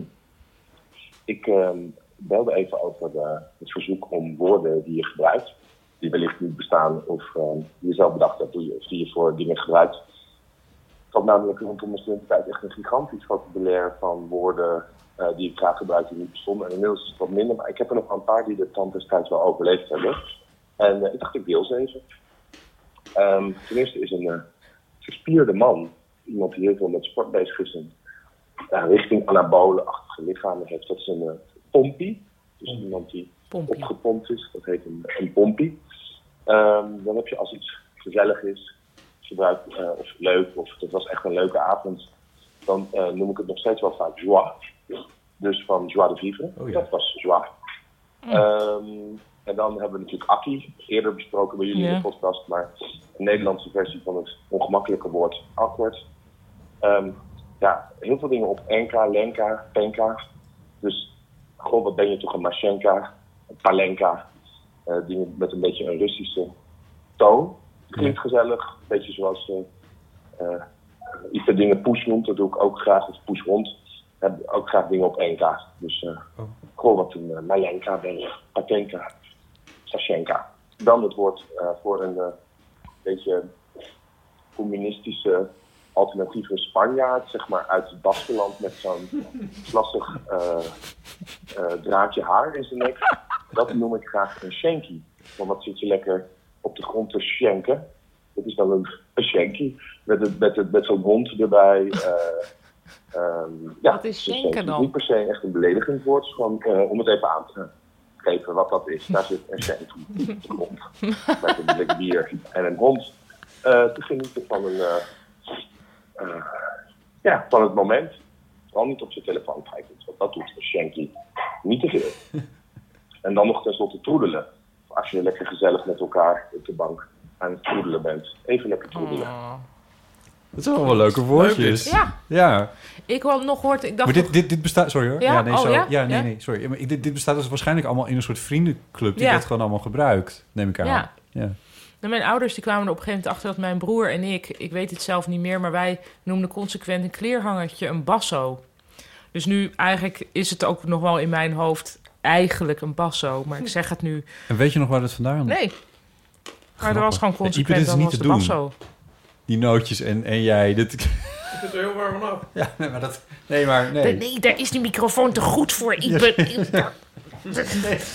Ik uh, belde even over uh, het verzoek om woorden die je gebruikt, die wellicht niet bestaan of uh, die je zelf bedacht hebt, of die je voor dingen gebruikt. Ik had namelijk rondom mijn studententijd echt een gigantisch vocabulaire van woorden uh, die ik graag gebruikte die niet bestonden. En inmiddels is het wat minder, maar ik heb er nog wel een paar die de tand destijds wel overleefd hebben. En uh, ik dacht, ik deel ze even. Um, ten eerste is een uh, gespierde man, iemand die heel veel met sport bezig is en uh, richting anabole-achtige lichamen heeft. Dat is een uh, pompie, dus iemand die Pompie. opgepompt is, dat heet een, een pompie. Um, dan heb je als iets gezellig is, gebruik, uh, of leuk, of het was echt een leuke avond, dan uh, noem ik het nog steeds wel vaak joie. Dus van joie de vivre, Oh ja. dat was joie. Mm. Um, en dan hebben we natuurlijk akkie, eerder besproken bij jullie Ja. in de podcast, maar een Nederlandse versie van het ongemakkelijke woord awkward. Um, ja, heel veel dingen op enka, lenka, penka. Dus, goh, wat ben je toch een Mashenka, een Palenka. Uh, dingen met een beetje een Russische toon. Klinkt gezellig, een beetje zoals uh, uh, Ipe dingen push noemt, dat doe ik ook graag, of push rond. Heb ook graag dingen op één K. Dus uh, oh. gewoon wat een uh, Majenka ben je, Patenka, Sashenka. Dan het woord uh, voor een uh, beetje communistische alternatieve Spanjaard, zeg maar uit het Baskenland met zo'n lastig uh, uh, draadje haar in zijn nek. Dat noem ik graag een shanky. Want dat zit je lekker op de grond te shanken. Dat is dan een, een shanky. Met, het, met, het, met zo'n hond erbij. Uh, um, ja, wat is shanken dan? Niet per se echt een beledigend woord. Gewoon uh, om het even aan te geven wat dat is. Daar zit een shanky op de grond. Met een blik bier en een hond. Uh, te genieten van een... Uh, uh, ja, van het moment. Vooral niet op zijn telefoon kijken. Want dat doet een shanky niet te veel. En dan nog tenslotte troedelen. Als je lekker gezellig met elkaar op de bank aan het troedelen bent. Even lekker troedelen. Oh. Dat zijn wel leuke woordjes. Ja. ja. Ik had nog gehoord... Ik dacht maar dit, dit, dit bestaat... Sorry hoor. Ja? Ja, nee, oh, zo, ja? ja, nee, ja? nee, sorry. Maar dit, dit bestaat dus waarschijnlijk allemaal in een soort vriendenclub... die ja. dat gewoon allemaal gebruikt, neem ik aan. Ja. ja. Nou, mijn ouders die kwamen er op een gegeven moment achter dat mijn broer en ik... Ik weet het zelf niet meer, maar wij noemden consequent een kleerhangertje een basso. Dus nu eigenlijk is het ook nog wel in mijn hoofd... eigenlijk een basso, maar ik zeg het nu. En weet je nog waar het vandaan komt? Nee. Maar er was gewoon consequent, ja, dan was de basso. Die nootjes en, en jij. Dit... Ik zit er heel warm vanaf. Ja, nee, maar dat... Nee, maar nee. Nee, daar is die microfoon te goed voor, Ipe. Ja. Dan moet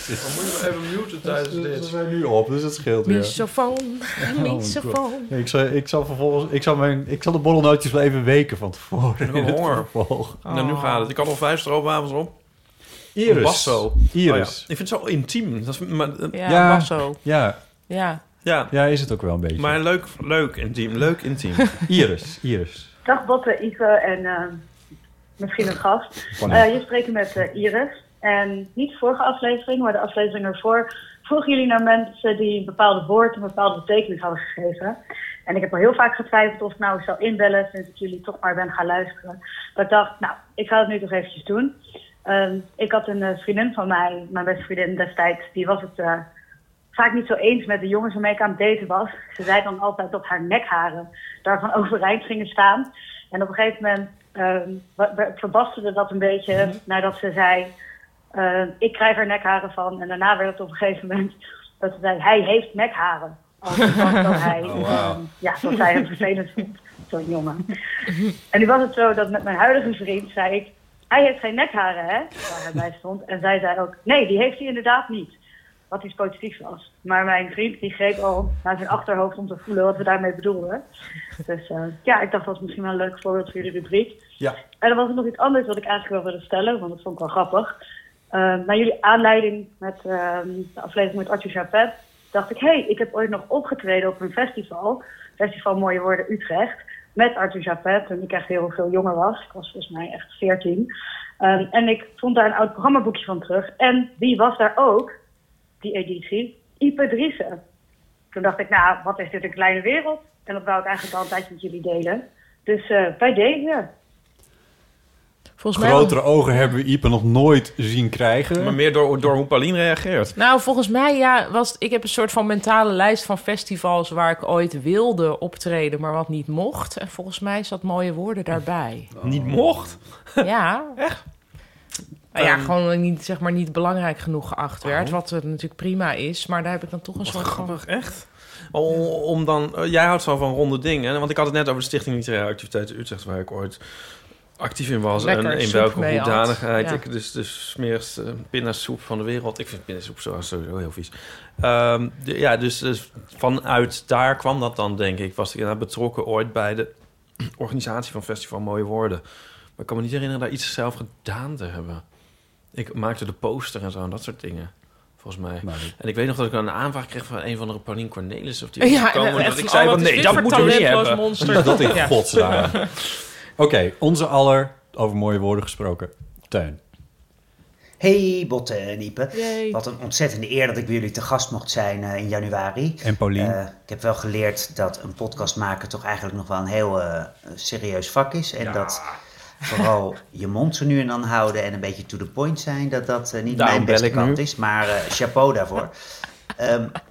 je even muten tijdens dit. Ze zijn nu op, dus dat scheelt weer. Misofoon, misofoon. Oh, nee, ik, zal, ik zal vervolgens... Ik zal, mijn, ik zal de borrelnootjes wel even weken van tevoren. Ik heb honger. Oh. Nou, nu gaat het. Ik had al vijf stroopwafels op. Iris. Basso. Iris. Oh, ja. Ik vind het zo intiem. Dat is, maar, ja, ja, basso. Ja. Ja. Ja. Ja, is het ook wel een beetje. Maar leuk, leuk intiem. Leuk intiem. Iris. Iris. Dag Botte, Ipe en uh, misschien een gast. Uh, je spreekt met uh, Iris. En niet de vorige aflevering, maar de aflevering ervoor... vroegen jullie naar mensen die een bepaalde woord... een bepaalde betekenis hadden gegeven. En ik heb al heel vaak getwijfeld of ik nou zou inbellen... sinds ik jullie toch maar ben gaan luisteren. Maar ik dacht, nou, ik ga het nu toch eventjes doen. Um, ik had een uh, vriendin van mij, mijn beste vriendin destijds... die was het uh, vaak niet zo eens met de jongens waarmee ik aan het daten was. Ze zei dan altijd dat haar nekharen daarvan overeind gingen staan. En op een gegeven moment um, verbasterde dat een beetje... Mm-hmm. nadat ze zei... Uh, ik krijg er nekharen van. En daarna werd het op een gegeven moment dat ze zei... hij heeft nekharen. Als dat hij, oh, wow. um, ja, dat zij hem vervelend vond, zo'n jongen. En nu was het zo dat met mijn huidige vriend zei ik... hij heeft geen nekharen, hè? Waar hij bij stond. En zij zei ook... nee, die heeft hij inderdaad niet. Wat iets positiefs was. Maar mijn vriend die greep al naar zijn achterhoofd om te voelen wat we daarmee bedoelden. Dus uh, ja, ik dacht dat was misschien wel een leuk voorbeeld voor jullie rubriek. Ja. En dan was er nog iets anders wat ik eigenlijk wel wilde stellen, want dat vond ik wel grappig. Uh, naar jullie aanleiding met uh, de aflevering met Arthur Japet, dacht ik, hé, hey, ik heb ooit nog opgetreden op een festival. Festival Mooie Woorden Utrecht. Met Arthur Japet, toen ik echt heel veel jonger was. Ik was volgens mij echt veertien. Um, en ik vond daar een oud programmaboekje van terug. En wie was daar ook, die editie? Ipe Driessen. Toen dacht ik, nou, wat is dit een kleine wereld? En dat wou ik eigenlijk al een tijdje met jullie delen. Dus uh, bij deze... Volgens Grotere mij... ogen hebben we Ipe nog nooit zien krijgen. Maar meer door, door hoe Pauline reageert. Nou, volgens mij, ja, was ik heb een soort van mentale lijst van festivals waar ik ooit wilde optreden, maar wat niet mocht. En volgens mij zat Mooie Woorden daarbij. Oh. Niet mocht? Ja. Echt? Nou ja, um, gewoon niet, zeg maar, niet belangrijk genoeg geacht werd. Oh. Wat er natuurlijk prima is, maar daar heb ik dan toch een wat soort grappig, van... echt? Om, om dan, uh, jij houdt zo van ronde dingen. Want ik had het net over de Stichting Literaire Activiteiten Utrecht, waar ik ooit actief in was. Lekker, en in welke hoedanigheid. Ja. Ik dus de smerigste pindasoep van de wereld. Ik vind pindasoep sowieso heel vies. Um, de, ja, dus, dus vanuit daar kwam dat dan, denk ik. Was ik inderdaad betrokken ooit bij de organisatie van Festival Mooie Woorden. Maar ik kan me niet herinneren daar iets zelf gedaan te hebben. Ik maakte de poster en zo en dat soort dingen. Volgens mij. Maar, en ik weet nog dat ik een aanvraag kreeg van een van de Paulien Cornelis. Of die ja, komen, en dat ik zei van nee, dat moeten we niet hebben. Monster. Dat in godsnaam. Oké, okay, onze aller, over mooie woorden gesproken, Teun. Hey Botte en Ipe. Yay. Wat een ontzettende eer dat ik bij jullie te gast mocht zijn uh, in januari. En Paulien. Uh, ik heb wel geleerd dat een podcast maken toch eigenlijk nog wel een heel uh, serieus vak is. En ja. dat vooral je mond zo nu en dan houden en een beetje to the point zijn, dat dat uh, niet Daarom mijn beste kant nu. is. Maar uh, chapeau daarvoor. um,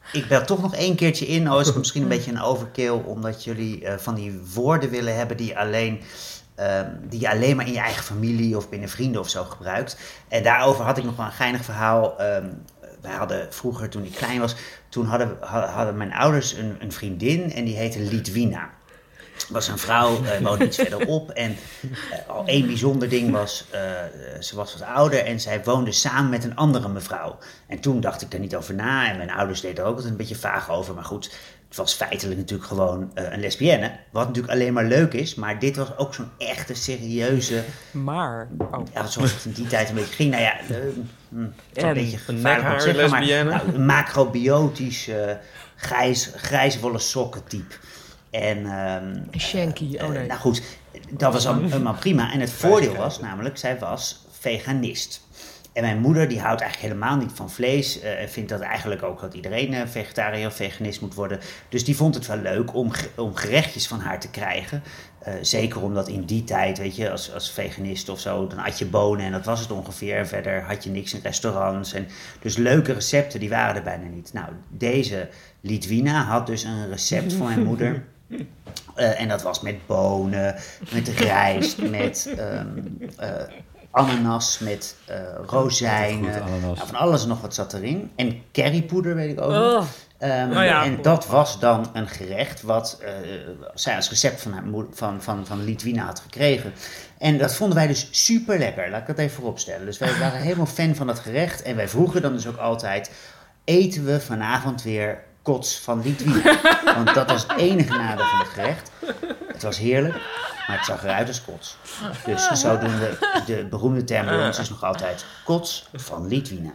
ik bel toch nog één keertje in. Oh, is het misschien een beetje een overkill, omdat jullie uh, van die woorden willen hebben die alleen... Uh, die je alleen maar in je eigen familie of binnen vrienden of zo gebruikt. En daarover had ik nog wel een geinig verhaal. Um, wij hadden vroeger, toen ik klein was, toen hadden, hadden mijn ouders een, een vriendin en die heette Lidwina. Dat was een vrouw, uh, woonde iets verderop. En uh, al één bijzonder ding was, uh, ze was wat ouder en zij woonde samen met een andere mevrouw. En toen dacht ik er niet over na en mijn ouders deden er ook altijd een beetje vaag over. Maar goed, het was feitelijk natuurlijk gewoon uh, een lesbienne. Wat natuurlijk alleen maar leuk is, maar dit was ook zo'n echte, serieuze... Maar... Oh. Ja, zoals het in die tijd een beetje ging. Nou ja, uh, mm, een en beetje een gevaarlijk zeggen, lesbienne. maar nou, een macrobiotisch, uh, grijs, grijswolle sokken type. En, um, Shanky, oh nee. Uh, nou goed, dat was allemaal prima. En het voordeel was namelijk, zij was veganist. En mijn moeder, die houdt eigenlijk helemaal niet van vlees. En uh, vindt dat eigenlijk ook dat iedereen uh, vegetariër of veganist moet worden. Dus die vond het wel leuk om, om gerechtjes van haar te krijgen. Uh, zeker omdat in die tijd, weet je, als, als veganist of zo, dan had je bonen en dat was het ongeveer. Verder had je niks in restaurants. En dus leuke recepten, die waren er bijna niet. Nou, deze Lidwina had dus een recept van mijn moeder. Uh, en dat was met bonen, met rijst, met um, uh, ananas, met uh, rozijnen. Goed, nou, van alles nog wat zat erin. En currypoeder, weet ik ook nog. Oh. Um, oh ja. En dat was dan een gerecht wat uh, zij als recept van, haar moeder, van, van, van Lidwina had gekregen. En dat vonden wij dus super lekker. Laat ik dat even vooropstellen. Dus wij waren helemaal fan van dat gerecht. En wij vroegen dan dus ook altijd, eten we vanavond weer kots van Lidwina? Want dat was het enige nadeel van het gerecht. Het was heerlijk, maar het zag eruit als kots. Dus zodoende, de beroemde term bij ons is nog altijd kots van Lidwina.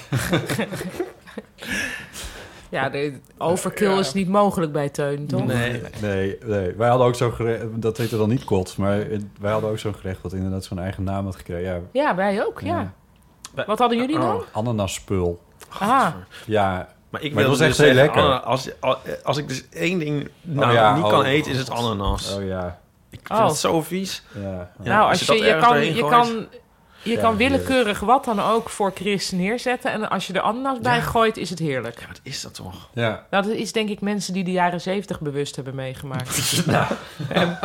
Ja, de overkill ja. is niet mogelijk bij Teun, toch? Nee, nee, nee. Wij hadden ook zo'n gerecht, dat heette dan niet kots, maar wij hadden ook zo'n gerecht wat inderdaad zo'n eigen naam had gekregen. Ja, ja wij ook, ja. ja. Wat hadden jullie dan? Oh, ananaspul. Ah. Ja, maar ik maar wil het was dus echt heel zeggen, lekker. Als, als, als ik dus één ding nou, oh, ja, niet oh, kan eten, oh, is het ananas. Oh ja. Ik vind oh. het zo vies. Ja, ja. Nou, als, als je, je, je kan... Je kan Je ja, kan willekeurig wat dan ook voor Chris neerzetten. En als je er ananas bij ja. gooit, is het heerlijk. Ja, wat is dat toch? Ja. Nou, dat is denk ik mensen die de jaren zeventig bewust hebben meegemaakt. nou. en...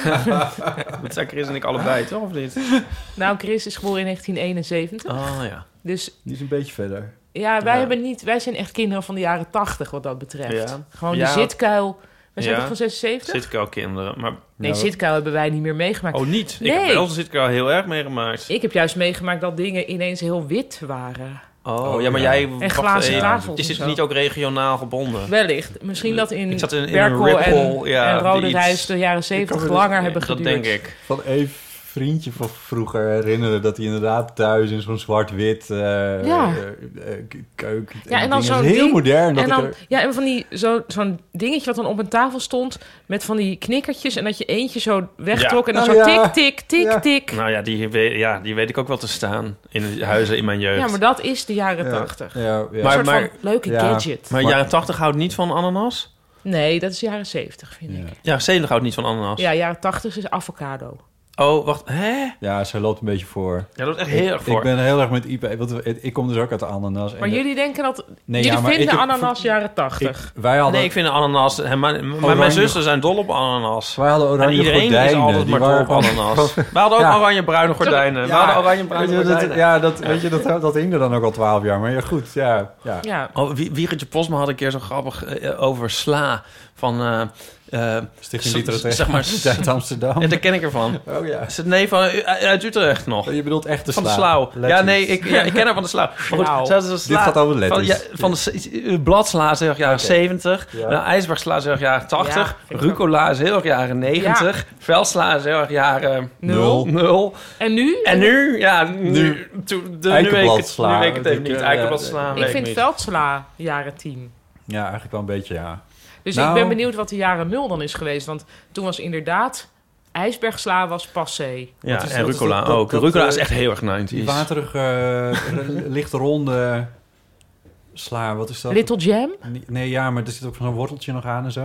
Dat zijn Chris en ik allebei, toch? Of niet? Nou, Chris is geboren in negentien eenenzeventig. Oh ja. Dus... Die is een beetje verder. Ja, wij, ja. hebben niet, wij zijn echt kinderen van de jaren tachtig wat dat betreft. Ja. Gewoon ja. de zitkuil. Wij zijn ja. toch van zesenzeventig? Zitkuilkinderen, maar... Nee, nou, zitkuil hebben wij niet meer meegemaakt. Oh, niet? Nee. Ik heb wel zitkuil heel erg meegemaakt. Ik heb juist meegemaakt dat dingen ineens heel wit waren. Oh, oh ja, maar ja. jij... En glazen wacht, tafels Is het en niet ook regionaal gebonden? Wellicht. Misschien dat in, ik zat in, in Berkel Ripple, en, ja, en Rode iets... Reis de jaren zeventig langer ja, hebben dat geduurd. Dat denk ik. Van Eve... vriendje van vroeger herinneren dat hij inderdaad thuis in zo'n zwart-wit uh, ja. uh, uh, keuken. Ja, en dan zo'n heel ding, modern. Dat en dan, er... Ja, en van die zo, zo'n dingetje wat dan op een tafel stond met van die knikkertjes en dat je eentje zo wegtrok ja. en dan oh, zo ja. tik, tik, tik, ja. tik. Nou ja die, weet, ja, die weet ik ook wel te staan in de huizen in mijn jeugd. Ja, maar dat is de jaren ja. tachtig. Ja, ja. Een maar, soort maar, van leuke ja. gadget. Maar, maar jaren tachtig houdt niet van ananas? Nee, dat is jaren zeventig, vind ja. ik. Ja, zeventig houdt niet van ananas. Ja, jaren tachtig is avocado. Oh, wacht, hè? Ja, zij loopt een beetje voor. Ja, dat is echt heel erg voor. Ik ben heel erg met I P. Want ik kom dus ook uit de ananas. Maar en jullie denken dat... Nee, jullie ja, maar vinden ik, ananas jaren tachtig. Ik, wij hadden... Nee, ik vind ananas... Mijn, mijn, mijn zussen zijn dol op ananas. Wij hadden oranje en iedereen gordijnen. is altijd maar dol op ananas. We hadden ook ja. oranje-bruine gordijnen. Ja. We hadden oranje-bruine gordijnen. Dat, ja, dat, weet je, dat, dat hing er dan ook al twaalf jaar. Maar ja, goed, ja. ja. ja. Oh, Wiegertje Posma had een keer zo grappig uh, over sla. Van... Uh, Uh, Stichting Literatuur zeg maar, uit Amsterdam. Ja, daar ken ik ervan. Oh ja. Is het nee van uit Utrecht nog? Je bedoelt echt de van sla. de slauw. Ja, nee, ik, ja, ik ken haar van de slauw. Maar goed, sla, dit gaat over letters. Van, ja, van de uh, bladsla is heel erg jaren okay. zeventig. Ja. Nou, ijsbergsla is heel erg jaren tachtig. Ja, rucola is heel erg jaren negentig. Ja. Veldsla is heel erg jaren nul. nul. En nu? En nu? Ja, nu. nu. To, de, nu, weet ik, nu weet ik het even niet. Eikenbladsla. Ik vind veldsla jaren tien. Ja, eigenlijk wel een beetje, ja. Dus nou, ik ben benieuwd wat de jaren nul dan is geweest. Want toen was inderdaad... ijsbergsla was passé. Ja, en rucola dat, ook. Dat, rucola is echt heel erg negentig. Die waterige, uh, licht ronde sla, wat is dat? Little Jam? Nee, ja, maar er zit ook zo'n worteltje nog aan en zo.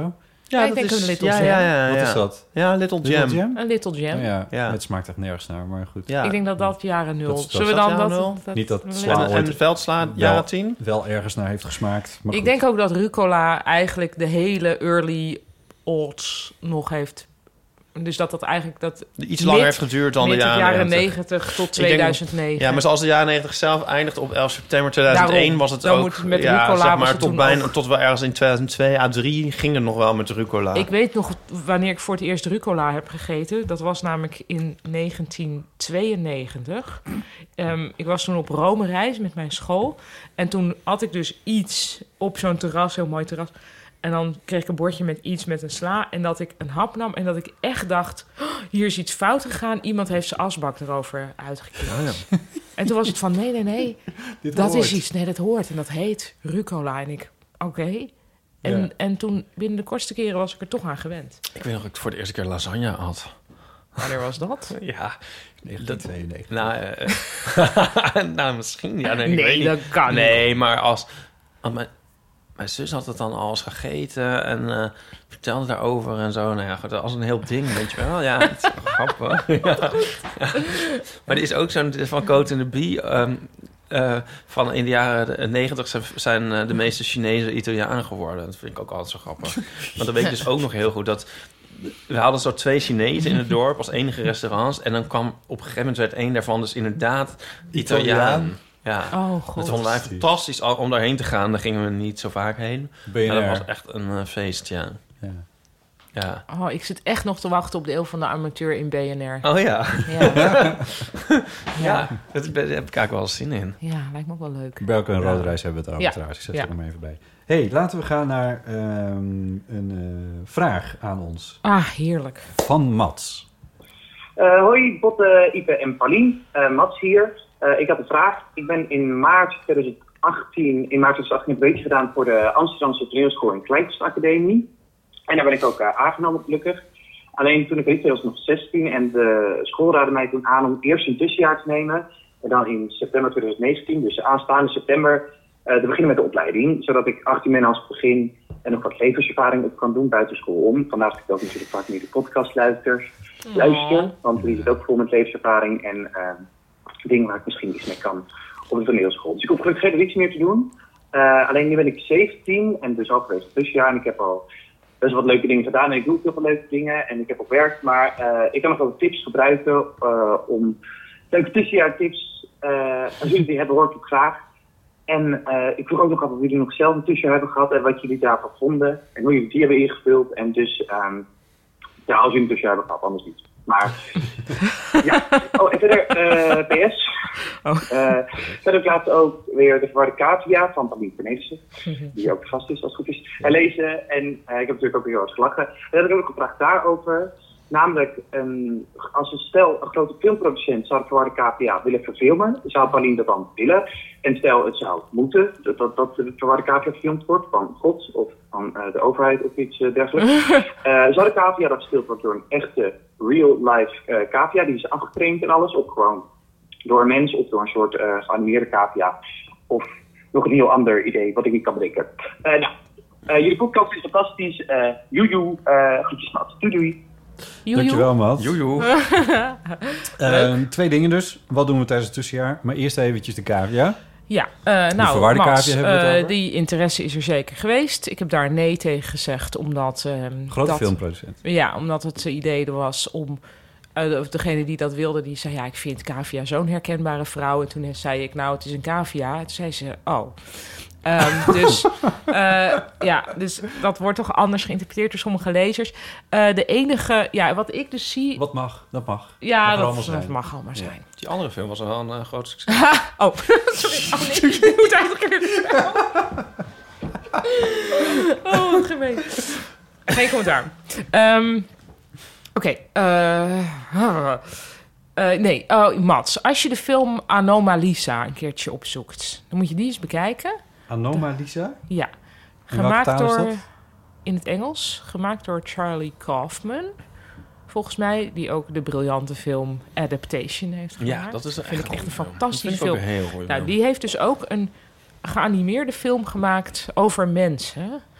Ja, ik dat denk is, een Little ja, Jam. ja, ja, Wat ja. is dat? Ja, Little Jam. Little Jam? Een Little Jam. Ja, Ja. het smaakt echt nergens naar, maar goed. Ja. Ik denk dat dat jaren nul. Dat is- dat Zullen we is dan dat dat, jaren nul? Niet dat dat- sla- En, ooit- en Veldsla, wel- jaren tien? Wel ergens naar heeft gesmaakt. Maar Ik goed. denk ook dat rucola eigenlijk de hele early aughts nog heeft. Dus dat dat eigenlijk dat Iets langer mid- heeft geduurd dan de mid jaren, jaren negentig. negentig tot denk- tweeduizend negen. Ja, maar zoals de jaren negentig zelf eindigt op elf september tweeduizend één... Daarom. was het Dan ook... moet het met ja, rucola zeg was maar, het tot, toen bijna, ook. tot wel ergens in tweeduizend twee, A drie ging het nog wel met rucola. Ik weet nog wanneer ik voor het eerst rucola heb gegeten. Dat was namelijk in negentien tweeënnegentig. Um, ik was toen op Rome reis met mijn school. En toen had ik dus iets op zo'n terras, heel mooi terras. En dan kreeg ik een bordje met iets met een sla. En dat ik een hap nam en dat ik echt dacht... Oh, hier is iets fout gegaan. Iemand heeft zijn asbak erover uitgekikt. Oh, ja. En toen was het van, nee, nee, nee. Dit dat hoort. is iets, nee, dat hoort. En dat heet rucola. En ik, oké. En, Ja. en toen, binnen de kortste keren was ik er toch aan gewend. Ik weet nog dat ik voor de eerste keer lasagne had. Wanneer was dat? Ja, negentien tweeënnegentig. nou, eh, nou misschien. Ja, nee, ik Nee, weet niet. dat kan niet. Nee, maar als... als mijn, mijn zus had het dan al eens gegeten en eh, vertelde daarover en zo. Nou ja, goed, als een heel ding, weet je wel. Ja, het is grappig. Ja. Ja. Maar er is ook zo'n van Coat and the Bee... Um, uh, van in de jaren negentig zijn, zijn uh, de meeste Chinezen Italianen geworden. Dat vind ik ook altijd zo grappig. Want dan weet ik dus ook nog heel goed dat... We hadden zo twee Chinezen in het dorp als enige restaurants. En dan kwam op een gegeven moment werd één daarvan dus inderdaad Italiaan. Ja, Oh, god. dat vonden wij fantastisch al- om daarheen te gaan. Daar gingen we niet zo vaak heen. B N R. Maar dat was echt een uh, feest, ja. Ja. Ja. Oh, ik zit echt nog te wachten op de eeuw van de amateur in B N R. Oh ja. Ja, ja. Ja, daar heb ik eigenlijk wel eens zin in. Ja, lijkt me ook wel leuk. Belke en Ja. Rode Reis hebben we het over Ja. trouwens. Ik zet Ja. er nog maar even bij. hey, laten we gaan naar ehm, een eh, vraag aan ons. Ah, heerlijk. Van Mats. Uh, hoi, Botte, Ipe en Paulien. Uh, Mats hier. Uh, ik had een vraag. Ik ben in maart tweeduizend achttien, in maart tweeduizend achttien een beetje gedaan voor de Amsterdamse toneelschool en Kleinkunstacademie. En daar ben ik ook uh, aangenomen, gelukkig. Alleen toen ik weet, was nog zestien en de school raadde mij toen aan om eerst een tussenjaar te nemen. En dan in september tweeduizend negentien, dus aanstaande september, uh, te beginnen met de opleiding. Zodat ik achttien ben als begin en nog wat levenservaring op kan doen buiten school om. Vandaar dat ik ook natuurlijk vaak nu de podcast luister. luister want die zit ook vol met levenservaring en uh, dingen waar ik misschien iets mee kan op de toneelschool. Dus ik hoef gelukkig verder niets meer te doen. Uh, alleen nu ben ik zeventien en dus ook geweest het tussenjaar en ik heb al best wat leuke dingen gedaan en ik doe ook heel veel leuke dingen en ik heb ook werk, maar uh, ik kan nog wel tips gebruiken uh, om leuke tussenjaartips. Uh, als jullie die hebben, hoor ik het graag. En uh, ik vroeg ook nog af of jullie nog zelf een tussenjaar hebben gehad en wat jullie daarvan vonden en hoe jullie die hebben ingevuld. En dus, um, ja, als jullie een tussenjaar hebben gehad, anders niet. Maar, ja. Oh, en verder, uh, P S. Oh. Uh, verder plaatst ook weer de verwarde Katia van Paulien Cornelissen, die ook vast is, als het goed is, herlezen. En uh, ik heb natuurlijk ook weer heel erg gelachen. En heb ik ook gevraagd daarover. Namelijk, um, als een stel, een grote filmproducent zou de verwarde K P A willen verfilmen, zou Paulien dat dan willen? En stel, het zou moeten, dat, dat, dat de verwarde K P A gefilmd wordt van God of van uh, de overheid of iets uh, dergelijks. Uh, zou de K P A dat gespeeld wordt door een echte real-life uh, K P A, die is afgetraind en alles, of gewoon door een mens of door een soort uh, geanimeerde K P A? Of nog een heel ander idee wat ik niet kan bedenken. Uh, nou, uh, jullie podcast is fantastisch. Uh, joejoe, uh, groetjes Mats. Doei doei. Joejoe. Dankjewel, Mats. Joejoe. Uh, twee dingen dus. Wat doen we tijdens het tussenjaar? Maar eerst eventjes de cavia. Ja, uh, nou, verwarde Mats, cavia hebben we het uh, over? die interesse is er zeker geweest. Ik heb daar nee tegen gezegd, omdat... Um, Grote dat, filmproducent. Ja, omdat het idee er was om... Uh, degene die dat wilde, die zei... ja, ik vind cavia zo'n herkenbare vrouw. En toen zei ik, nou, het is een cavia. En toen zei ze, oh... Um, dus, uh, ja, dus dat wordt toch anders geïnterpreteerd door sommige lezers. Uh, de enige, ja, wat ik dus zie... Wat mag, dat mag. Ja, mag dat, allemaal dat zijn. mag allemaal zijn. Ja. Die andere film was wel een uh, groot succes. Oh, sorry. Oh nee, ik moet eigenlijk weer... Oh, wat gemeen. Geen commentaar. Um, Oké. Okay, uh, uh, nee, oh, Mats. Als je de film Anomalisa een keertje opzoekt... dan moet je die eens bekijken. Anomalisa? Ja. In welke Gemaakt taal is door... dat? In het Engels. Gemaakt door Charlie Kaufman. Volgens mij, die ook de briljante film Adaptation heeft gemaakt. Ja, dat is vind echt ik echt een film. fantastische Dat vind ik ook film. een heel goeie nou, film. die heeft dus ook een geanimeerde film gemaakt over mensen.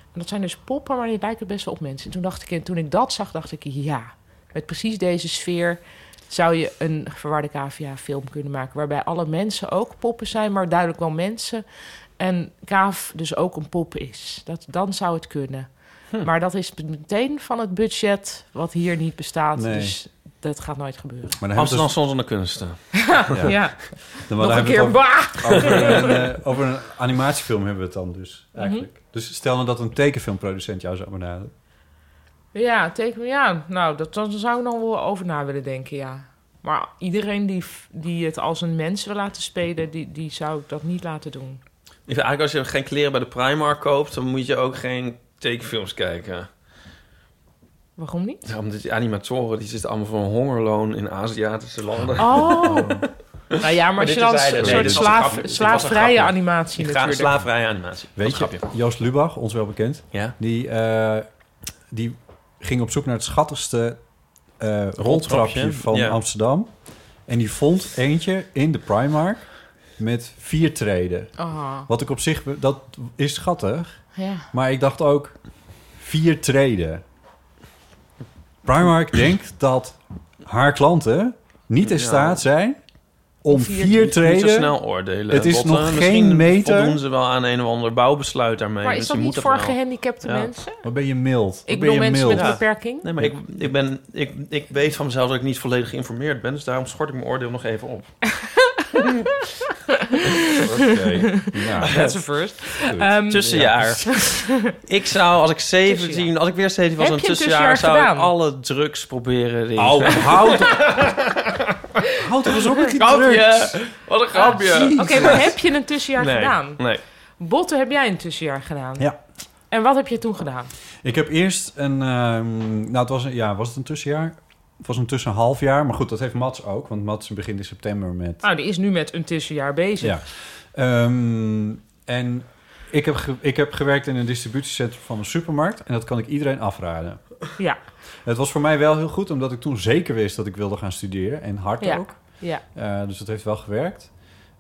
En dat zijn dus poppen, maar die lijken best wel op mensen. En toen dacht ik, en toen ik dat zag, dacht ik, ja, met precies deze sfeer zou je een verwarde cavia-film kunnen maken, waarbij alle mensen ook poppen zijn, maar duidelijk wel mensen. En Kaaf dus ook een pop is. Dat, dan zou het kunnen. Hm. Maar dat is meteen van het budget wat hier niet bestaat. Nee. Dus dat gaat nooit gebeuren. Amsterdam dus... zonder kunsten. ja. ja. Dan Nog een keer. Over, over, een, uh, over een animatiefilm hebben we het dan dus eigenlijk. Mm-hmm. Dus stel nou dat een tekenfilmproducent jou zou benaderen. Ja, teken, ja, nou, dat, dat zou ik nog wel over na willen denken, ja. Maar iedereen die, die het als een mens wil laten spelen, die, die zou ik dat niet laten doen. Ik vind eigenlijk als je geen kleren bij de Primark koopt, dan moet je ook geen tekenfilms kijken. Waarom niet? Ja, omdat die animatoren, die zitten allemaal voor een hongerloon in Aziatische landen. Oh. Nou ja, maar, maar als je dan een soort nee, slaaf, slaafvrije animatie natuurlijk. Slaafvrije animatie. Weet je, Joost Lubach, ons wel bekend, ja? die, uh, die ging op zoek naar het schattigste uh, roltrapje van ja. Amsterdam. En die vond eentje in de Primark met vier treden. Oh. Wat ik op zich, dat is schattig. Ja. Maar ik dacht ook, vier treden. Primark denkt dat haar klanten niet in staat zijn om vier, vier treden... Niet zo snel oordelen. Het is Botten, nog geen meter... voldoen ze wel aan een of ander bouwbesluit daarmee. Maar is dat niet voor gehandicapte ja. mensen? Wat ben je mild? Ik bedoel mensen mild? met een beperking. Nee, maar ik, ik, ben, ik, ik weet van mezelf dat ik niet volledig geïnformeerd ben. Dus daarom schort ik mijn oordeel nog even op. Oké. Ja. That's a first. Um, tussenjaar. Ik zou, als ik zeventien... Als ik weer zeventien was, een tussenjaar... zou gedaan? ik alle drugs proberen. Die... Oh, houd Houd er eens op met die drugs. Wat een grapje. Ah, Oké, okay, maar heb je een tussenjaar nee, gedaan? Nee. Botte, heb jij een tussenjaar gedaan? Ja. En wat heb je toen gedaan? Ik heb eerst een... Um, nou, het was, een, ja, was het een tussenjaar? Het was een tussen half jaar, maar goed, dat heeft Mats ook. Want Mats begint in september met... Nou, die is nu met een tussenjaar bezig. Ja. Um, en ik heb, ge, ik heb gewerkt in een distributiecentrum van een supermarkt. En dat kan ik iedereen afraden. Ja. Het was voor mij wel heel goed, omdat ik toen zeker wist dat ik wilde gaan studeren. En hard ja. ook. Ja. Uh, dus dat heeft wel gewerkt.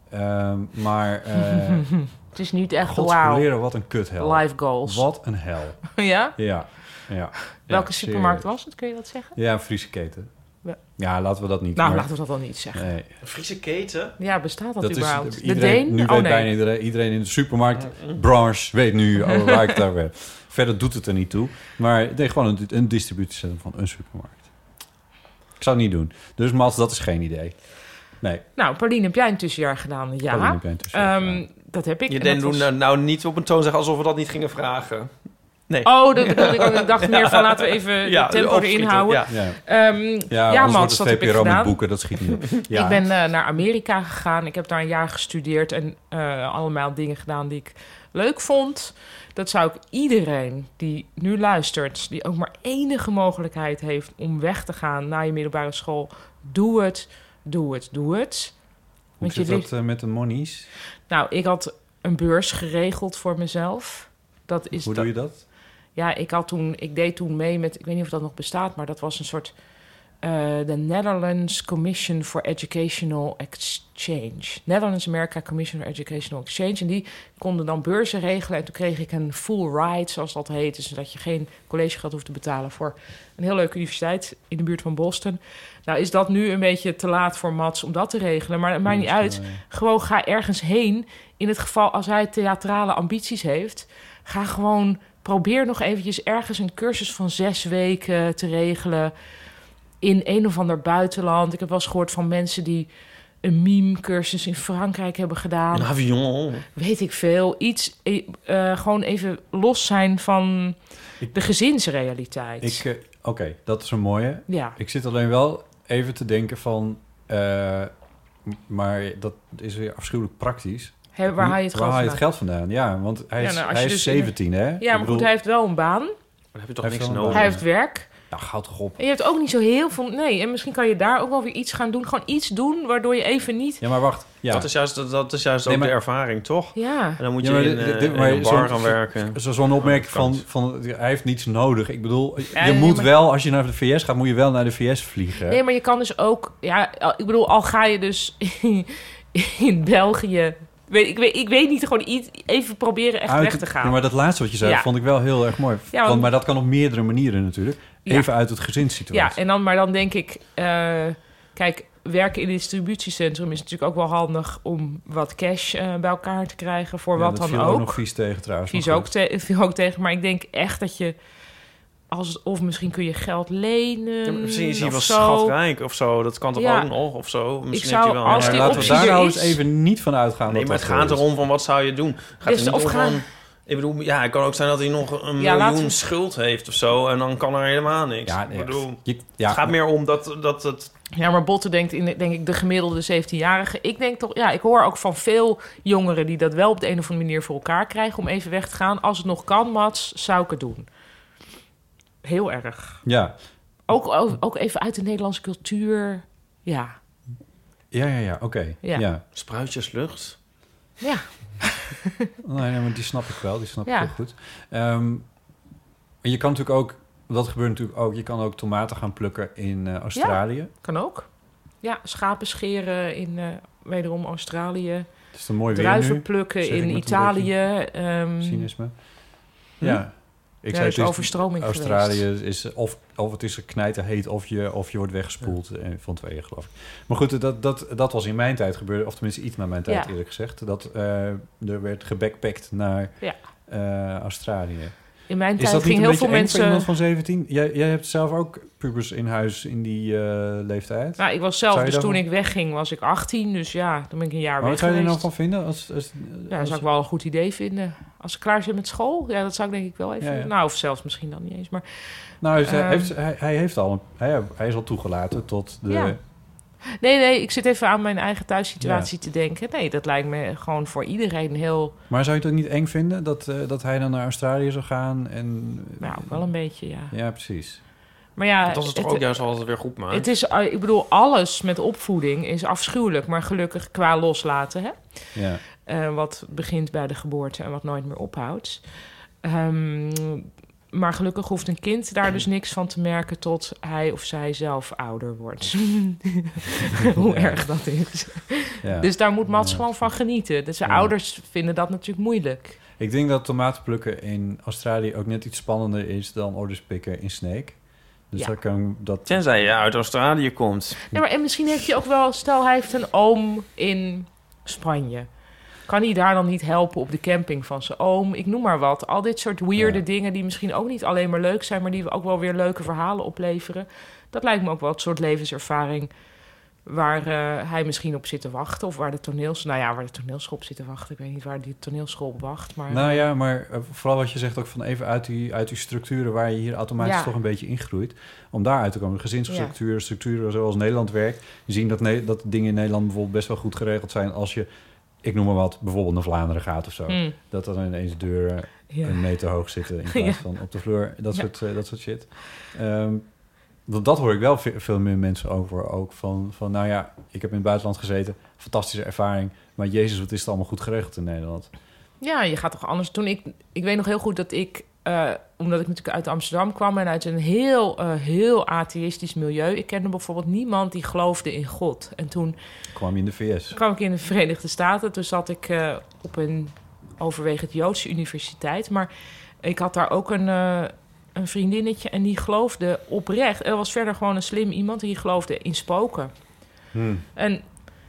Um, maar... Uh, het is niet echt wauw. Wat een kuthel. Life goals. Wat een hel. Ja? Ja. ja. Welke ja, supermarkt was het? Kun je dat zeggen? Ja, een Friese keten. Ja. ja, laten we dat niet. Nou, maar... laten we dat wel niet zeggen. Nee. Een Friese keten? Ja, bestaat dat, dat überhaupt? Is, iedereen, de Deen? Nu oh, weet nee. bijna iedereen, iedereen in de supermarktbranche weet nu over waar ik het daar heb. Verder doet het er niet toe. Maar nee, gewoon een, een distributiecentrum van een supermarkt. Ik zou het niet doen. Dus Mats, dat is geen idee. Nee. Nou, Pauline, heb jij een tussenjaar gedaan? Ja. Pauline, heb jij een tussenjaar um, dat heb ik. Je denkt was... nou, nou niet op een toon zeggen alsof we dat niet gingen vragen. Nee. Oh, dat bedoelde ik ook. Ik dacht meer van laten we even ja, de tempo erin houden. Ja, ja. Um, ja, ja Mats, dat heb ik gedaan. Boeken, dat schiet niet op. Ja. Ik ben uh, naar Amerika gegaan. Ik heb daar een jaar gestudeerd en uh, allemaal dingen gedaan die ik leuk vond. Dat zou ik iedereen die nu luistert, die ook maar enige mogelijkheid heeft om weg te gaan naar je middelbare school, doe het, doe het, doe het. Hoe Met zit je dat uh, met de monies? Nou, ik had een beurs geregeld voor mezelf. Dat is Hoe dat... doe je dat? Ja, ik, had toen, ik deed toen mee met... Ik weet niet of dat nog bestaat, maar dat was een soort... de uh, Netherlands Commission for Educational Exchange. Netherlands America Commission for Educational Exchange. En die konden dan beurzen regelen. En toen kreeg ik een full ride, zoals dat heet. Dus dat je geen collegegeld hoeft te betalen voor een heel leuke universiteit in de buurt van Boston. Nou is dat nu een beetje te laat voor Mats om dat te regelen. Maar het maakt niet uit. Gewoon ga ergens heen. In het geval als hij theatrale ambities heeft, ga gewoon... Probeer nog eventjes ergens een cursus van zes weken te regelen in een of ander buitenland. Ik heb wel eens gehoord van mensen die een meme-cursus in Frankrijk hebben gedaan. Een avion. Weet ik veel. Iets, uh, gewoon even los zijn van ik, de gezinsrealiteit. Ik, uh, Oké, okay, dat is een mooie. Ja. Ik zit alleen wel even te denken van... Uh, maar dat is weer afschuwelijk praktisch. He, waar haal je het, waar geld, haal je het geld vandaan? Ja, want hij is, ja, nou, hij is dus zeventien, hè? Ja, maar bedoel, goed, hij heeft wel een baan. Maar dan heb je toch niks nodig? Hij heeft werk. Nou, goud toch op. En je hebt ook niet zo heel veel... Nee, en misschien kan je daar ook wel weer iets gaan doen. Gewoon iets doen waardoor je even niet... Ja, maar wacht. Ja. Dat is juist, dat, dat is juist nee, ook maar... de ervaring, toch? Ja. En dan moet ja, je maar in, de, de, uh, maar in een bar zo, gaan werken. Zo'n zo opmerking van, van... Hij heeft niets nodig. Ik bedoel, ja, je nee, moet maar... wel... Als je naar de V S gaat, moet je wel naar de V S vliegen. Nee, maar je kan dus ook... Ja, ik bedoel, al ga je dus in België... weet, ik, weet, ik weet niet, gewoon iets, even proberen echt Uit weg het- te gaan. Ja, maar dat laatste wat je zei, Ja. vond ik wel heel erg mooi. Ja, Want, want- maar dat kan op meerdere manieren natuurlijk. Ja. Even uit het gezinssituatie. Ja, en dan, maar dan denk ik... Uh, kijk, werken in een distributiecentrum is natuurlijk ook wel handig... om wat cash uh, bij elkaar te krijgen voor Ja, wat dat dan viel ook. ook nog vies tegen trouwens. Vies maar ook, te, viel ook tegen. Maar ik denk echt dat je... Als, of misschien kun je geld lenen. Ja, misschien is hij of wel zo. schatrijk of zo. Dat kan toch Ja. ook nog of zo. Misschien Ik heeft zou, hij wel als een- die Ja, laten we optie daar er nou is... eens even niet van uitgaan. Nee, dat maar dat het gaat zo is. erom van wat zou je doen? Gaat Dus er niet of om gaan- van... Ik bedoel, ja, het kan ook zijn dat hij nog een Ja, miljoen laten we- schuld heeft of zo. En dan kan er helemaal niks. Ja, ik nee, bedoel, je- ja, het gaat meer om dat, dat het... Ja, maar Botte denkt, in de, denk ik, de gemiddelde zeventienjarige. Ik denk toch, ja, ik hoor ook van veel jongeren die dat wel op de een of andere manier voor elkaar krijgen om even weg te gaan. Als het nog kan, Mats, zou ik het doen. Heel erg. Ja, Ook, ook, ook even uit de Nederlandse cultuur. Ja. ja, ja, ja oké. Ja. Ja. Spruitjeslucht. Ja. Nee, nee, maar die snap ik wel. Die snap Ja. ik heel goed. Ehm, je kan natuurlijk ook... Dat gebeurt natuurlijk ook. Je kan ook tomaten gaan plukken in uh, Australië. Kan ook. Ja, schapen scheren in uh, wederom Australië. Het is een mooi weer Druiven nu. plukken zeg ik in met een Italië. Um, Cynisme. Hm? Ja. Ik Ja, zei er is het is- overstroming Australië geweest. is of, of het is een knijter heet of je, of je wordt weggespoeld. Ja. Van tweeën geloof ik. Maar goed, dat, dat, dat was in mijn tijd gebeurd. Of tenminste iets na mijn tijd Ja. eerlijk gezegd. Dat uh, er werd gebackpackt naar Ja. uh, Australië. In mijn Is tijd dat niet ging een heel beetje veel eng mensen... voor iemand van zeventien? Jij, jij hebt zelf ook pubers in huis in die uh, leeftijd. Nou, ik was zelf, Zou je dus toen daarvan- ik wegging was ik achttien. Dus ja, dan ben ik een jaar Maar weg wat zou je er nou geweest. van vinden? Als, als, Ja, dat als- zou ik wel een goed idee vinden. Als ik klaar zit met school, ja, dat zou ik denk ik wel even... Ja, ja. Nou, of zelfs misschien dan niet eens, maar... Nou, dus hij, Ehm, heeft, hij, hij heeft al een, hij, hij is al toegelaten tot de... Ja. Nee, nee, ik zit even aan mijn eigen thuissituatie te denken. Nee, dat lijkt me gewoon voor iedereen heel... Maar zou je het ook niet eng vinden dat, uh, dat hij dan naar Australië zou gaan? En, Nou, wel een beetje, ja. Ja, precies. Maar ja... Dat is toch het- ook juist wel het weer goed maakt. Het is, uh, ik bedoel, alles met opvoeding is afschuwelijk, maar gelukkig qua loslaten, hè? Ja. Uh, wat begint bij de geboorte en wat nooit meer ophoudt. Um, maar gelukkig hoeft een kind daar dus niks van te merken tot hij of zij zelf ouder wordt. Hoe Ja. erg dat is. Ja. Dus daar moet Mats Ja. gewoon van genieten. Dus zijn Ja. ouders vinden dat natuurlijk moeilijk. Ik denk dat tomatenplukken in Australië ook net iets spannender is dan orders pikken in Sneek. Dus Ja. daar kan dat... Tenzij je uit Australië komt. Ja, maar en misschien heeft hij ook wel... Stel, hij heeft een oom in Spanje. Kan hij daar dan niet helpen op de camping van zijn oom? Ik noem maar wat. Al dit soort weirde Ja. dingen die misschien ook niet alleen maar leuk zijn... maar die ook wel weer leuke verhalen opleveren. Dat lijkt me ook wel het soort levenservaring... waar uh, hij misschien op zit te wachten. Of waar de toneelschool... Nou ja, waar de toneelschool op zit te wachten. Ik weet niet waar die toneelschool op wacht. Maar, Nou ja, maar uh, vooral wat je zegt ook van even uit die, uit die structuren... waar je hier automatisch Ja. toch een beetje ingroeit. Om daaruit te komen. De gezinsstructuren, structuren zoals Nederland werkt. Je ziet dat, ne- dat dingen in Nederland bijvoorbeeld best wel goed geregeld zijn... als je, ik noem maar wat, bijvoorbeeld naar Vlaanderen gaat of zo. Hmm. Dat dan ineens deuren Ja. een meter hoog zitten in plaats Ja. van op de vloer. Dat, Ja. soort, uh, dat soort shit. Um, dat, dat hoor ik wel ve- veel meer mensen over. Ook van, van, nou ja, ik heb in het buitenland gezeten. Fantastische ervaring. Maar jezus, wat is het allemaal goed geregeld in Nederland. Ja, je gaat toch anders. Toen ik, ik weet nog heel goed dat ik, uh, omdat ik natuurlijk uit Amsterdam kwam en uit een heel, uh, heel atheïstisch milieu. Ik kende bijvoorbeeld niemand die geloofde in God. En toen Kwam je in de V S. kwam ik in de Verenigde Staten. Toen zat ik uh, op een overwegend Joodse universiteit. Maar ik had daar ook een, uh, een vriendinnetje en die geloofde oprecht. Er was verder gewoon een slim iemand die geloofde in spoken. Hmm. En,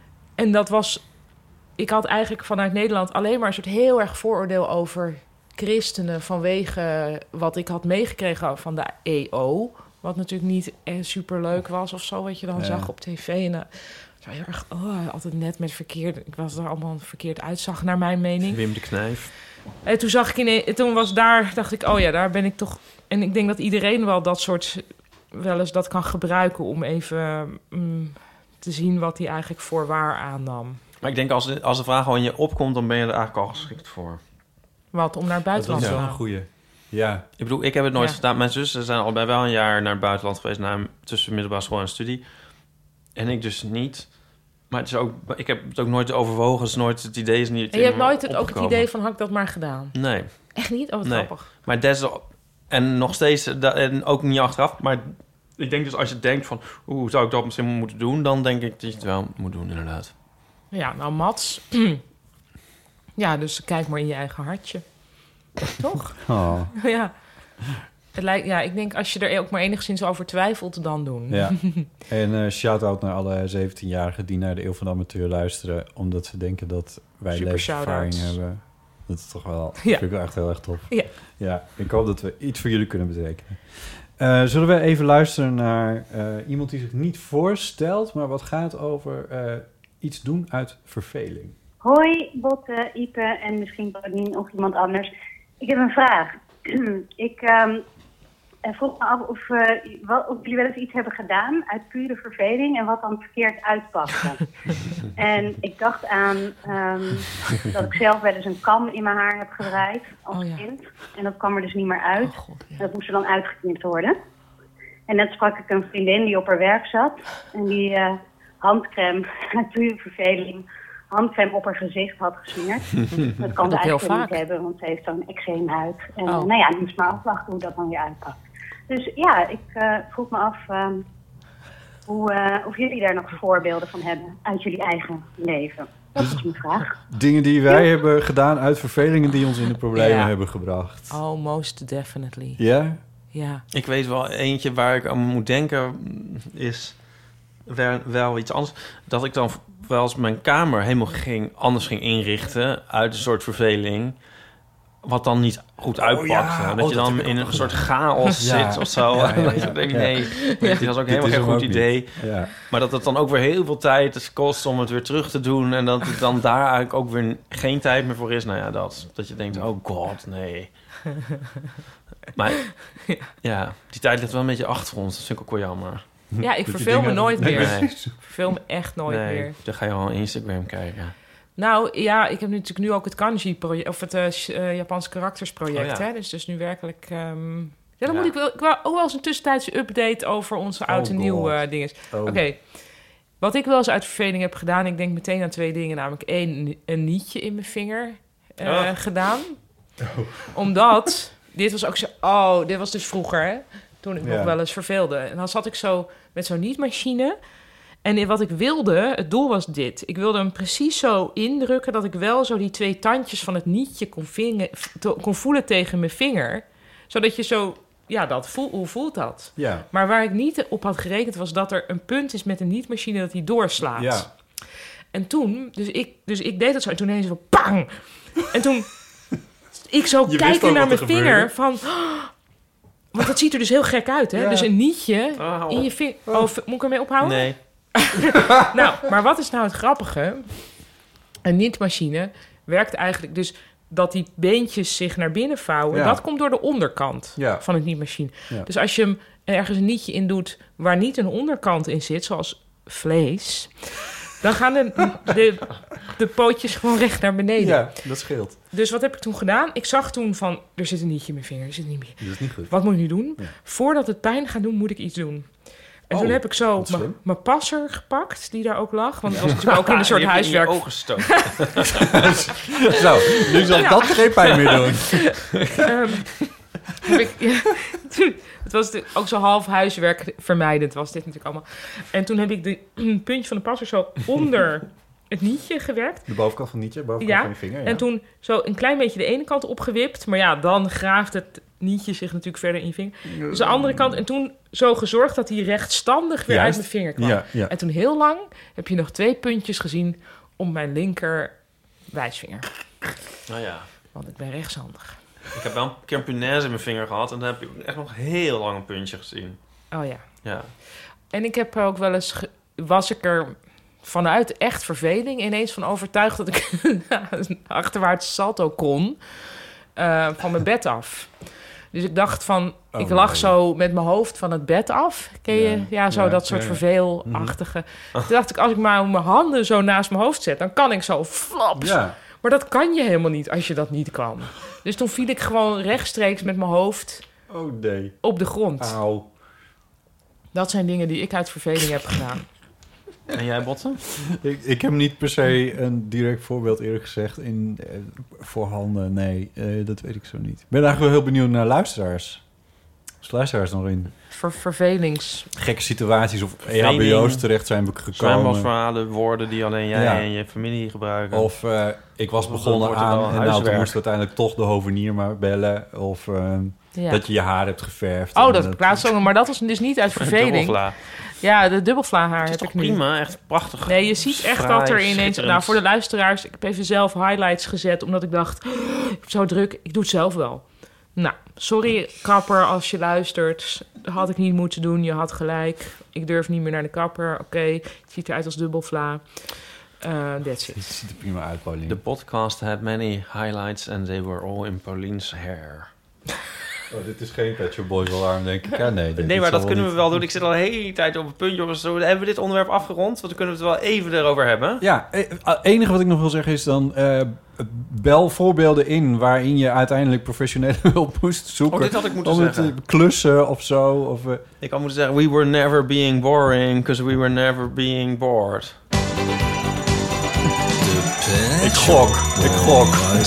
en dat was... Ik had eigenlijk vanuit Nederland alleen maar een soort heel erg vooroordeel over christenen... vanwege wat ik had meegekregen van de E O. Wat natuurlijk niet eh, superleuk was of zo, wat je dan Ja. zag op tv. En uh, zo heel erg, oh, altijd net met verkeerd... Ik was er allemaal verkeerd uitzag, naar mijn mening. Wim de Knijf. En toen zag ik in, toen was daar, dacht ik, oh ja, daar ben ik toch... En ik denk dat iedereen wel dat soort, wel eens dat kan gebruiken om even mm, te zien wat hij eigenlijk voor waar aannam. Maar ik denk als de, als de vraag gewoon in je opkomt, dan ben je er eigenlijk al geschikt voor. Wat, om naar het buitenland Dat te is wel gaan? een goeie. Ja. Ik bedoel, ik heb het nooit Ja. gedaan. Mijn zussen zijn allebei wel een jaar naar het buitenland geweest... Na, tussen middelbare school en studie. En ik dus niet. Maar het is ook, ik heb het ook nooit overwogen. Het is nooit, het idee is niet En je hebt in me nooit het, ook het opgekomen. idee van, had ik dat maar gedaan? Nee. Echt niet? Oh, wat Nee. grappig. Maar des, en nog steeds, da- en ook niet achteraf, maar ik denk dus als je denkt van, hoe zou ik dat misschien moeten doen, dan denk ik dat je het wel moet doen, inderdaad. Ja, nou Mats, Ja, dus kijk maar in je eigen hartje. Toch? Oh. Ja. Het lijkt, ja, ik denk als je er ook maar enigszins over twijfelt, dan doen. Ja. En uh, shout-out naar alle zeventienjarigen die naar de Eeuw van de Amateur luisteren, omdat ze denken dat wij Super levenservaring shout-outs. hebben. Dat is toch wel, Ja. vind ik wel echt heel erg tof. Ja. Ja, ik hoop dat we iets voor jullie kunnen betekenen. Uh, zullen we even luisteren naar uh, iemand die zich niet voorstelt, maar wat gaat over uh, iets doen uit verveling? Hoi, Botte, Ipe en misschien Paulien of iemand anders. Ik heb een vraag. ik um, vroeg me af of, uh, wat, of jullie wel eens iets hebben gedaan uit pure verveling en wat dan verkeerd uitpakte. En ik dacht aan um, dat ik zelf wel eens een kam in mijn haar heb gedraaid als Oh, ja. kind. En dat kwam er dus niet meer uit. Oh, God, ja. Dat moest er dan uitgeknipt worden. En net sprak ik een vriendin die op haar werk zat. En die uh, handcrème uit pure verveling handcrème op haar gezicht had gesmeerd. Dat kan ze Dat heel eigenlijk vaak. niet hebben, want ze heeft zo'n eczeemhuid. En Oh. uh, nou ja, die moest maar afwachten hoe dat dan weer uitpakt. Dus ja, ik uh, vroeg me af um, hoe, uh, of jullie daar nog voorbeelden van hebben uit jullie eigen leven. Dat is mijn vraag. Dingen die wij hebben gedaan uit vervelingen die ons in de problemen Ja. hebben gebracht. Oh, most definitely. Ja? Ja. Ik weet wel, eentje waar ik aan moet denken is wel, wel iets anders. Dat ik dan wel eens mijn kamer helemaal ging, anders ging inrichten uit een soort verveling. Wat dan niet goed uitpakte. ja. Dat Oh, je dat dan heb ik in ook een nog soort gedaan. chaos Ja. zit of zo. Ja, ja, En dat ja. je denkt, Ja. nee, Ja. dit was ook Dit helemaal is geen hem goed ook niet. idee. Ja. Maar dat het dan ook weer heel veel tijd kost om het weer terug te doen. En dat het dan daar eigenlijk ook weer geen tijd meer voor is. Nou ja, dat. Dat je denkt, oh god, nee. Maar ja, die tijd ligt wel een beetje achter ons. Dat vind ik ook wel jammer. Ja, ik Dat je verveel me dingen- nooit meer. Nee. Ik verveel me echt nooit nee, meer. dan ga je wel op Instagram kijken. Nou ja, ik heb natuurlijk nu ook het kanji-project, of het uh, uh, Japanse karaktersproject. Oh, ja. Hè? Dus, dus nu werkelijk. Um... Ja, dan Ja. moet ik wel, ik wil ook wel eens een tussentijdse update over onze oud en Oh, nieuw God. uh, dingen. Oh. Oké. Wat ik wel eens uit verveling heb gedaan, ik denk meteen aan twee dingen. Namelijk één, een nietje in mijn vinger uh, Oh. gedaan. Omdat, dit was ook zo... Oh, dit was dus vroeger, hè? Toen ik Ja. nog wel eens verveelde. En dan zat ik zo met zo'n nietmachine. En wat ik wilde, het doel was dit. Ik wilde hem precies zo indrukken dat ik wel zo die twee tandjes van het nietje kon, vingen, to- kon voelen tegen mijn vinger. Zodat je zo... Ja, dat voel, hoe voelt dat? Ja. Maar waar ik niet op had gerekend was dat er een punt is met een nietmachine dat die doorslaat. Ja. En toen, dus ik, dus ik deed dat zo. En toen ineens zo, bang! En toen, ik zo Je wist kijken ook naar wat mijn er vinger gebeurde. van... oh, want dat ziet er dus heel gek uit, hè? Ja. Dus een nietje Oh. in je vinger... Oh, v- moet ik ermee ophouden? Nee. Nou, maar wat is nou het grappige? Een nietmachine werkt eigenlijk dus dat die beentjes zich naar binnen vouwen. Ja. Dat komt door de onderkant Ja. van het nietmachine. Ja. Dus als je hem ergens een nietje in doet waar niet een onderkant in zit, zoals vlees, dan gaan de, de, de pootjes gewoon recht naar beneden. Ja, dat scheelt. Dus wat heb ik toen gedaan? Ik zag toen van, er zit een nietje in mijn vinger, er zit een nietje. Dat is niet goed. Wat moet ik nu doen? Ja. Voordat het pijn gaat doen, moet ik iets doen. En Oh, toen heb ik zo wat slim. mijn passer gepakt, die daar ook lag. Want het was natuurlijk ook in een soort Die heb je in je huiswerk. ogen gestoken. Zo, nu zal Ja. dat geen pijn meer doen. Ehm, heb ik, ja, toen- het was de- ook zo half huiswerk vermijdend was dit natuurlijk allemaal. En toen heb ik de een puntje van de passer zo onder het nietje gewerkt. De bovenkant van het nietje, bovenkant Ja, van je vinger. Ja. en toen zo een klein beetje de ene kant opgewipt. Maar ja, dan graaft het nietje zich natuurlijk verder in je vinger. Dus de andere kant. En toen zo gezorgd dat hij rechtstandig weer Juist. uit mijn vinger kwam. Ja, ja. En toen heel lang heb je nog twee puntjes gezien om mijn linker wijsvinger. Nou ja. Want ik ben rechtshandig. Ik heb wel een keer een punaise in mijn vinger gehad. En dan heb je echt nog heel lang een puntje gezien. Oh ja. Ja. En ik heb ook wel eens... Ge- was ik er vanuit echt verveling ineens van overtuigd dat ik een achterwaarts salto kon uh, van mijn bed af. Dus ik dacht van... Oh, ik lag nee. zo met mijn hoofd van het bed af. Ken je? Ja, Ja, zo ja, dat soort ja, ja. verveelachtige. Toen dacht ik, als ik maar mijn handen zo naast mijn hoofd zet... dan kan ik zo flaps. Ja. Maar dat kan je helemaal niet als je dat niet kan. Dus toen viel ik gewoon rechtstreeks met mijn hoofd Oh nee. op de grond. Auw. Dat zijn dingen die ik uit verveling heb gedaan. En jij, Botten? Ik, ik heb niet per se een direct voorbeeld eerlijk gezegd in eh, voorhanden. Nee, eh, dat weet ik zo niet. Ik ben eigenlijk wel heel benieuwd naar luisteraars. Als luisteraars nog in Ver, vervelings... gekke situaties of E H Verveling, B O's terecht zijn gekomen. Zwembadverhalen, woorden die alleen jij Ja. en je familie gebruiken. Of uh, ik was Of begonnen wordt er wel aan en nou, huiswerk. toen moest uiteindelijk toch de hovenier maar bellen. Of uh, Ja. dat je je haar hebt geverfd. Oh, En dat plaatst ook nog, maar dat was dus niet uit verveling. Dubbelvla. Ja, de dubbelvla haar heb toch ik nu. prima, echt prachtig. Nee, je ziet echt Fraai, dat er ineens... schitterend. Nou, voor de luisteraars, ik heb even zelf highlights gezet... omdat ik dacht, oh, ik heb zo druk, ik doe het zelf wel. Nou, sorry kapper als je luistert. Dat had ik niet moeten doen, je had gelijk. Ik durf niet meer naar de kapper. Oké, okay, het ziet eruit als dubbelvla. Uh, that's it. Het ziet er prima uit, Paulien. The podcast had many highlights and they were all in Paulien's hair. Oh, dit is geen Pet Shop Boys alarm, denk ik. Ja, nee, dit, nee, maar dit dat kunnen we wel doen. Ik zit al de hele tijd op een puntje. Of zo. Hebben we dit onderwerp afgerond? Want dan kunnen we het wel even erover hebben. Ja, het enige wat ik nog wil zeggen is dan... Uh, bel voorbeelden in waarin je uiteindelijk professionele hulp moest zoeken. Oh, dit had ik moeten om zeggen. het klussen of zo. Of, uh... Ik had moeten zeggen, we were never being boring, because we were never being bored. Ik gok, ik gok.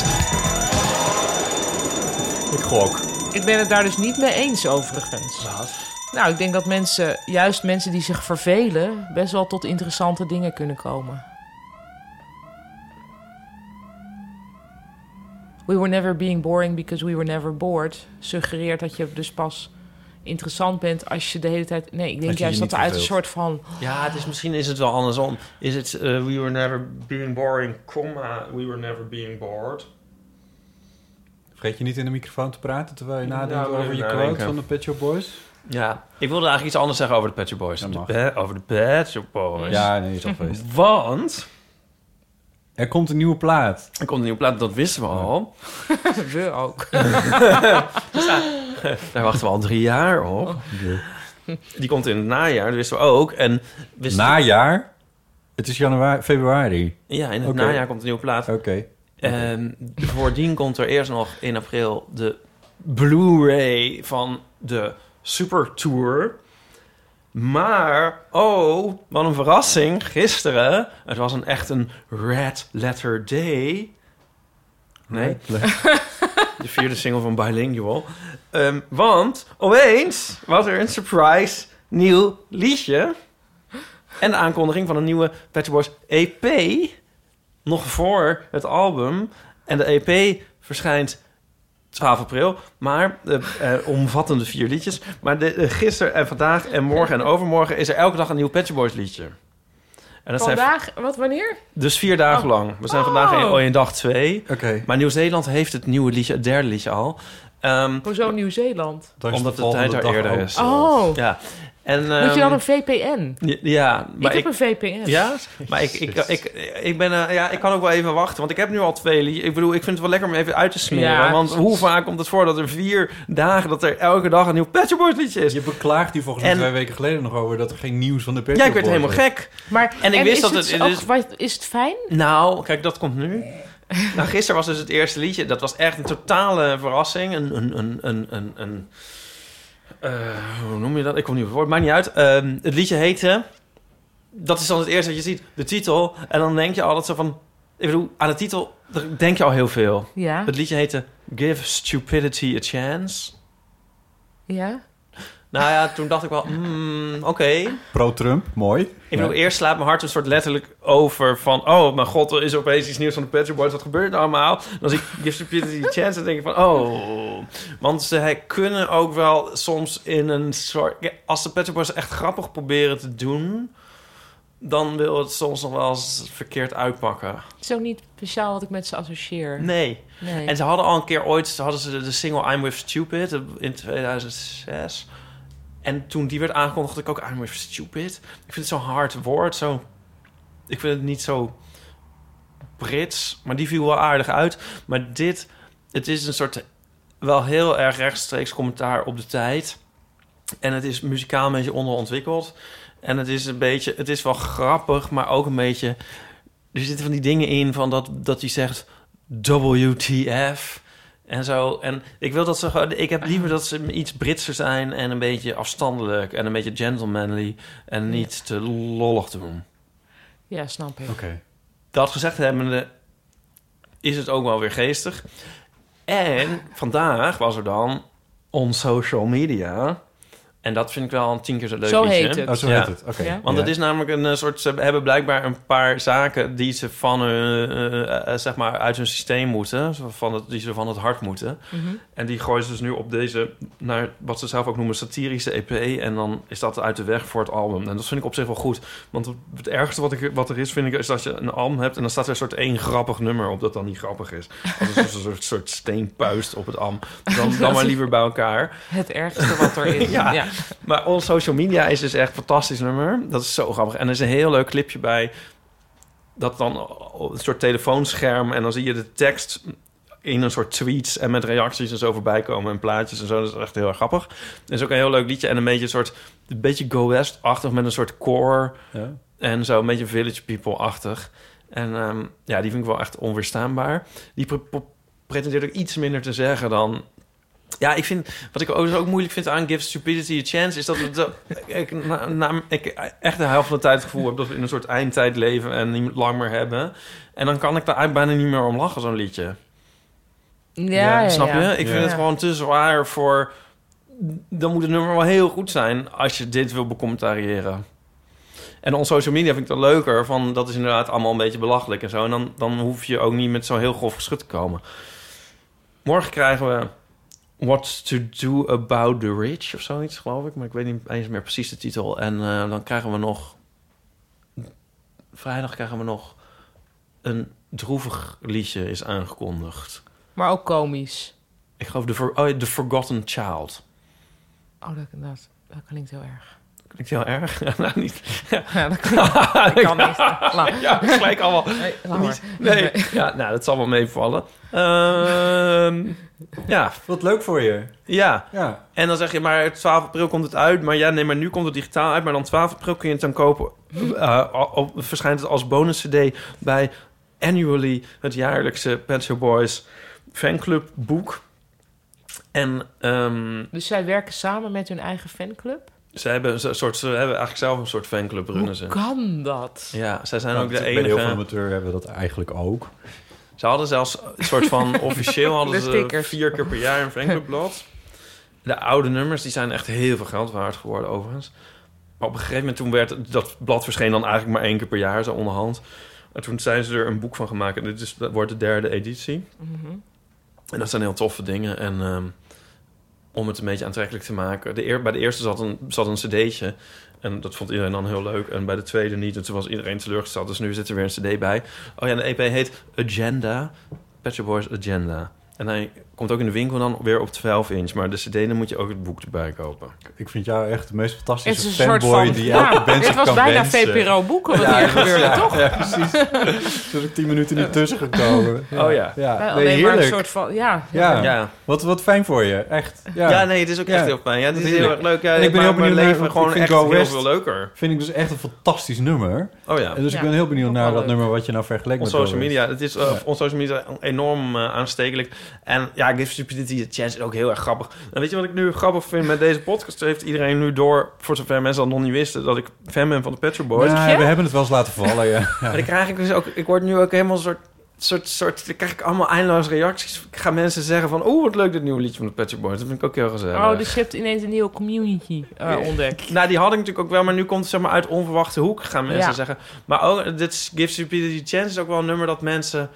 Ik gok. Ik ben het daar dus niet mee eens, overigens. Wat? Nou, ik denk dat mensen, juist mensen die zich vervelen... best wel tot interessante dingen kunnen komen. We were never being boring because we were never bored... suggereert dat je dus pas interessant bent als je de hele tijd... Nee, ik denk juist dat er uit een soort van... Ja, het is, misschien is het wel andersom. Is het, uh, we were never being boring, comma, we were never being bored... Vergeet je niet in de microfoon te praten... terwijl je nadenkt Nou, over je nadenken. quote van de Pet Shop Boys? Ja, ik wilde eigenlijk iets anders zeggen over de Pet Shop Boys. Dat De mag. pe- over de Pet Shop Boys. Ja, nee, is al feest. Want... Er komt een nieuwe plaat. Er komt een nieuwe plaat, dat wisten we al. We ook. Dus daar, daar wachten we al drie jaar op. Die komt in het najaar, dat wisten we ook. En wisten Najaar? Het is januari, februari. Ja, in het Okay. najaar komt een nieuwe plaat. Oké. Okay. En voordien komt er eerst nog in april de Blu-ray van de Super Tour. Maar, oh, wat een verrassing. Gisteren, het was een echt een Red Letter Day. Nee, de vierde single van Bilingual. Um, want opeens was er een surprise nieuw liedje. En de aankondiging van een nieuwe Pet Shop Boys E P... nog voor het album. En de E P verschijnt twaalf april. Maar uh, uh, omvattende vier liedjes. Maar de, uh, gisteren en vandaag en morgen en overmorgen... is er elke dag een nieuw Pet Shop Boys liedje. En dat Vandaag? Zijn, wat, wanneer? dus vier dagen oh. lang. We zijn oh. vandaag in, in dag twee. Okay. Maar Nieuw-Zeeland heeft het nieuwe liedje, het derde liedje al. Um, Hoezo Nieuw-Zeeland? Omdat de, de tijd daar eerder is. Oh. Ja. En, um, moet je dan een V P N? Ja, ja maar ik heb ik, een V P N. Ja, maar ik, ik, ik, ik, ik, ben, uh, ja, ik kan ook wel even wachten. Want ik heb nu al twee liedjes. Ik bedoel, ik vind het wel lekker om even uit te smeren. Ja, want precies. hoe vaak komt het voor dat er vier dagen... dat er elke dag een nieuw Pet Shop Boys liedje is? Je beklaagt hier volgens mij En- twee weken geleden nog over... dat er geen nieuws van de Pet Shop Ja, ik werd Boys helemaal was. gek. Maar, En ik wist is dat het het- ook- dus- wat- is het fijn? Nou, kijk, dat komt nu. Nou, gisteren was dus het eerste liedje. Dat was echt een totale verrassing. Een... een, een, een, een, een uh, hoe noem je dat? Ik kom niet op het woord. Maakt niet uit. Um, het liedje heette... Dat is dan het eerste wat je ziet. De titel. En dan denk je altijd zo van... Ik bedoel, aan de titel denk je al heel veel. Ja. Het liedje heette Give Stupidity a Chance. Ja. Nou ja, toen dacht ik wel... Mm, Oké. Okay. Pro-Trump, mooi. Ik bedoel, eerst slaat mijn hart een soort letterlijk over van... Oh, mijn god, er is opeens iets nieuws van de Pet Shop Boys. Wat gebeurt er allemaal? Dan zie ik Give Stupidity a Chance en denk ik van... Oh, want ze kunnen ook wel soms in een soort... Als de Pet Shop Boys echt grappig proberen te doen... dan wil het soms nog wel eens verkeerd uitpakken. Het is ook niet speciaal wat ik met ze associeer. Nee. nee. En ze hadden al een keer ooit... hadden ze de single I'm With Stupid in tweeduizend zes... En toen die werd aangekondigd, dacht ik ook... I'm with stupid. Ik vind het zo'n hard woord. Zo, ik vind het niet zo Brits. Maar die viel wel aardig uit. Maar dit... Het is een soort... wel heel erg rechtstreeks commentaar op de tijd. En het is muzikaal een beetje onderontwikkeld. En het is een beetje... Het is wel grappig, maar ook een beetje... Er zitten van die dingen in van dat, dat hij zegt... W T F... En zo. En ik wil dat ze gewoon... Ik heb liever dat ze iets Britser zijn... en een beetje afstandelijk... en een beetje gentlemanly... en niet te lollig doen. Ja, snap ik. Okay. Dat gezegd hebbende... is het ook wel weer geestig. En vandaag was er dan... On Social Media. En dat vind ik wel een tien keer zo leuk Zo liedje. heet het. Oh, zo Ja. heet het. Oké. Ja. Want Ja. het is namelijk een uh, soort... Ze hebben blijkbaar een paar zaken die ze van hun, uh, uh, zeg maar uit hun systeem moeten. Van het, die ze van het hart moeten. Mm-hmm. En die gooien ze dus nu op deze, naar wat ze zelf ook noemen, satirische E P. En dan is dat uit de weg voor het album. En dat vind ik op zich wel goed. Want het ergste wat, ik, wat er is, vind ik, is dat je een album hebt... en dan staat er een soort één grappig nummer op dat dan niet grappig is. Dat is dus een soort, soort steenpuist op het album. Dan, dan maar liever bij elkaar. Het ergste wat er is. Ja. ja. Maar On Social Media is dus echt een fantastisch nummer. Dat is zo grappig. En er is een heel leuk clipje bij... dat dan op een soort telefoonscherm... en dan zie je de tekst in een soort tweets... en met reacties en zo voorbij komen en plaatjes en zo. Dat is echt heel erg grappig. Het is ook een heel leuk liedje en een beetje een soort... een beetje Go West-achtig met een soort core... Ja. en zo een beetje Village People-achtig. En um, ja, die vind ik wel echt onweerstaanbaar. Die pre- pre- pretendeert ook iets minder te zeggen dan... Ja, ik vind... Wat ik ook, ook moeilijk vind aan Give Stupidity a Chance... is dat we dat, ik, na, na, ik echt de helft van de tijd het gevoel heb... dat we in een soort eindtijd leven en niet lang meer hebben. En dan kan ik daar eigenlijk bijna niet meer om lachen, zo'n liedje. Ja, ja, Snap je? ja. Ik vind Ja. het gewoon te zwaar voor... Dan moet het nummer wel heel goed zijn... als je dit wil becommentariëren. En on social media vind ik het leuker... van dat is inderdaad allemaal een beetje belachelijk en zo. En dan, dan hoef je ook niet met zo'n heel grof geschut te komen. Morgen krijgen we... What to do about the rich of zoiets, geloof ik. Maar ik weet niet eens meer precies de titel. En uh, dan krijgen we nog... Vrijdag krijgen we nog... Een droevig liedje is aangekondigd. Maar ook komisch. Ik geloof The, For, oh, The Forgotten Child. Oh, dat, dat, dat klinkt heel erg. Klinkt heel erg? Ja, nou, niet. Ja, Ja, dat klinkt... Ik kan niet. Laat. Ja, gelijk allemaal. Nee, laat niet. maar. Nee. Ja, nou, dat zal wel meevallen. Uh, ja. Wat leuk voor je. Ja. Ja. En dan zeg je, maar twaalf april komt het uit. Maar ja, nee, maar nu komt het digitaal uit. Maar dan twaalf april kun je het dan kopen. Uh, op, verschijnt het als bonus cd bij Annually, het jaarlijkse Pet Shop Boys fanclub boek. En... Um, Dus zij werken samen met hun eigen fanclub? Ze hebben, een soort, ze hebben eigenlijk zelf een soort fanclub runnen Hoe ze. kan dat? Ja, zij zijn Nou, ook de bij enige... heel veel amateurs hebben we dat eigenlijk ook. Ze hadden zelfs een soort van... officieel hadden De ze stickers. vier keer per jaar een fanclubblad. De oude nummers, die zijn echt heel veel geld waard geworden overigens. Maar op een gegeven moment toen werd... Dat blad verscheen dan eigenlijk maar één keer per jaar, zo onderhand. En toen zijn ze er een boek van gemaakt. En dit is, dat wordt de derde editie. Mm-hmm. En dat zijn heel toffe dingen. En um, om het een beetje aantrekkelijk te maken... De eer, bij de eerste zat een, zat een cd'tje... En dat vond iedereen dan heel leuk. En bij de tweede niet. En toen was iedereen teleurgesteld. Dus nu zit er weer een cd bij. Oh ja, de E P heet Agenda. Pet Shop Boys Agenda. En hij komt ook in de winkel dan weer op twaalf inch. Maar de cd, dan moet je ook het boek erbij kopen. Ik vind jou echt de meest Het fantastische is een fanboy soort van... die Ja, elke band dit zich was kan bijna wensen. V P R O boeken wat Ja, hier dat was- gebeurde, ja, toch? Ja, precies. Er is tien minuten niet tussen gekomen. Oh ja. Ja, Alleen nee, maar heerlijk. een soort van... Ja, Ja. Ja. Wat, wat fijn voor je, echt. Ja, Ja, nee, het is ook echt Ja. heel fijn. Ja, het is Heerlijk. heel erg leuk. Ja, En ik ben ik heel maak mijn benieuwd leven naar- gewoon ik vind echt Go heel West- veel leuker. Vind ik dus echt een fantastisch nummer. Oh ja. En dus Ja. ik ben heel benieuwd Ook naar wel dat leuk. nummer wat je nou vergelijkt On met Go social West. media. Het is uh, Ja. on social media enorm uh, aanstekelijk. En ja, Give Stupidity a Chance is ook heel erg grappig. En weet je wat ik nu grappig vind met deze podcast? Heeft iedereen nu door, voor zover mensen dat nog niet wisten, dat ik fan ben van de Pet Shop Boys. Ja, Ja? we hebben het wel eens laten vallen, ja. Maar dan krijg ik dus ook, ik word nu ook helemaal een soort, soort, soort, dan krijg ik allemaal eindeloze reacties. Ik ga mensen zeggen van, oeh, wat leuk dit nieuwe liedje van de Pet Shop Boys. Dat vind ik ook heel gezellig. Oh, dus je hebt ineens een nieuwe community uh, ontdekt. Nou, die had ik natuurlijk ook wel, maar nu komt het zeg maar uit onverwachte hoek, gaan mensen Ja. zeggen. Maar ook, dit is Give Stupidity a Chance is ook wel een nummer dat mensen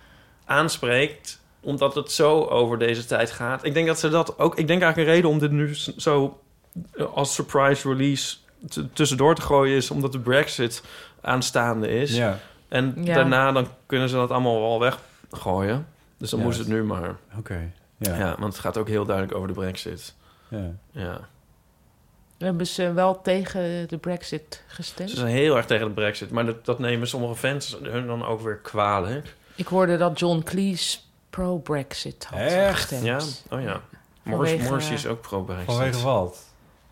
aanspreekt, omdat het zo over deze tijd gaat. Ik denk dat ze dat ook, ik denk eigenlijk een reden om dit nu zo als surprise release t- tussendoor te gooien is, omdat de Brexit aanstaande is. Ja, En Ja. daarna dan kunnen ze dat allemaal wel weggooien. Dus dan Ja. moest het nu maar. oké. Ja. Ja. want het gaat ook heel duidelijk over de Brexit. Ja. Ja. Hebben ze wel tegen de Brexit gestemd? Ze zijn heel erg tegen de Brexit, maar dat, dat nemen sommige fans hun dan ook weer kwalijk. Ik hoorde dat John Cleese pro-Brexit had Echt? gestemd. Ja, oh ja. Morris, Vanwege- Morrissey is ook pro-Brexit. Vanwege wat?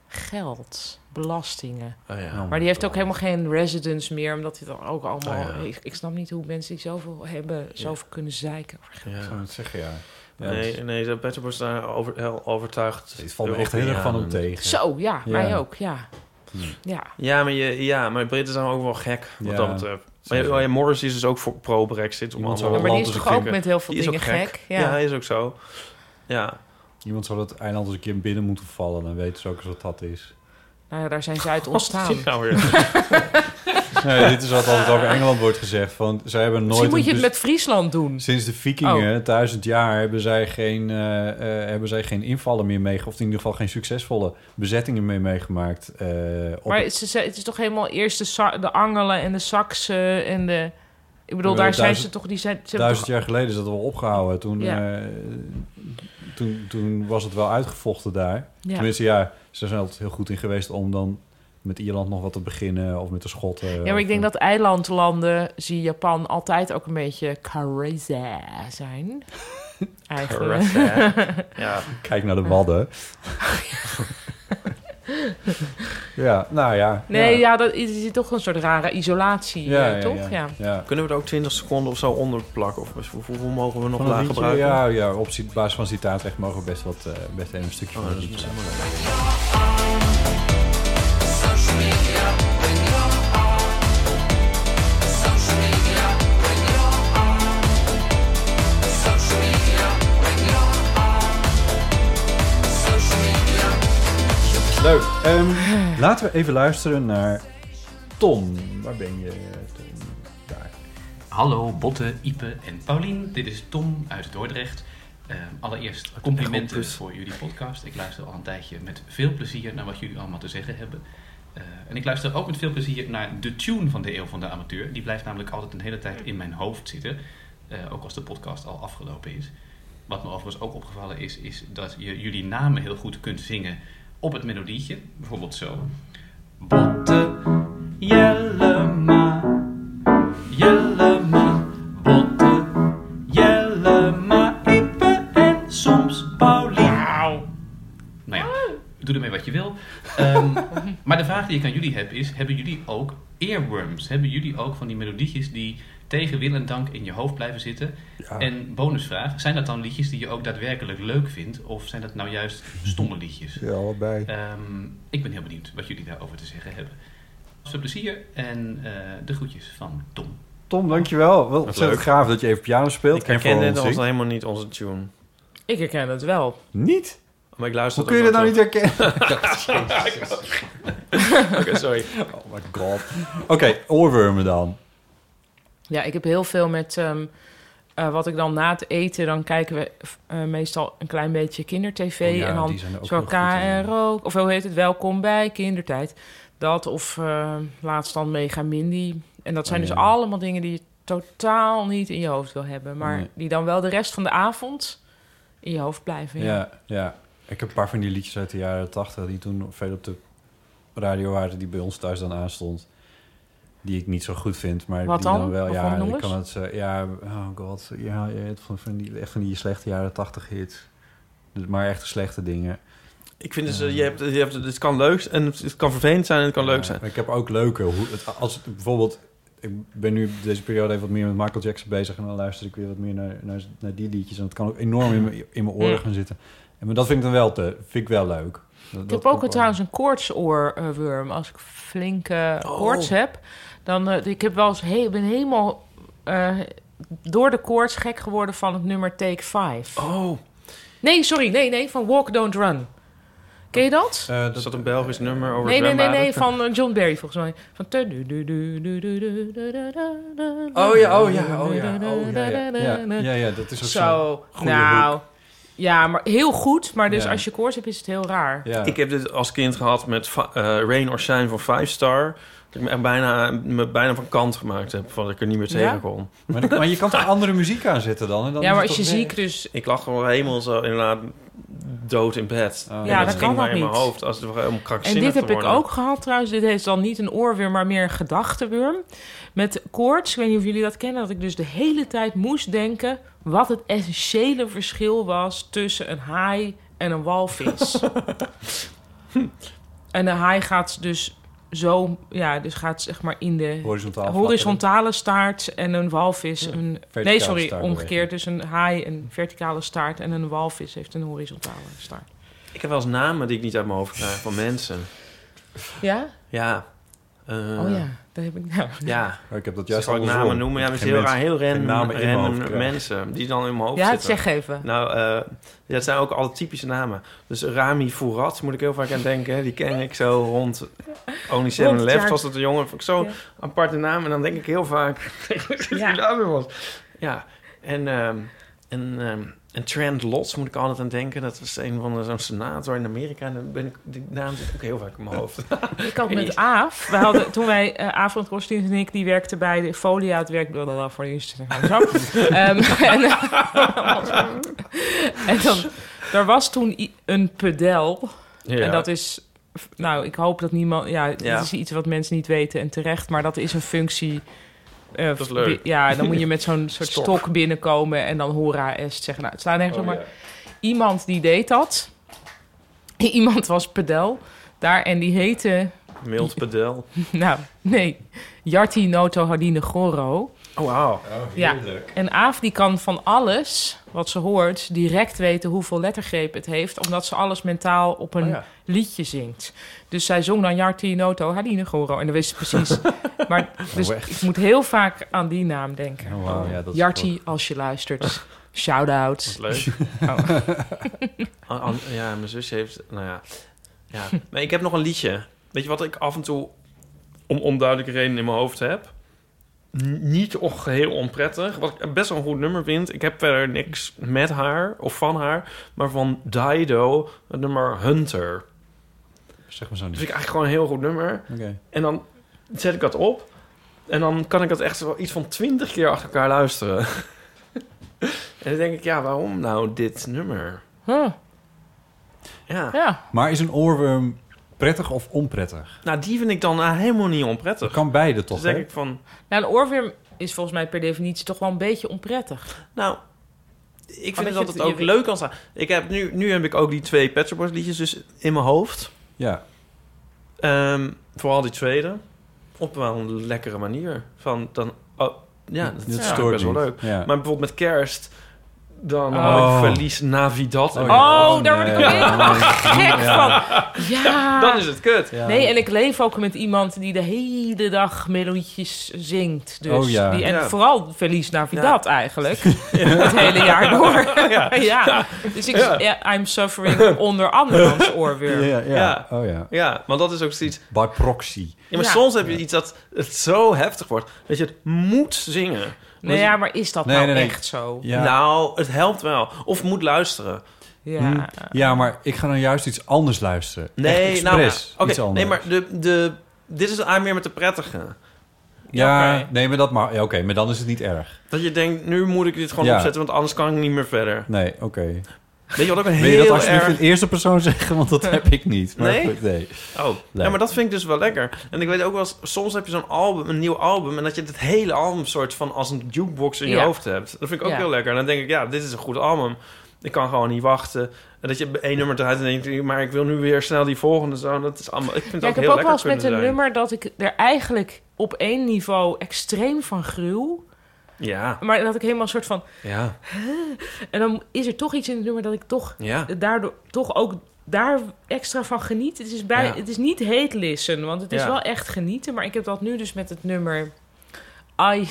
Geld, belastingen. Oh ja. Oh. Maar die heeft ook helemaal geen residence meer, omdat hij dan ook allemaal... Oh ja. ik, ik snap niet hoe mensen die zoveel hebben, zoveel kunnen zeiken. over geld. Ja. Ik zou het zeggen, ja. Ja, Nee, dus- nee, de Pet Shop Boys daar over, heel overtuigd. het valt me echt heel erg van hem tegen. Zo, ja, Ja. mij ook, ja. Hm. Ja, Ja, maar, je, ja, maar Britten zijn ook wel gek, wat Ja. dat betreft. Maar ja, ja, Morris is dus ook voor pro-Brexit. Om Iemand allemaal zou maar die land is te toch ook klikken. met heel veel Die is dingen ook gek? Ja. Ja. hij is ook zo. Ja. Iemand zou dat eiland eens een keer binnen moeten vallen. Dan weten ze ook eens wat dat is. Nou ja, daar zijn ze uit ontstaan. Nou weer. Nee, dit is wat altijd over Engeland wordt gezegd. Van, zij hebben nooit Misschien moet je een het met Friesland doen. Sinds de Vikingen, Oh. duizend jaar, hebben zij, geen, uh, uh, hebben zij geen invallen meer meegemaakt. Of in ieder geval geen succesvolle bezettingen meer meegemaakt. Uh, op Maar het is, het is toch helemaal eerst de, Sa- de Angelen en de Saksen en de... Ik bedoel, Uh, daar zijn duizend- ze toch... Die zijn, ze hebben Duizend toch- jaar geleden is dat wel opgehouden. Toen, Ja. uh, toen, toen was het wel uitgevochten daar. Ja. Tenminste, ja, ze zijn altijd heel goed in geweest om dan met Ierland nog wat te beginnen. Of met de Schotten. Ja, maar of, ik denk dat eilandlanden, zie Japan, altijd ook een beetje crazy zijn. Eigenlijk. Ja. Kijk naar de Wadden. Ja, nou ja. Nee, ja. ja, dat is, is toch een soort rare isolatie, Ja, eh, ja, toch? ja. Ja. Ja. Kunnen we er ook twintig seconden of zo onder plakken? Of hoeveel hoeveel mogen we nog Van een laag liedje, gebruiken? Ja, ja, op ci- basis van citaatrecht mogen we best, wat, uh, best even een stukje Oh, van dat het is liedje. Leuk. Um, laten we even luisteren naar Tom. Waar ben je, Tom? Daar. Hallo Botte, Ipe en Paulien. Dit is Tom uit Dordrecht. Uh, allereerst complimenten voor jullie podcast. Ik luister al een tijdje met veel plezier naar wat jullie allemaal te zeggen hebben. Uh, en ik luister ook met veel plezier naar de tune van de Eeuw van de Amateur. Die blijft namelijk altijd een hele tijd in mijn hoofd zitten. Uh, ook als de podcast al afgelopen is. Wat me overigens ook opgevallen is, is dat je jullie namen heel goed kunt zingen op het melodietje. Bijvoorbeeld zo. Botte, Jellema, Jellema, Botte, Jellema, Ipe en soms Paulien. Nou ja, doe ermee wat je wil. Um, maar de vraag die ik aan jullie heb is, hebben jullie ook earworms? Hebben jullie ook van die melodietjes die tegen wil en dank in je hoofd blijven zitten? Ja. En bonusvraag, zijn dat dan liedjes die je ook daadwerkelijk leuk vindt? Of zijn dat nou juist stomme liedjes? Ja, allebei. Um, ik ben heel benieuwd wat jullie daarover te zeggen hebben. Veel plezier en uh, de groetjes van Tom. Tom, dankjewel. Wel ontzettend gaaf dat je even piano speelt. Ik herken dit als zingt. helemaal niet onze tune. Ik herken het wel. Niet? Maar ik luister Hoe kun je dat nou niet herkennen? Oké, okay, sorry. Oh my god. Oké, okay, oorwormen dan. Ja, ik heb heel veel met... Um, uh, wat ik dan na het eten... dan kijken we uh, meestal een klein beetje kindertv. Oh ja, en dan die zijn er ook zo heel K goed in. en Rook. Of hoe heet het? Welkom bij Kindertijd. Dat of uh, laatst dan Mega Mindy. En dat zijn Oh, dus ja. allemaal dingen die je totaal niet in je hoofd wil hebben. Maar Nee. die dan wel de rest van de avond in je hoofd blijven. Ja. Ja, ja. Ik heb een paar van die liedjes uit de jaren tachtig... die toen veel op de radio waren... die bij ons thuis dan aanstond. Die ik niet zo goed vind. Maar Wat die dan? dan wel... Wat ja, voor ik nummers? kan het... Uh, ja, oh god. Ja, ja, het van, van die, echt van die slechte jaren tachtig hits. Dus maar echt slechte dingen. Ik vind dus, uh, je hebt, je hebt, het kan leuk en het kan vervelend zijn en het kan leuk zijn. Maar ik heb ook leuke. Hoe het, als het, bijvoorbeeld, ik ben nu deze periode even wat meer met Michael Jackson bezig... en dan luister ik weer wat meer naar, naar, naar die liedjes. En dat kan ook enorm in mijn, in mijn oren Ja. gaan zitten. En maar dat vind ik dan wel, te, vind ik wel leuk. Dat, Ik dat heb ook wel- trouwens een koortsoorwurm. Als ik flinke Oh. koorts heb, dan uh, ik heb wel eens he- ben helemaal uh, door de koorts gek geworden van het nummer Take Five. Oh. Nee, sorry, nee, nee, van Walk Don't Run. Ken je dat? Uh, Is dat een Belgisch nummer over Nee, nee, nee, zwembaden? nee, van uh, John Barry volgens mij. Van Oh ja, oh ja, oh ja, oh ja, ja. Ja, ja, ja, dat is ook zo. zo'n goede Nou, hoek. ja, maar heel goed. Maar dus Ja. als je koorts hebt, is het heel raar. Ja. Ik heb dit als kind gehad met uh, Rain or Shine van Five Star. Dat ik me echt bijna, me bijna van kant gemaakt heb, van dat ik er niet meer tegen Ja? kon. Maar, maar je kan toch andere muziek aanzetten dan? En dan Ja, is maar het als je toch ziek weer- dus... Ik lag gewoon helemaal zo inderdaad dood in bed. Oh, En Ja, dat dat ging kan maar ook in mijn niet. hoofd als het helemaal En krankzinnig dit heb te ik worden. ook gehad trouwens. Dit is dan niet een oorworm, maar meer een gedachtenworm. Met koorts, ik weet niet of jullie dat kennen... dat ik dus de hele tijd moest denken... wat het essentiële verschil was tussen een haai en een walvis. En de haai gaat dus zo... ja, dus gaat zeg maar in de Horizontaal horizontale staart... en een walvis... Ja, een, verticale nee, sorry, staart omgekeerd. Dus een haai een verticale staart... en een walvis heeft een horizontale staart. Ik heb wel eens namen die ik niet uit mijn hoofd krijg van mensen. Ja? Ja. Uh, oh ja, dat heb ik nou. Ja. Oh, ik heb dat juist zal ik namen noemen? Ja, maar het is heel raar. Heel random, random mensen die dan in mijn hoofd ja, zitten. Ja, zeg even. Nou, uh, ja, het zijn ook alle typische namen. Dus Rami Fourat, moet ik heel vaak aan denken. Die ken ik zo rond Only Seven Left. Was dat een jongen? Vond ik zo ja. aparte naam. En dan denk ik heel vaak... ja. die naam was. Ja, en... Um, en um, En Trent Lotz moet ik altijd aan denken. Dat was een van de, zo'n senator in Amerika. En dan ben ik, die naam zit ook heel vaak in mijn hoofd. Ik had met Aaf. We hadden, toen wij, uh, Aaf van het Rostuins en ik, die werkte bij de Folia. Het werk blablabla voor de eerste. Zo. um, en, en dan, er was toen een pedel. Ja. En dat is... Nou, ik hoop dat niemand... Ja, ja, dat is iets wat mensen niet weten en terecht. Maar dat is een functie... Uh, dat is leuk. Ja, dan moet je met zo'n soort stok. stok binnenkomen en dan hoera est zeggen. Nou, het slaat nergens op, maar ja. iemand die deed dat. Iemand was pedel daar en die heette... Mild pedel. Nou, nee. Jarti Noto Hardine Goro. Oh, wauw. Oh, ja. En Aaf die kan van alles wat ze hoort direct weten hoeveel lettergrepen het heeft, omdat ze alles mentaal op een oh, ja. liedje zingt. Dus zij zong dan Jarti Noto Hardine Goro en dan wist ze precies. Maar dus oh, ik moet heel vaak aan die naam denken. Oh, wow. ja, dat Jarti, als je luistert. Shout-out. Leuk. Oh. Ja, mijn zusje heeft... Nou ja. ja. Maar ik heb nog een liedje. Weet je wat ik af en toe om onduidelijke redenen in mijn hoofd heb? Niet och heel onprettig. Wat ik best wel een goed nummer vind. Ik heb verder niks met haar of van haar. Maar van Dido, het nummer Hunter. Zeg maar zo niet. Dat vind ik eigenlijk gewoon een heel goed nummer. Okay. En dan zet ik dat op. En dan kan ik dat echt wel iets van twintig keer achter elkaar luisteren. En dan denk ik, ja, waarom nou dit nummer? Huh. Ja. ja. Maar is een oorworm prettig of onprettig? Nou, die vind ik dan uh, helemaal niet onprettig. Dat kan beide toch, dus denk hè? ik van... Nou, een oorworm is volgens mij per definitie toch wel een beetje onprettig. Nou, ik vind het altijd het ook je... leuk als... Ik heb nu, nu heb ik ook die twee Pet Shop Boys liedjes dus in mijn hoofd. Ja. Um, vooral die tweede. Op wel een lekkere manier. Van dan... Oh, ja, dat, dat is ja, best wel leuk. Ja. Maar bijvoorbeeld met kerst... Dan oh. had ik Verlies Navidad. Oh, oh daar word ik ook helemaal gek ja. van. Ja. Dan is het kut. Ja. Nee, en ik leef ook met iemand die de hele dag melodietjes zingt. Dus oh, ja. die, en ja. vooral Verlies Navidad ja. eigenlijk. Ja. Het hele jaar door. Ja. ja. Dus ik, ja. I'm suffering onder andermans oorworm. Ja, ja. Ja. Oh, ja. ja, want dat is ook zoiets... By proxy. Ja, maar ja. soms heb je iets dat het zo heftig wordt... dat je het moet zingen. Nee, ja, maar is dat nee, nou nee, nee. echt zo? Ja. Nou, het helpt wel. Of moet luisteren. Ja. Hm, ja, maar ik ga dan juist iets anders luisteren. Nee, nou, ja. Oké, okay, nee, maar de, de, dit is eigenlijk meer met de prettige. Ja, okay. nee, maar dat maar, ja, oké, okay, maar dan is het niet erg. Dat je denkt, nu moet ik dit gewoon ja. opzetten, want anders kan ik niet meer verder. Nee, oké. Okay. Weet je wat ook een heel erg... Wil je dat alsjeblieft erg... in eerste persoon zeggen? Want dat heb ik niet. Maar nee? Goed, nee? Oh, nee. Ja, maar dat vind ik dus wel lekker. En ik weet ook wel, soms heb je zo'n album, een nieuw album... en dat je het hele album soort van als een jukebox in je ja. hoofd hebt. Dat vind ik ook ja. heel lekker. En dan denk ik, ja, dit is een goed album. Ik kan gewoon niet wachten. En dat je één nummer eruit en denkt... maar ik wil nu weer snel die volgende zo. Dat is allemaal, ik vind het ja, ook ik heel heb ook lekker wel eens met een zijn. nummer... dat ik er eigenlijk op één niveau extreem van gruw... Ja. Maar dat ik helemaal een soort van... Ja. En dan is er toch iets in het nummer dat ik toch... Ja. Daardoor toch ook daar extra van geniet. Het is, bij, ja. het is niet hate listen, want het is ja. wel echt genieten. Maar ik heb dat nu dus met het nummer... I,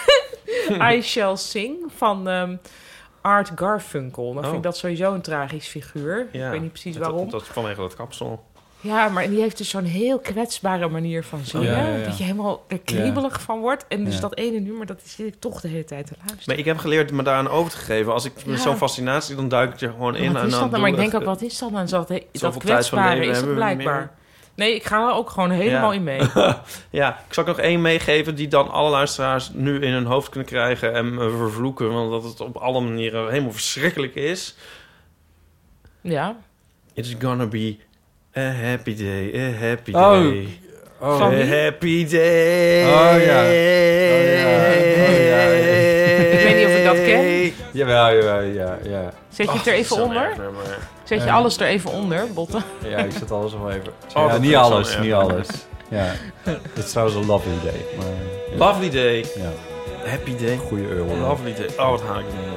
I Shall Sing van um, Art Garfunkel. Dan oh. vind ik dat sowieso een tragisch figuur. Ja. Ik weet niet precies dat, waarom. Dat is vanwege dat kapsel. Ja, maar die heeft dus zo'n heel kwetsbare manier van zingen. Ja, ja, ja. Dat je helemaal er kriebelig ja. van wordt. En dus ja. dat ene nummer, dat zit ik toch de hele tijd te luisteren. Maar ik heb geleerd me daaraan over te geven. Als ik ja. met zo'n fascinatie, dan duik ik er gewoon in. Wat en is dan dat nou? Maar ik denk ook, wat is dat nou? Dat, dat kwetsbare is het blijkbaar. Nee, ik ga er ook gewoon helemaal ja. in mee. Ja, ik zal nog één meegeven... die dan alle luisteraars nu in hun hoofd kunnen krijgen... en me vervloeken, want dat het op alle manieren helemaal verschrikkelijk is. Ja. It's gonna be... A happy day, a happy oh. day. Oh. A happy day. Oh ja. Oh, ja. Oh, ja. Ik weet niet of ik dat ken. Jawel, jawel, ja, ja. Zet je oh, het er even onder? Zet je alles er even onder, Botte? Ja, ik zet alles nog even. Oh, ja, niet alles, zo, niet ja. alles. Ja. Het is trouwens een lovely day. Maar, ja. Lovely day. Ja. Happy day. Goeie euro. Lovely day. Oh, wat haal ik nu.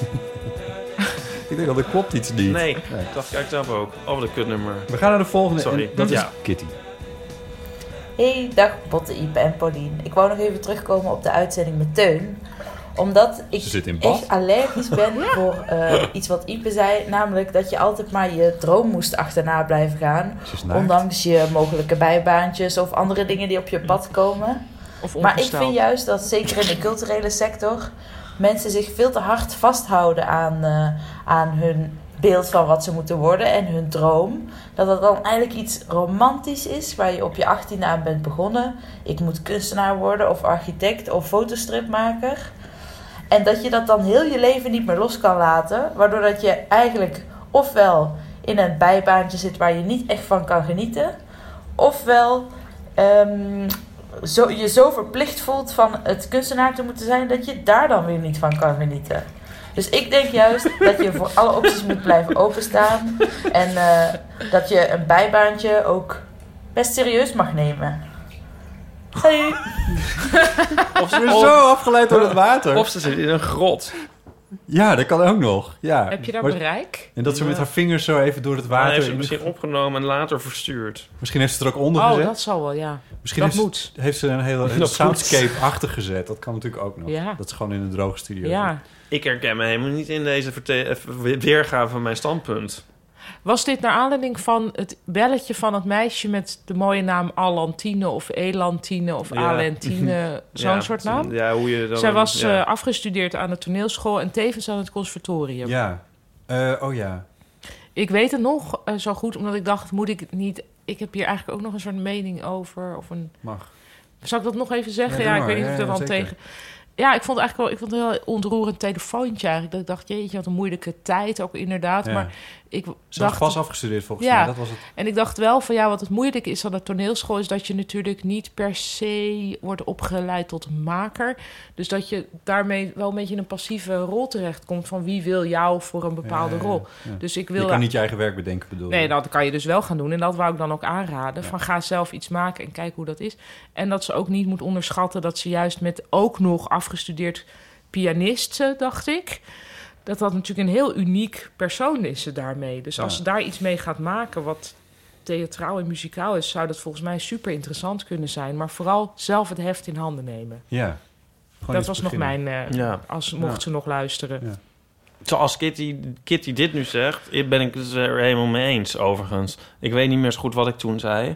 Ik denk dat er klopt iets niet. Nee, nee. Dat dacht ik zelf ook. Oh, wat een kutnummer. We gaan naar de volgende. Sorry. En dat ja. is Kitty. Hey, dag Botte, Ipe en Paulien. Ik wou nog even terugkomen op de uitzending met Teun. Omdat ik echt allergisch ben voor uh, iets wat Ipe zei. Namelijk dat je altijd maar je droom moest achterna blijven gaan. Ondanks je mogelijke bijbaantjes of andere dingen die op je pad komen. Of maar ik vind juist dat zeker in de culturele sector mensen zich veel te hard vasthouden aan, uh, aan hun beeld van wat ze moeten worden en hun droom. Dat dat dan eigenlijk iets romantisch is waar je op je achttiende aan bent begonnen. Ik moet kunstenaar worden of architect of fotostripmaker. En dat je dat dan heel je leven niet meer los kan laten. Waardoor dat je eigenlijk ofwel in een bijbaantje zit waar je niet echt van kan genieten. Ofwel um, zo, je zo verplicht voelt van het kunstenaar te moeten zijn dat je daar dan weer niet van kan genieten. Dus ik denk juist dat je voor alle opties moet blijven openstaan. En uh, dat je een bijbaantje ook best serieus mag nemen. Salut! Of ze is zo afgeleid door het water. Of ze zit in een grot. Ja, dat kan ook nog. Ja. Heb je daar maar, bereik? En dat ze ja. met haar vingers zo even door het water... Ja, heeft ze misschien opgenomen en later verstuurd. Misschien heeft ze er ook onder oh, gezet. Oh, dat zal wel, ja. Misschien dat heeft, moet. heeft ze een hele een soundscape achter gezet. Dat kan natuurlijk ook nog. Ja. Dat is gewoon in een droge studio. Ja. Ik herken me helemaal niet in deze verte- weergave van mijn standpunt. Was dit naar aanleiding van het belletje van het meisje met de mooie naam Alantine of Elantine of Ja. Alentine, zo'n Ja, soort naam? Ja, hoe je dan... Zij was ja. uh, afgestudeerd aan de toneelschool en tevens aan het conservatorium. Ja. Uh, oh ja. Ik weet het nog uh, zo goed, omdat ik dacht, moet ik het niet... Ik heb hier eigenlijk ook nog een soort mening over. Of een... Mag. Zal ik dat nog even zeggen? Ja, ja, ik maar. weet niet of ja, ik dat ja, dan tegen... Ja, ik vond het eigenlijk wel, ik vond het een heel ontroerend telefoontje eigenlijk. Dat ik dacht, jeetje, wat een moeilijke tijd ook inderdaad. Ja. Maar ik Ze dacht... was pas afgestudeerd volgens ja, mij, dat was het. En ik dacht wel van ja, wat het moeilijk is aan de toneelschool... is dat je natuurlijk niet per se wordt opgeleid tot maker. Dus dat je daarmee wel een beetje in een passieve rol terechtkomt... van wie wil jou voor een bepaalde ja, ja, rol. ja. Dus ik wil je kan niet je eigen werk bedenken, bedoel je? Nee, dat kan je dus wel gaan doen. En dat wou ik dan ook aanraden. Ja. Van ga zelf iets maken en kijk hoe dat is. En dat ze ook niet moet onderschatten... dat ze juist met ook nog afgestudeerd pianist, dacht ik... dat dat natuurlijk een heel uniek persoon is ze daarmee. Dus als Ja. ze daar iets mee gaat maken... wat theatraal en muzikaal is... zou dat volgens mij super interessant kunnen zijn. Maar vooral zelf het heft in handen nemen. Ja. Gewoon Dat was nog mijn... Uh, ja. als mocht ja. ze nog luisteren. Ja. Zoals Kitty, Kitty dit nu zegt... ben ik het er helemaal mee eens, overigens. Ik weet niet meer zo goed wat ik toen zei...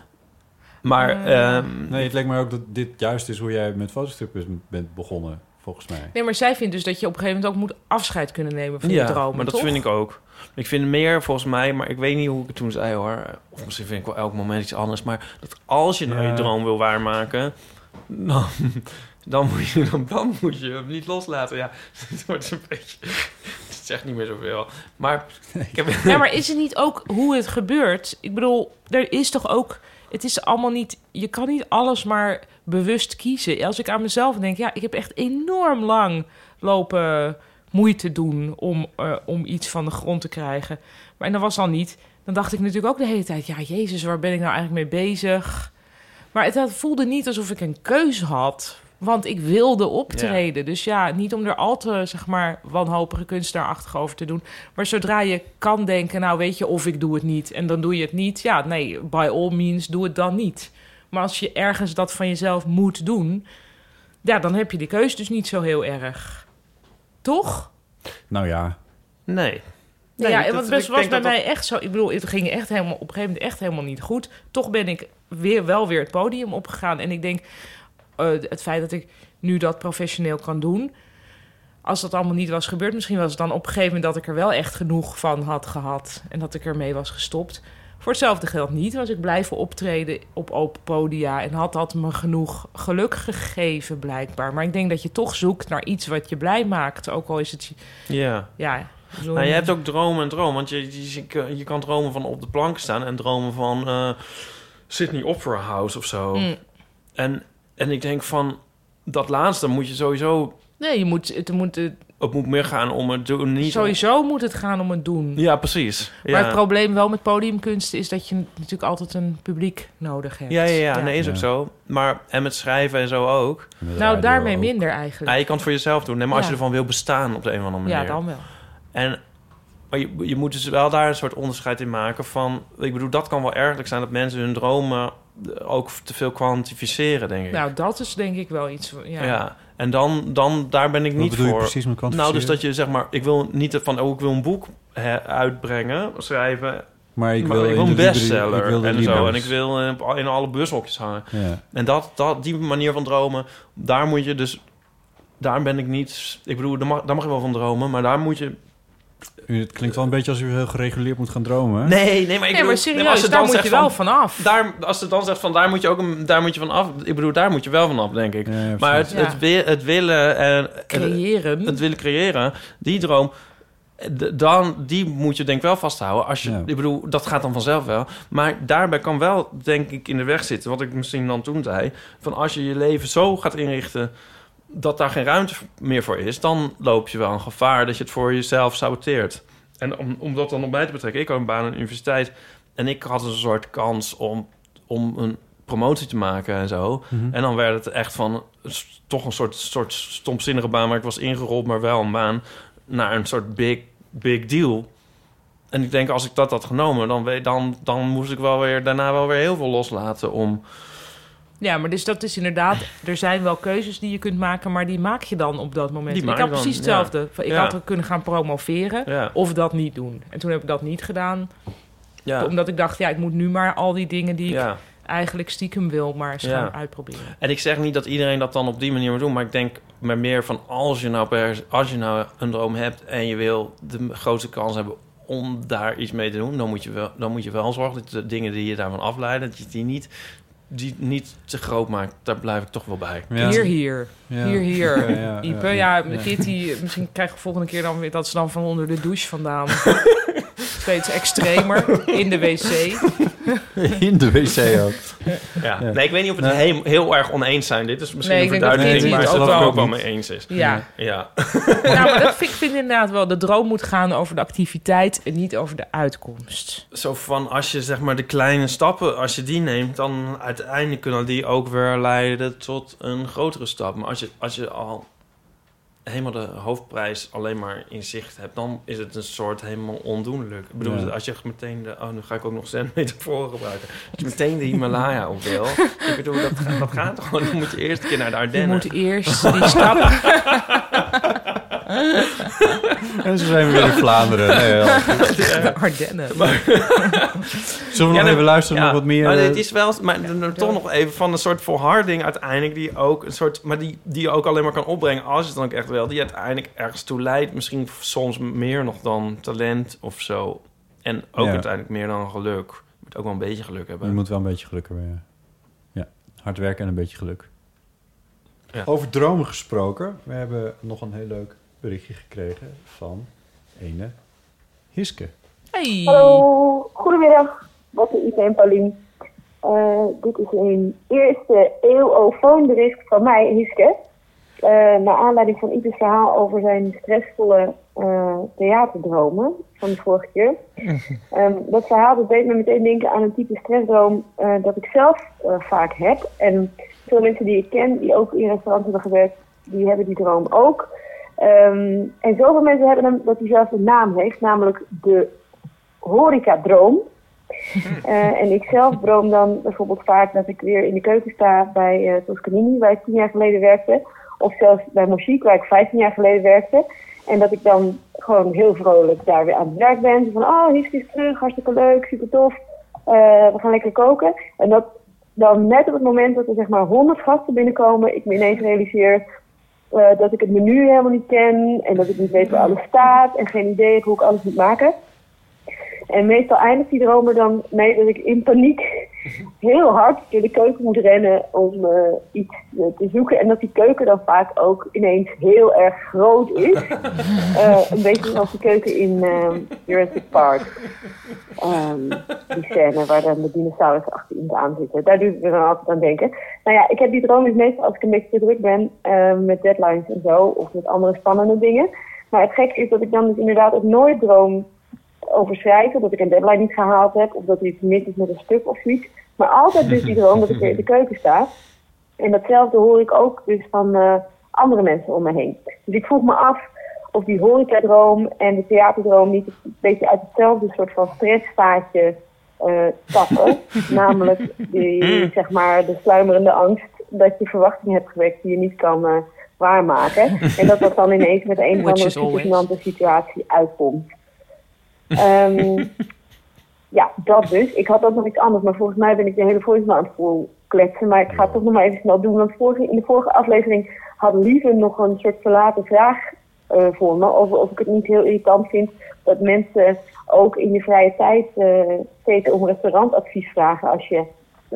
Maar... Uh, um, nee, het lijkt me ook dat dit juist is hoe jij met fotostrippen bent begonnen, volgens mij. Nee, maar zij vindt dus dat je op een gegeven moment ook moet afscheid kunnen nemen van ja, je dromen, maar dat toch? vind ik ook. Ik vind meer, volgens mij, maar ik weet niet hoe ik het toen zei, hoor. Of misschien vind ik wel elk moment iets anders. Maar dat als je nou Ja. je droom wil waarmaken... Dan, dan, moet je, dan, dan moet je hem niet loslaten. Ja, het wordt een beetje... Het zegt niet meer zoveel. Maar... Ik heb... Ja, maar is het niet ook hoe het gebeurt? Ik bedoel, er is toch ook... Het is allemaal niet... Je kan niet alles maar bewust kiezen. Als ik aan mezelf denk... Ja, ik heb echt enorm lang lopen moeite doen... om, uh, om iets van de grond te krijgen. Maar en dat was dan niet... Dan dacht ik natuurlijk ook de hele tijd... Ja, jezus, waar ben ik nou eigenlijk mee bezig? Maar het, het voelde niet alsof ik een keuze had... Want ik wilde optreden. Ja. Dus ja, niet om er al te, zeg maar, wanhopige kunstenaarachtig over te doen. Maar zodra je kan denken, nou weet je, of ik doe het niet. En dan doe je het niet. Ja, nee, by all means, doe het dan niet. Maar als je ergens dat van jezelf moet doen... Ja, dan heb je die keuze dus niet zo heel erg. Toch? Nou ja. Nee. Nee, ja, dat, want het was bij dat mij dat... echt zo... Ik bedoel, het ging echt helemaal, op een gegeven moment echt helemaal niet goed. Toch ben ik weer, wel weer het podium opgegaan. En ik denk... Uh, het feit dat ik nu dat professioneel kan doen... als dat allemaal niet was gebeurd... misschien was het dan op een gegeven moment... dat ik er wel echt genoeg van had gehad... en dat ik ermee was gestopt. Voor hetzelfde geld niet. Was ik blijven optreden op open podia... en had dat me genoeg geluk gegeven blijkbaar. Maar ik denk dat je toch zoekt naar iets wat je blij maakt. Ook al is het... Ja. Ja. Nou, je hebt ook dromen en dromen. Want je, je, je kan dromen van op de plank staan... en dromen van uh, Sydney Opera House of zo. Mm. En... En ik denk van, dat laatste moet je sowieso... Nee, je moet, het moet... Het, het moet meer gaan om het doen. Niet sowieso om... moet het gaan om het doen. Ja, precies. Ja. Maar het probleem wel met podiumkunsten... is dat je natuurlijk altijd een publiek nodig hebt. Ja, ja, ja. ja. Nee, is ook ja. zo. Maar, en met schrijven en zo ook. Nou, daarmee ook. Minder eigenlijk. Ja, je kan het voor jezelf doen. Nee, maar ja. als je ervan wil bestaan op de een of andere manier. Ja, dan wel. En Maar je, je moet dus wel daar een soort onderscheid in maken van... Ik bedoel, dat kan wel ergerlijk zijn dat mensen hun dromen ook te veel kwantificeren, denk ik. Nou, dat is denk ik wel iets... Ja, ja. En dan, dan, daar ben ik Wat niet bedoel voor. je precies met kwantificeren? Nou, dus dat je zeg maar... Ik wil niet van, oh, ik wil een boek he, uitbrengen, schrijven... Maar ik maar wil, ik wil in een de bestseller library- ik wil de en zo. libraries. En ik wil uh, in alle bushokjes hangen. Ja. En dat, dat, die manier van dromen, daar moet je dus... Daar ben ik niet... Ik bedoel, daar mag, daar mag je wel van dromen, maar daar moet je... U, het klinkt wel een beetje als u heel gereguleerd moet gaan dromen. Hè? Nee, nee, maar ik Nee, bedoel, maar serieus, nee, maar als ze daar dan moet zegt je wel van, vanaf. Daar, als ze dan zegt van, daar moet je ook een, daar moet je van af. Ik bedoel, daar moet je wel vanaf, denk ik. Ja, ja, maar het, Ja. het, wi- het willen en Creëren. Het, het willen creëren, die droom, d- dan die moet je denk ik wel vasthouden. Als je, Ja. ik bedoel, dat gaat dan vanzelf wel. Maar daarbij kan wel, denk ik, in de weg zitten. Wat ik misschien dan toen zei, van als je je leven zo gaat inrichten dat daar geen ruimte meer voor is, dan loop je wel een gevaar dat je het voor jezelf saboteert. En om, om dat dan op mij te betrekken, ik had een baan aan de universiteit en ik had een soort kans om, om een promotie te maken en zo. Mhm. En dan werd het echt van s- toch een soort, soort stomzinnige baan waar ik was ingerold, maar wel een baan naar een soort big, big deal. En ik denk, als ik dat had genomen, dan, weet, dan, dan moest ik wel weer daarna wel weer heel veel loslaten om... Ja, maar dus dat is inderdaad... Er zijn wel keuzes die je kunt maken, maar die maak je dan op dat moment. Die Ik maak had je dan, precies ja. hetzelfde. Ik Ja. had er kunnen gaan promoveren Ja. of dat niet doen. En toen heb ik dat niet gedaan. Ja. Omdat ik dacht, ja, ik moet nu maar al die dingen die ik Ja. eigenlijk stiekem wil, maar eens Ja. gaan uitproberen. En ik zeg niet dat iedereen dat dan op die manier moet doen, maar ik denk maar meer van als je nou, per, als je nou een droom hebt en je wil de grootste kans hebben om daar iets mee te doen, dan moet je wel, dan moet je wel zorgen dat de dingen die je daarvan afleiden, dat je die niet, die niet te groot maakt. Daar blijf ik toch wel bij. Ja. Hier, hier. Ja. Hier, hier. Ja, ja, Ipe, ja, ja, ja. Kitty, misschien krijgen we volgende keer dan weer dat ze dan van onder de douche vandaan. Steeds extremer in de wc. In de wc ook. Ja. Ja. Nee, ik weet niet of we het Nee. heel, heel erg oneens zijn. Dit is misschien Nee, een ik denk dat verduidelijking, Kitty maar het dat ook ik wel- ook wel mee eens is. Ja. Ja. Nou, maar dat vind ik vind inderdaad wel. De droom moet gaan over de activiteit en niet over de uitkomst. Zo van, als je zeg maar de kleine stappen, als je die neemt, dan uiteindelijk kunnen die ook weer leiden tot een grotere stap. Maar als je, als je al helemaal de hoofdprijs alleen maar in zicht hebt, dan is het een soort helemaal ondoenlijk. Ik bedoel, Ja. als je meteen de... Oh, nu ga ik ook nog centimeter gebruiken. Als je meteen de Himalaya op wil, ik bedoel, dat, gaat- dat gaat toch gewoon. Dan moet je eerst een keer naar de Je Ardennen. moet eerst die stap... En zo zijn we weer in Vlaanderen. Nee, heel goed. De Ardennen. Zullen we nog Ja, even luisteren ja, nog wat meer? Maar eh, het is wel, maar dan- dan toch nog even van een soort volharding uiteindelijk die ook een soort, maar die die je ook alleen maar kan opbrengen als je het dan ook echt wel, die uiteindelijk ergens toe leidt, misschien soms meer nog dan talent of zo, en ook Ja. uiteindelijk meer dan geluk. Je moet ook wel een beetje geluk hebben. Je moet wel een beetje geluk hebben, ja. Ja, hard werken en een beetje geluk. Ja. Over dromen gesproken. We hebben nog een heel leuk berichtje gekregen van ene Hiske. Hey. Hallo, goedemiddag. Wat is Ipe en Paulien? Eh, dit is een eerste eeuwofoonbericht van mij, Hiske. Uh, naar aanleiding van Ipe's verhaal over zijn stressvolle uh, theaterdromen van de vorige keer. Um, dat verhaal dat deed me meteen denken aan een type stressdroom uh, dat ik zelf uh, vaak heb. En veel mensen die ik ken, die ook in restaurants hebben gewerkt, die hebben die droom ook. Um, en zoveel mensen hebben hem dat hij zelfs een naam heeft, namelijk de horecadroom. Uh, en ik zelf droom dan bijvoorbeeld vaak dat ik weer in de keuken sta bij uh, Toscanini, waar ik tien jaar geleden werkte. Of zelfs bij Mochique, waar ik vijftien jaar geleden werkte. En dat ik dan gewoon heel vrolijk daar weer aan het werk ben. Van, oh, Hiske is terug, hartstikke leuk, super tof. Uh, we gaan lekker koken. En dat dan net op het moment dat er zeg maar honderd gasten binnenkomen, ik me ineens realiseer uh, dat ik het menu helemaal niet ken. En dat ik niet weet waar alles staat. En geen idee heb hoe ik alles moet maken. En meestal eindigt die droom er dan mee dat ik in paniek heel hard in de keuken moet rennen om uh, iets uh, te zoeken. En dat die keuken dan vaak ook ineens heel erg groot is. Uh, een beetje zoals de keuken in uh, Jurassic Park. Um, die scène waar dan de dinosaurus achterin aan zitten. Daar doe ik me dan altijd aan denken. Nou ja, ik heb die droom dus meestal als ik een beetje te druk ben uh, met deadlines en zo. Of met andere spannende dingen. Maar het gekke is dat ik dan dus inderdaad ook nooit droom over schrijven, dat ik een deadline niet gehaald heb, of dat er iets mis is met een stuk of zoiets. Maar altijd dus die droom dat ik weer in de keuken sta. En datzelfde hoor ik ook dus van uh, andere mensen om me heen. Dus ik vroeg me af of die horecadroom en de theaterdroom niet een beetje uit hetzelfde soort van stressvaatje uh, tappen. Namelijk die, zeg maar, de sluimerende angst dat je verwachtingen hebt gewekt die je niet kan uh, waarmaken. En dat dat dan ineens met een of andere supergenante situatie uitkomt. Um, ja, dat dus. Ik had ook nog iets anders, maar volgens mij ben ik de hele voicemail aan het vol kletsen. Maar ik ga het toch nog maar even snel doen. Want vorige, in de vorige aflevering had Lieve nog een soort verlaten vraag uh, voor me. Of, of ik het niet heel irritant vind dat mensen ook in je vrije tijd uh, steeds om restaurantadvies vragen als je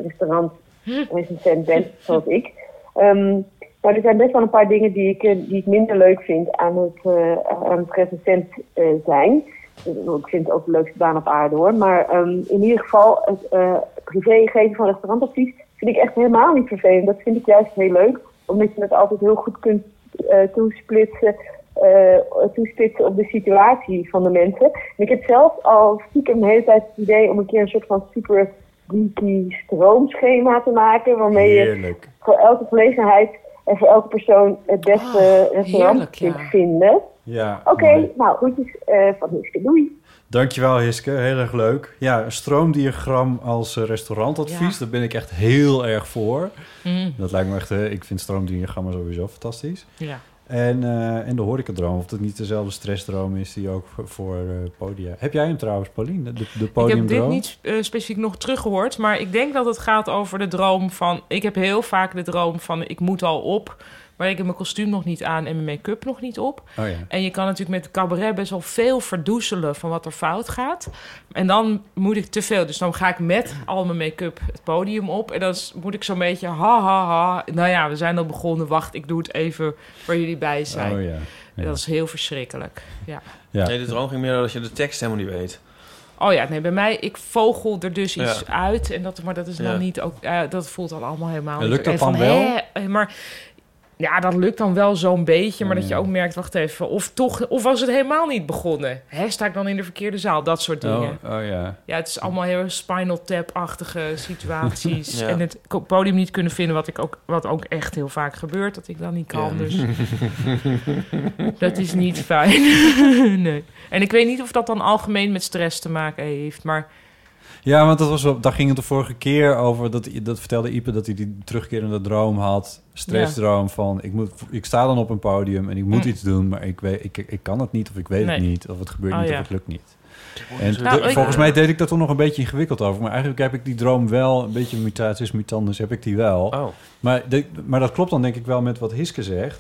restaurantrecensent bent, zoals ik. Um, maar er zijn best wel een paar dingen die ik, die ik minder leuk vind aan het, uh, aan het recensent uh, zijn. Ik vind het ook de leukste baan op aarde hoor. Maar um, in ieder geval het uh, privé geven van restaurantadvies vind ik echt helemaal niet vervelend. Dat vind ik juist heel leuk. Omdat je het altijd heel goed kunt uh, toesplitsen, uh, toespitsen op de situatie van de mensen. En ik heb zelf al stiekem de hele tijd het idee om een keer een soort van super geeky stroomschema te maken. Waarmee Heerlijk. je voor elke gelegenheid en voor elke persoon het beste Oh, restaurant kunt ja. vinden. Ja, Oké, okay, nou, groetjes uh, van Hiske. Doei. Dankjewel Hiske, heel erg leuk. Ja, een stroomdiagram als uh, restaurantadvies, Ja. daar ben ik echt heel erg voor. Mm. Dat lijkt me echt, uh, ik vind stroomdiagrammen sowieso fantastisch. Ja. En, uh, en de horecadroom, of het niet dezelfde stressdroom is die ook voor, voor uh, podia. Heb jij hem trouwens, Paulien, de, de Ik heb podiumdroom? dit niet uh, specifiek nog teruggehoord, maar ik denk dat het gaat over de droom van... Ik heb heel vaak de droom van ik moet al op, maar ik heb mijn kostuum nog niet aan en mijn make-up nog niet op. Oh ja. En je kan natuurlijk met cabaret best wel veel verdoezelen van wat er fout gaat. En dan moet ik te veel. Dus dan ga ik met al mijn make-up het podium op. En dan moet ik zo'n beetje ha, ha, ha. Nou ja, we zijn al begonnen. Wacht, ik doe het even waar jullie bij zijn. Oh ja. Ja. Dat is heel verschrikkelijk. Ja. Ja. Nee, de droom ging meer dat je de tekst helemaal niet weet. Oh ja, nee, bij mij, ik vogel er dus iets Ja. uit. En dat, maar dat is Ja. dan niet ook... Uh, dat voelt dan allemaal helemaal En niet. lukt dat En van, dan wel? hè, maar ja, dat lukt dan wel zo'n beetje. Maar Oh, dat je ja. ook merkt, wacht even. Of toch, of was het helemaal niet begonnen? Hè, sta ik dan in de verkeerde zaal? Dat soort dingen. Oh, oh ja. Ja, het is allemaal heel Spinal Tap-achtige situaties. Ja. En het podium niet kunnen vinden, wat, ik ook, wat ook echt heel vaak gebeurt. Dat ik dan niet kan, Ja. dus dat is niet fijn. Nee. En ik weet niet of dat dan algemeen met stress te maken heeft, maar... Ja, want dat was wel, daar ging het de vorige keer over. Dat, dat vertelde Ipe dat hij die terugkerende droom had. Stressdroom van, ik, moet, ik sta dan op een podium en ik moet Mm. iets doen, maar ik, weet, ik, ik kan het niet of ik weet Nee. het niet. Of het gebeurt Oh, niet ja. of het lukt niet. En Nou, de- ik- volgens mij deed ik daar toen nog een beetje ingewikkeld over. Maar eigenlijk heb ik die droom wel, een beetje mutatis mutandis heb ik die wel. Oh. Maar, de, maar dat klopt dan denk ik wel met wat Hiske zegt.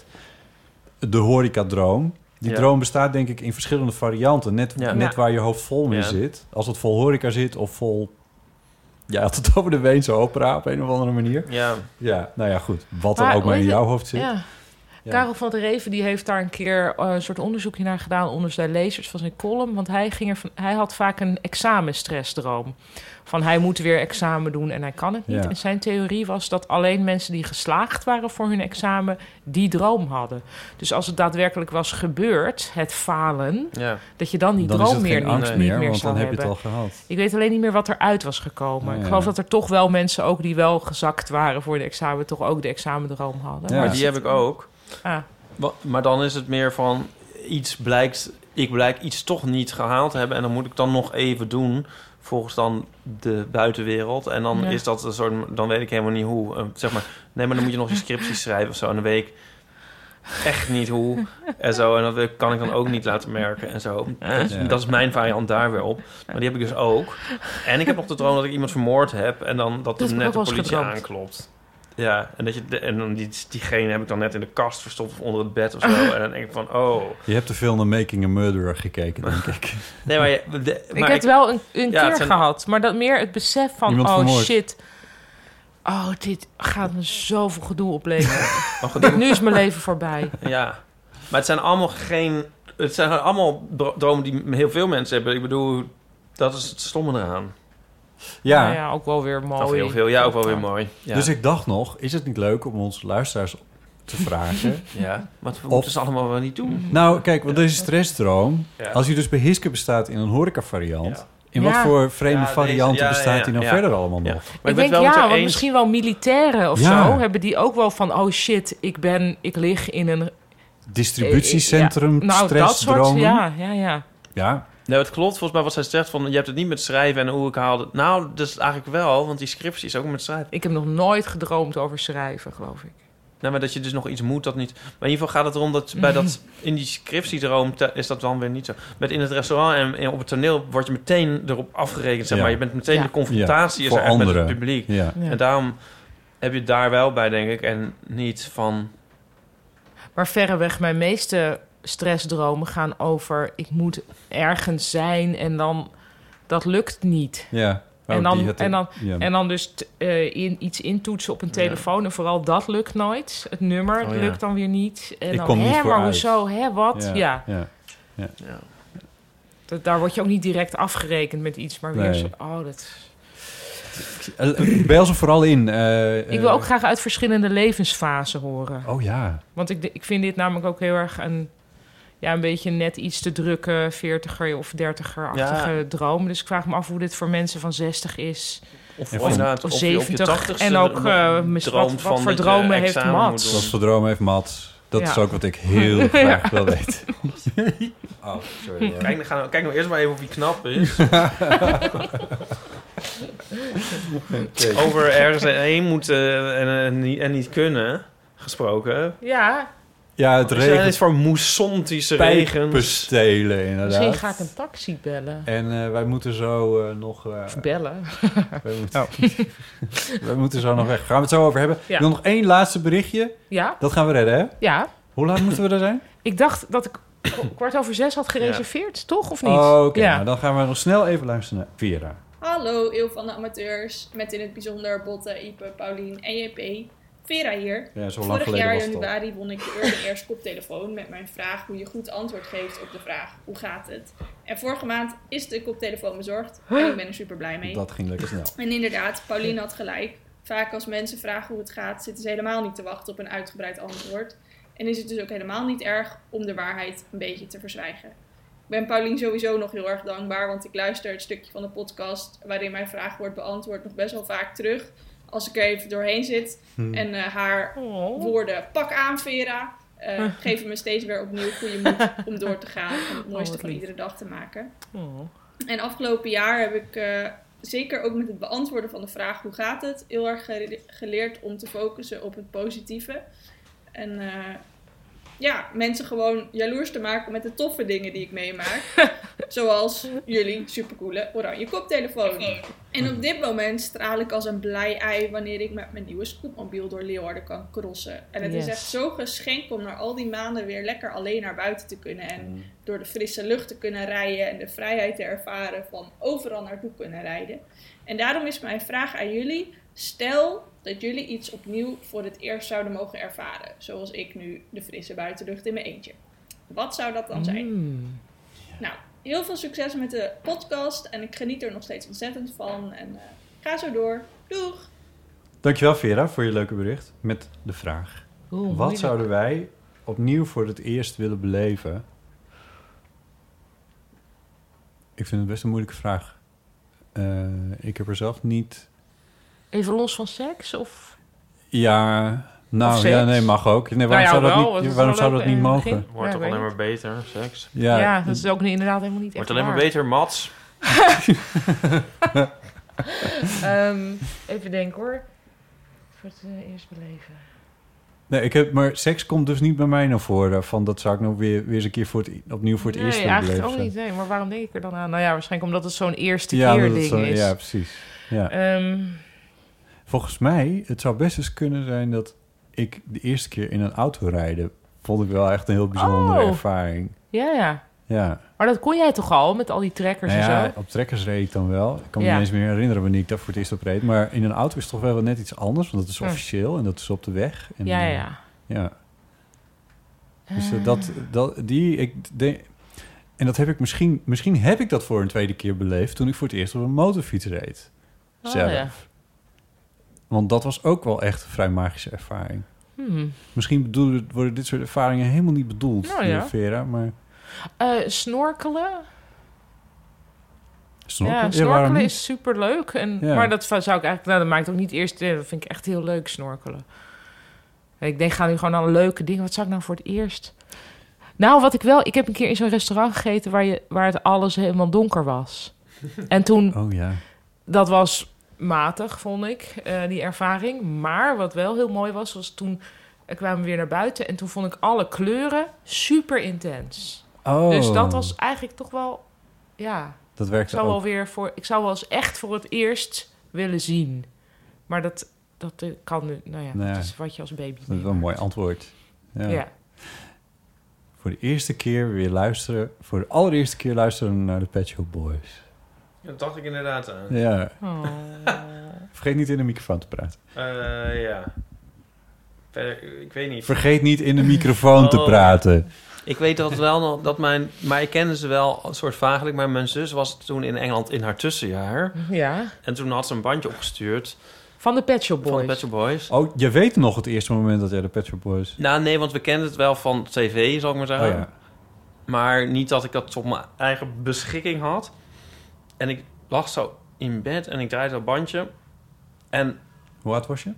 De horecadroom. Die Ja. droom bestaat denk ik in verschillende varianten. Net, Ja. net Ja. waar je hoofd vol mee Ja. zit. Als het vol horeca zit of vol... Ja, had het over de Weense opera op een of andere manier. Ja. Ja, nou ja, goed. Wat er Maar ook maar hoe in heet jouw het? hoofd zit. Ja. Ja. Karel van der Reven die heeft daar een keer uh, een soort onderzoekje naar gedaan onder zijn lezers van zijn column. Want hij, ging er van, hij had vaak een examenstressdroom. Van hij moet weer examen doen en hij kan het niet. Ja. En zijn theorie was dat alleen mensen die geslaagd waren voor hun examen die droom hadden. Dus als het daadwerkelijk was gebeurd, het falen, Ja. dat je dan die Dan is droom het meer geen niet, angst niet meer, meer want zou dan heb je hebben. het al gehad. Ik weet alleen niet meer wat eruit was gekomen. Oh, Ik ja. geloof dat er toch wel mensen ook die wel gezakt waren voor de examen, toch ook de examendroom hadden. Ja. Maar het die zit- heb ik ook. Ah. Wa- Maar dan is het meer van iets blijkt, ik blijk iets toch niet gehaald te hebben en dan moet ik dan nog even doen volgens dan de buitenwereld en dan Ja. is dat een soort, dan weet ik helemaal niet hoe. Uh, zeg maar, nee, maar dan moet je nog je scriptie schrijven of zo en dan weet ik echt niet hoe en zo en dat wil- kan ik dan ook niet laten merken en zo. Dat, Ja. dat is mijn variant daar weer op, maar die heb ik dus ook. En ik heb nog de droom dat ik iemand vermoord heb en dan dat, Dat er heb ik net ook de wel eens politie gedroomd. aanklopt. Ja, en, dat je de, en dan die, diegene heb ik dan net in de kast verstopt of onder het bed of zo. En dan denk ik van, oh. Je hebt te veel naar Making a Murderer gekeken, denk ik. Nee, maar... Je, de, Ik maar heb het wel een, een ja, keer het zijn- gehad, maar dat meer het besef van, Iemand oh vermoord. shit, oh dit gaat me zoveel gedoe opleveren. Oh, gedoe. Dat nu is mijn leven voorbij. Ja, maar het zijn allemaal geen... Het zijn allemaal dro- dromen die heel veel mensen hebben. Ik bedoel, dat is het stomme eraan. Ja, Nou ja, ook wel weer mooi. Of heel veel, ja, ook wel weer mooi. Ja. dus ik dacht nog, is het niet leuk om onze luisteraars te vragen? Ja, maar we Of- moeten ze allemaal wel niet doen. Nou, kijk, want deze stressdroom, Ja. als hij dus bij Hiske bestaat in een horeca-variant, Ja. in wat Ja. voor vreemde Ja, deze- varianten ja, bestaat ja, hij nou ja. verder allemaal Ja. nog? Maar Ik ben denk het wel met ja, jou want eens. misschien wel militairen of Ja. zo hebben die ook wel van, oh shit, ik ben, ik lig in een distributiecentrum, ja. Nou, dat soort, stressdromen. ja, ja, ja. Ja. Nou, het klopt volgens mij wat zij zegt van... je hebt het niet met schrijven en hoe ik haalde... Nou, dat is eigenlijk wel, want die scriptie is ook met schrijven. Ik heb nog nooit gedroomd over schrijven, geloof ik. Nou, maar dat je dus nog iets moet, dat niet... Maar in ieder geval gaat het erom dat bij dat... in die scriptiedroom te- is dat dan weer niet zo. Met in het restaurant en, en op het toneel word je meteen erop afgerekend, zeg Ja. maar. Je bent meteen Ja. de confrontatie Ja, is voor er echt met anderen. het publiek. Ja. Ja. En daarom heb je het daar wel bij, denk ik. En niet van... Maar verreweg mijn meeste stressdromen gaan over... ik moet ergens zijn en dan... dat lukt niet. Ja. Oh, en, dan, die had- en, dan, ja. en dan dus t- eh, in, iets intoetsen op een telefoon. En vooral dat lukt nooit. Het nummer Oh, ja. lukt dan weer niet. En Ik dan, kom niet hè, maar vooruit. hoezo, hè, wat? Ja. Ja. Ja. Ja. Dat, daar word je ook niet direct afgerekend met iets. Maar weer Nee. zo, oh, dat... Eh, Bel ze vooral in. eh, Ik wil eh, ook graag uit verschillende levensfasen horen. Oh ja. Want ik, ik vind dit namelijk ook heel erg een... ja, een beetje net iets te drukke veertiger of dertiger-achtige Ja. droom. Dus ik vraag me af hoe dit voor mensen van zestig is. Of, En of van- inderdaad, of of je op je zeventig. tachtigste En ook, nog eh, mis- wat- droomt wat van voor dat je dromen heeft examen moet Mats? doen. Wat voor droom heeft Mats? Dat Ja. is ook wat ik heel graag wil weten. Oh, sorry. ja. Kijk, dan gaan we- kijk nou eerst maar even of hij knap is. Oké. Over ergens heen moeten en, en, niet, en niet kunnen gesproken. Ja, Ja, het Er zijn regent. iets voor moessontische regens. Pijpenstelen, inderdaad. misschien ga ik een taxi bellen. En eh, wij moeten zo eh, nog... eh, Of bellen. wij, moeten, wij moeten zo nog weg. Gaan we het zo over hebben. Ja. Ik wil nog één laatste berichtje. Ja, Dat gaan we redden, hè? ja. Hoe laat moeten we er zijn? Ik dacht dat ik kwart over zes had gereserveerd, toch? Of niet? Oh, oké. Ja. Nou, dan gaan we nog snel even luisteren naar Vera. Hallo, Eeuw van de Amateurs. Met in het bijzonder Botte, Ipe, Paulien en J P. Vera hier. Ja, zo lang Vorig geleden jaar was het al. januari won ik de Urban Eerst koptelefoon met mijn vraag hoe je goed antwoord geeft op de vraag hoe gaat het. En vorige maand is de koptelefoon bezorgd en ik ben er super blij mee. Dat ging lekker snel. En inderdaad, Paulien had gelijk. Vaak als mensen vragen hoe het gaat, zitten ze helemaal niet te wachten op een uitgebreid antwoord. En is het dus ook helemaal niet erg om de waarheid een beetje te verzwijgen. Ik ben Paulien sowieso nog heel erg dankbaar, want ik luister het stukje van de podcast waarin mijn vraag wordt beantwoord nog best wel vaak terug. Als ik er even doorheen zit. Hmm. En uh, haar Oh. woorden, pak aan Vera, uh, geven me steeds weer opnieuw goede moed om door te gaan. Om het mooiste wat van lief. iedere dag te maken. Oh. En afgelopen jaar heb ik, uh, zeker ook met het beantwoorden van de vraag hoe gaat het, heel erg gere- geleerd om te focussen op het positieve. En uh, ja, mensen gewoon jaloers te maken met de toffe dingen die ik meemaak. Zoals jullie supercoole oranje koptelefoon. En op dit moment straal ik als een blij ei wanneer ik met mijn nieuwe scootmobiel door Leeuwarden kan crossen. En het Yes. is echt zo'n geschenk om na al die maanden weer lekker alleen naar buiten te kunnen. En door de frisse lucht te kunnen rijden en de vrijheid te ervaren van overal naartoe kunnen rijden. En daarom is mijn vraag aan jullie, stel dat jullie iets opnieuw voor het eerst zouden mogen ervaren. Zoals ik nu de frisse buitenlucht in mijn eentje. Wat zou dat dan zijn? Mm. Nou, heel veel succes met de podcast. En ik geniet er nog steeds ontzettend van. En uh, ga zo door. Doeg! Dankjewel Vera voor je leuke bericht met de vraag. Oeh, Wat moeilijk. zouden wij opnieuw voor het eerst willen beleven? Ik vind het best een moeilijke vraag. Uh, ik heb er zelf niet... Even los van seks? Of... Ja, nou Of ja, seks? nee, mag ook. Nee, waarom Nou ja, zou wel, dat het niet, is waarom wel zou leuk dat niet in het mogen? begin. Wordt Ja, toch weet alleen ik. maar beter, seks? Ja, Ja, dat is ook niet, inderdaad helemaal niet Wordt echt alleen maar waar. beter, Mats. um, even denken hoor. Voor het uh, eerst beleven. Nee, ik heb, maar seks komt dus niet bij mij naar voren. Van dat zou ik nog weer, weer eens een keer voor het, opnieuw voor het eerst Nee, willen eigenlijk beleven. ook niet. Nee, maar waarom denk ik er dan aan? Nou ja, waarschijnlijk omdat het zo'n eerste Ja, keer dat het ding zo- is. ja, precies. Ja. Um, Volgens mij, het zou best eens kunnen zijn dat ik de eerste keer in een auto rijden... vond ik wel echt een heel bijzondere Oh. ervaring. ja, ja. Ja. Maar dat kon jij toch al met al die trekkers Nou ja, en zo? op trekkers reed ik dan wel. Ik kan me Ja. niet eens meer herinneren wanneer ik daar voor het eerst op reed. Maar in een auto is het toch wel net iets anders. Want dat is Hm. officieel en dat is op de weg. En, Ja, ja, eh, ja. ja. Dus eh, Ah. dat, dat, die... Ik denk, en dat heb ik misschien... Misschien heb ik dat voor een tweede keer beleefd... toen ik voor het eerst op een motorfiets reed. Oh, Zelf. ja. Want dat was ook wel echt een vrij magische ervaring. Hmm. Misschien bedoelen, worden dit soort ervaringen helemaal niet bedoeld, Nou ja. door Vera, maar... Uh, snorkelen? Snorkelen? Ja, Ja, waarom snorkelen niet? is superleuk. En, Ja. Maar dat zou ik eigenlijk... Nou, dat maakt ook niet eerst... eh, Dat vind ik echt heel leuk, snorkelen. Ik denk, ga nu gewoon aan leuke dingen. Wat zou ik nou voor het eerst? Nou, wat ik wel... Ik heb een keer in zo'n restaurant gegeten... waar, je, waar het alles helemaal donker was. En toen... Oh ja. Dat was matig, vond ik, uh, die ervaring. Maar wat wel heel mooi was... was toen kwamen we weer naar buiten... en toen vond ik alle kleuren super intens. Oh. Dus dat was eigenlijk toch wel... Ja, dat werkt ik zou ook. wel weer voor... Ik zou wel eens echt voor het eerst willen zien. Maar dat... Dat kan nu, nou ja, Nee, dat is wat je als baby dat is wel een mooi antwoord. Ja. Ja. Voor de eerste keer weer luisteren... Voor de allereerste keer luisteren naar de Pet Shop Boys. Ja, dat dacht ik inderdaad aan. Ja. Oh. Vergeet niet in de microfoon te praten. Uh, ja. Verder, ik weet niet. Vergeet niet in de microfoon oh, te praten. Ik weet dat wel nog, dat mijn... Maar ik kende ze wel een soort vagelijk. Maar mijn zus was toen in Engeland in haar tussenjaar. Ja. En toen had ze een bandje opgestuurd... Van de Pet Shop Boys. Van de Pet Shop Boys. Oh, je weet nog het eerste moment dat jij de Pet Shop Boys... Nou, nee, want we kenden het wel van tv, zal ik maar zeggen. Oh, ja. Maar niet dat ik dat op mijn eigen beschikking had. En ik lag zo in bed en ik draaide dat bandje. En... Hoe oud was je?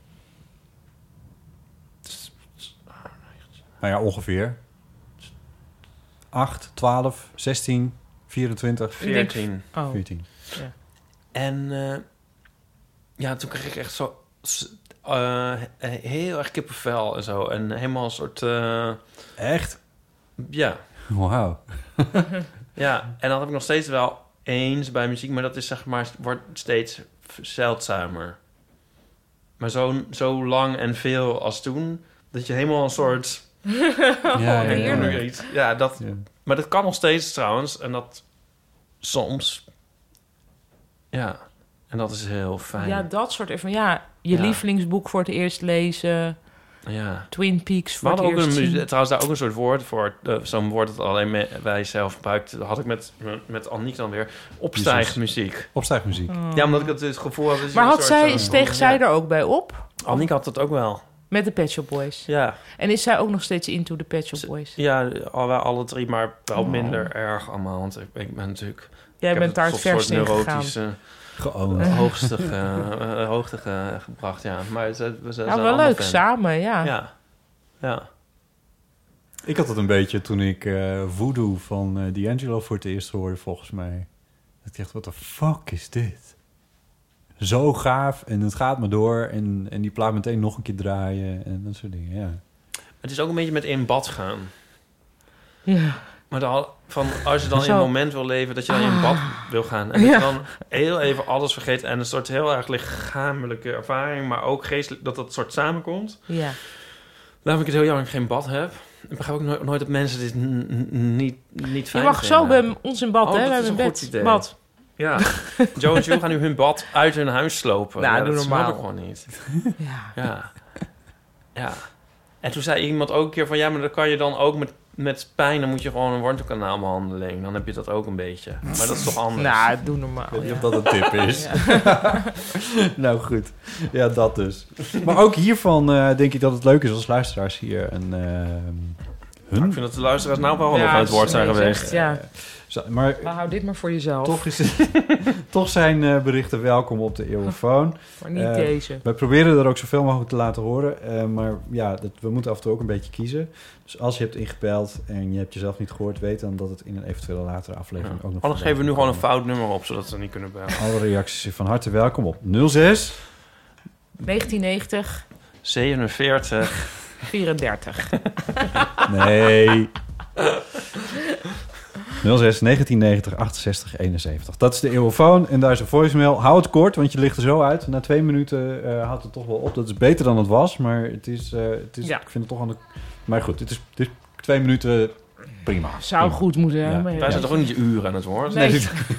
Nou ja, ongeveer. acht, twaalf, zestien, vierentwintig... veertien. Oh. veertien. Ja. En... Uh, ja, toen kreeg ik echt zo... Uh, heel erg kippenvel en zo. En helemaal een soort... Uh, Echt? Ja. Wauw. Ja, en dan heb ik nog steeds wel eens bij muziek... maar dat is zeg maar... wordt steeds zeldzamer. Maar zo, zo lang en veel als toen... dat je helemaal een soort... ja, ja, ja, ja. ja, dat... Ja. Maar dat kan nog steeds trouwens. En dat... Soms... Ja... En dat is heel fijn. Ja, dat soort van ja, je ja. lievelingsboek voor het eerst lezen. Ja. Twin Peaks voor het eerst ook een, zien. Trouwens, daar ook een soort woord voor. Uh, zo'n woord dat alleen me, wij zelf gebruikt. Dat had ik met, met Annick dan weer. Opstijgmuziek. Opstijgmuziek. Oh. Ja, omdat ik het, het gevoel had... Maar had soort, zij, uh, steeg ja. zij er ook bij op? Annick had het ook wel. Met de Pet Shop Boys? Ja. En is zij ook nog steeds into de Pet Shop Boys? Ja, alle, alle drie, maar wel oh. minder erg allemaal. Want ik, ik ben natuurlijk... Jij bent daar het verst in gegaan. Geowned. Hoogste uh, hoogte ge, gebracht, ja. Maar ze, ze ja, wel leuk, fan. Samen, ja. Ja. Ja. Ik had het een beetje toen ik uh, Voodoo van uh, D'Angelo voor het eerst hoorde, volgens mij. Ik dacht, wat de fuck is dit? Zo gaaf en het gaat maar door en, en die plaat meteen nog een keer draaien en dat soort dingen, ja. Het is ook een beetje met in bad gaan. Ja. Maar dan, van, als je dan Zo. in het moment wil leven dat je dan in bad wil gaan... en dat ja. je dan heel even alles vergeet... en een soort heel erg lichamelijke ervaring... maar ook geestelijk, dat dat soort samenkomt. Ja. Daarom vind ik het heel jammer dat ik geen bad heb. Ik begrijp ook nooit, nooit dat mensen dit n- n- niet, niet fijn Je mag vinden. zo bij ons in bad, oh, hè? Dat we is hebben een bed. goed idee. Bad. Ja. Joe en Jules gaan nu hun bad uit hun huis slopen. Nou, ja, doe dat normaal. snap ik gewoon niet. Ja. Ja. Ja. En toen zei iemand ook een keer van... ja, maar dan kan je dan ook met... met pijn, dan moet je gewoon een wortelkanaalbehandeling. Dan heb je dat ook een beetje. Maar dat is toch anders? Nou, doe normaal. Ik weet niet ja. of dat een tip is. Ja. Nou goed. Ja, dat dus. Maar ook hiervan uh, denk ik dat het leuk is als luisteraars hier een... Uh, hun... Ik vind dat de luisteraars nou wel ja, aan het woord zijn geweest. Echt, ja. Maar, maar hou dit maar voor jezelf. Toch, is het, toch zijn uh, berichten welkom op de Eeuwenfoon. Maar niet uh, deze. Wij proberen er ook zoveel mogelijk te laten horen. Uh, maar ja, dat, we moeten af en toe ook een beetje kiezen. Dus als je hebt ingepeld en je hebt jezelf niet gehoord... weet dan dat het in een eventuele latere aflevering ja. ook nog... Anders geven we nu gewoon een fout nummer op... zodat ze niet kunnen bellen. Alle reacties van harte welkom op nul zes... negentien negentig... zevenenveertig... vierendertig. Nee... nul zes negentien negentig achtenzestig eenenzeventig. Dat is de Eeuwenfoon en daar is een voicemail. Hou het kort, want je ligt er zo uit. Na twee minuten uh, houdt het toch wel op. Dat is beter dan het was, maar het is... Uh, het is ja. Ik vind het toch aan de... Maar goed, het is, het is twee minuten prima. Zou prima. goed moeten. Ja. Maar Wij zijn toch ook niet uren aan het woord? Nee. nee.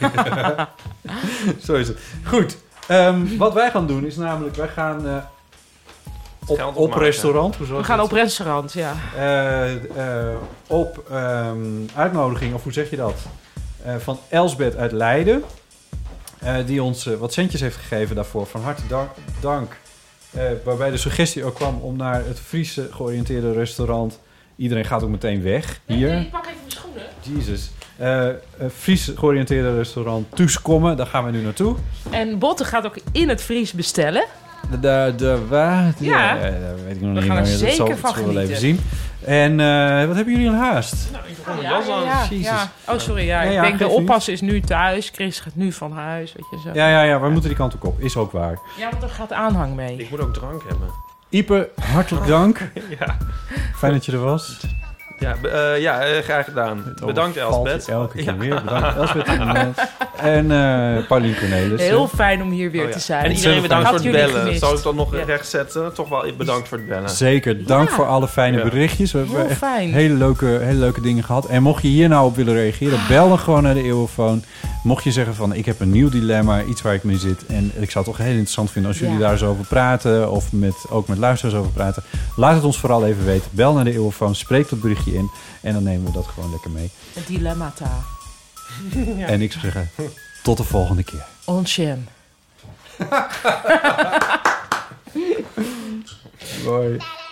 Zo is het. Goed. Um, wat wij gaan doen is namelijk... Wij gaan... Uh, Op, op restaurant. Hoe We gaan op restaurant, ja. Uh, uh, op um, uitnodiging, of hoe zeg je dat? Uh, van Elsbeth uit Leiden. Uh, die ons uh, wat centjes heeft gegeven daarvoor. Van harte dank. dank. Uh, waarbij de suggestie ook kwam om naar het Friese georiënteerde restaurant. Iedereen gaat ook meteen weg. Hier. Nee, nee, ik pak even mijn schoenen. Jezus. Uh, uh, Fries georiënteerde restaurant Thuis komen. Daar gaan we nu naartoe. En Botte gaat ook in het Fries bestellen. De, de, waar? Ja. ja, dat weet ik nog We niet. gaan er maar zeker dat zal, van dat zullen we wel even genieten. zien. En uh, wat hebben jullie een haast? Nou, ik begon Ja, mijn jas ja, aan. ja, Jezus. ja. Oh, sorry. Ja. Nee, ik ja, denk de geeft niet. oppas is nu thuis. Chris gaat nu van huis. Weet je zo. Ja, ja, ja, we moeten die kant ook op. Is ook waar. Ja, want er gaat aanhang mee. Ik moet ook drank hebben. Ipe, hartelijk dank. Ja. Fijn dat je er was. Ja, be- uh, ja uh, graag gedaan. Het Bedankt overvalt Elsbeth. je elke keer Ja. weer. Bedankt Elsbeth. En, uh, en uh, Paulien Cornelis. Heel fijn om hier weer Oh, ja. te zijn. En iedereen bedankt voor het jullie bellen. gemist. Zal ik dat nog Ja. recht zetten? Toch wel bedankt voor het bellen. Zeker, dank Ja. voor alle fijne Ja. berichtjes. We hebben Heel echt fijn. hele leuke, hele leuke dingen gehad. En mocht je hier nou op willen reageren, bel dan gewoon naar de Eeuwenfoon. Mocht je zeggen van, ik heb een nieuw dilemma, iets waar ik mee zit. En ik zou het toch heel interessant vinden als jullie Ja. daar eens over praten. Of met, ook met luisteraars over praten. Laat het ons vooral even weten. Bel naar de Eeuwenfoon, spreek dat berichtje in. En dan nemen we dat gewoon lekker mee. Een dilemmata. Ja. En ik zou zeggen, tot de volgende keer. On chien. Mooi.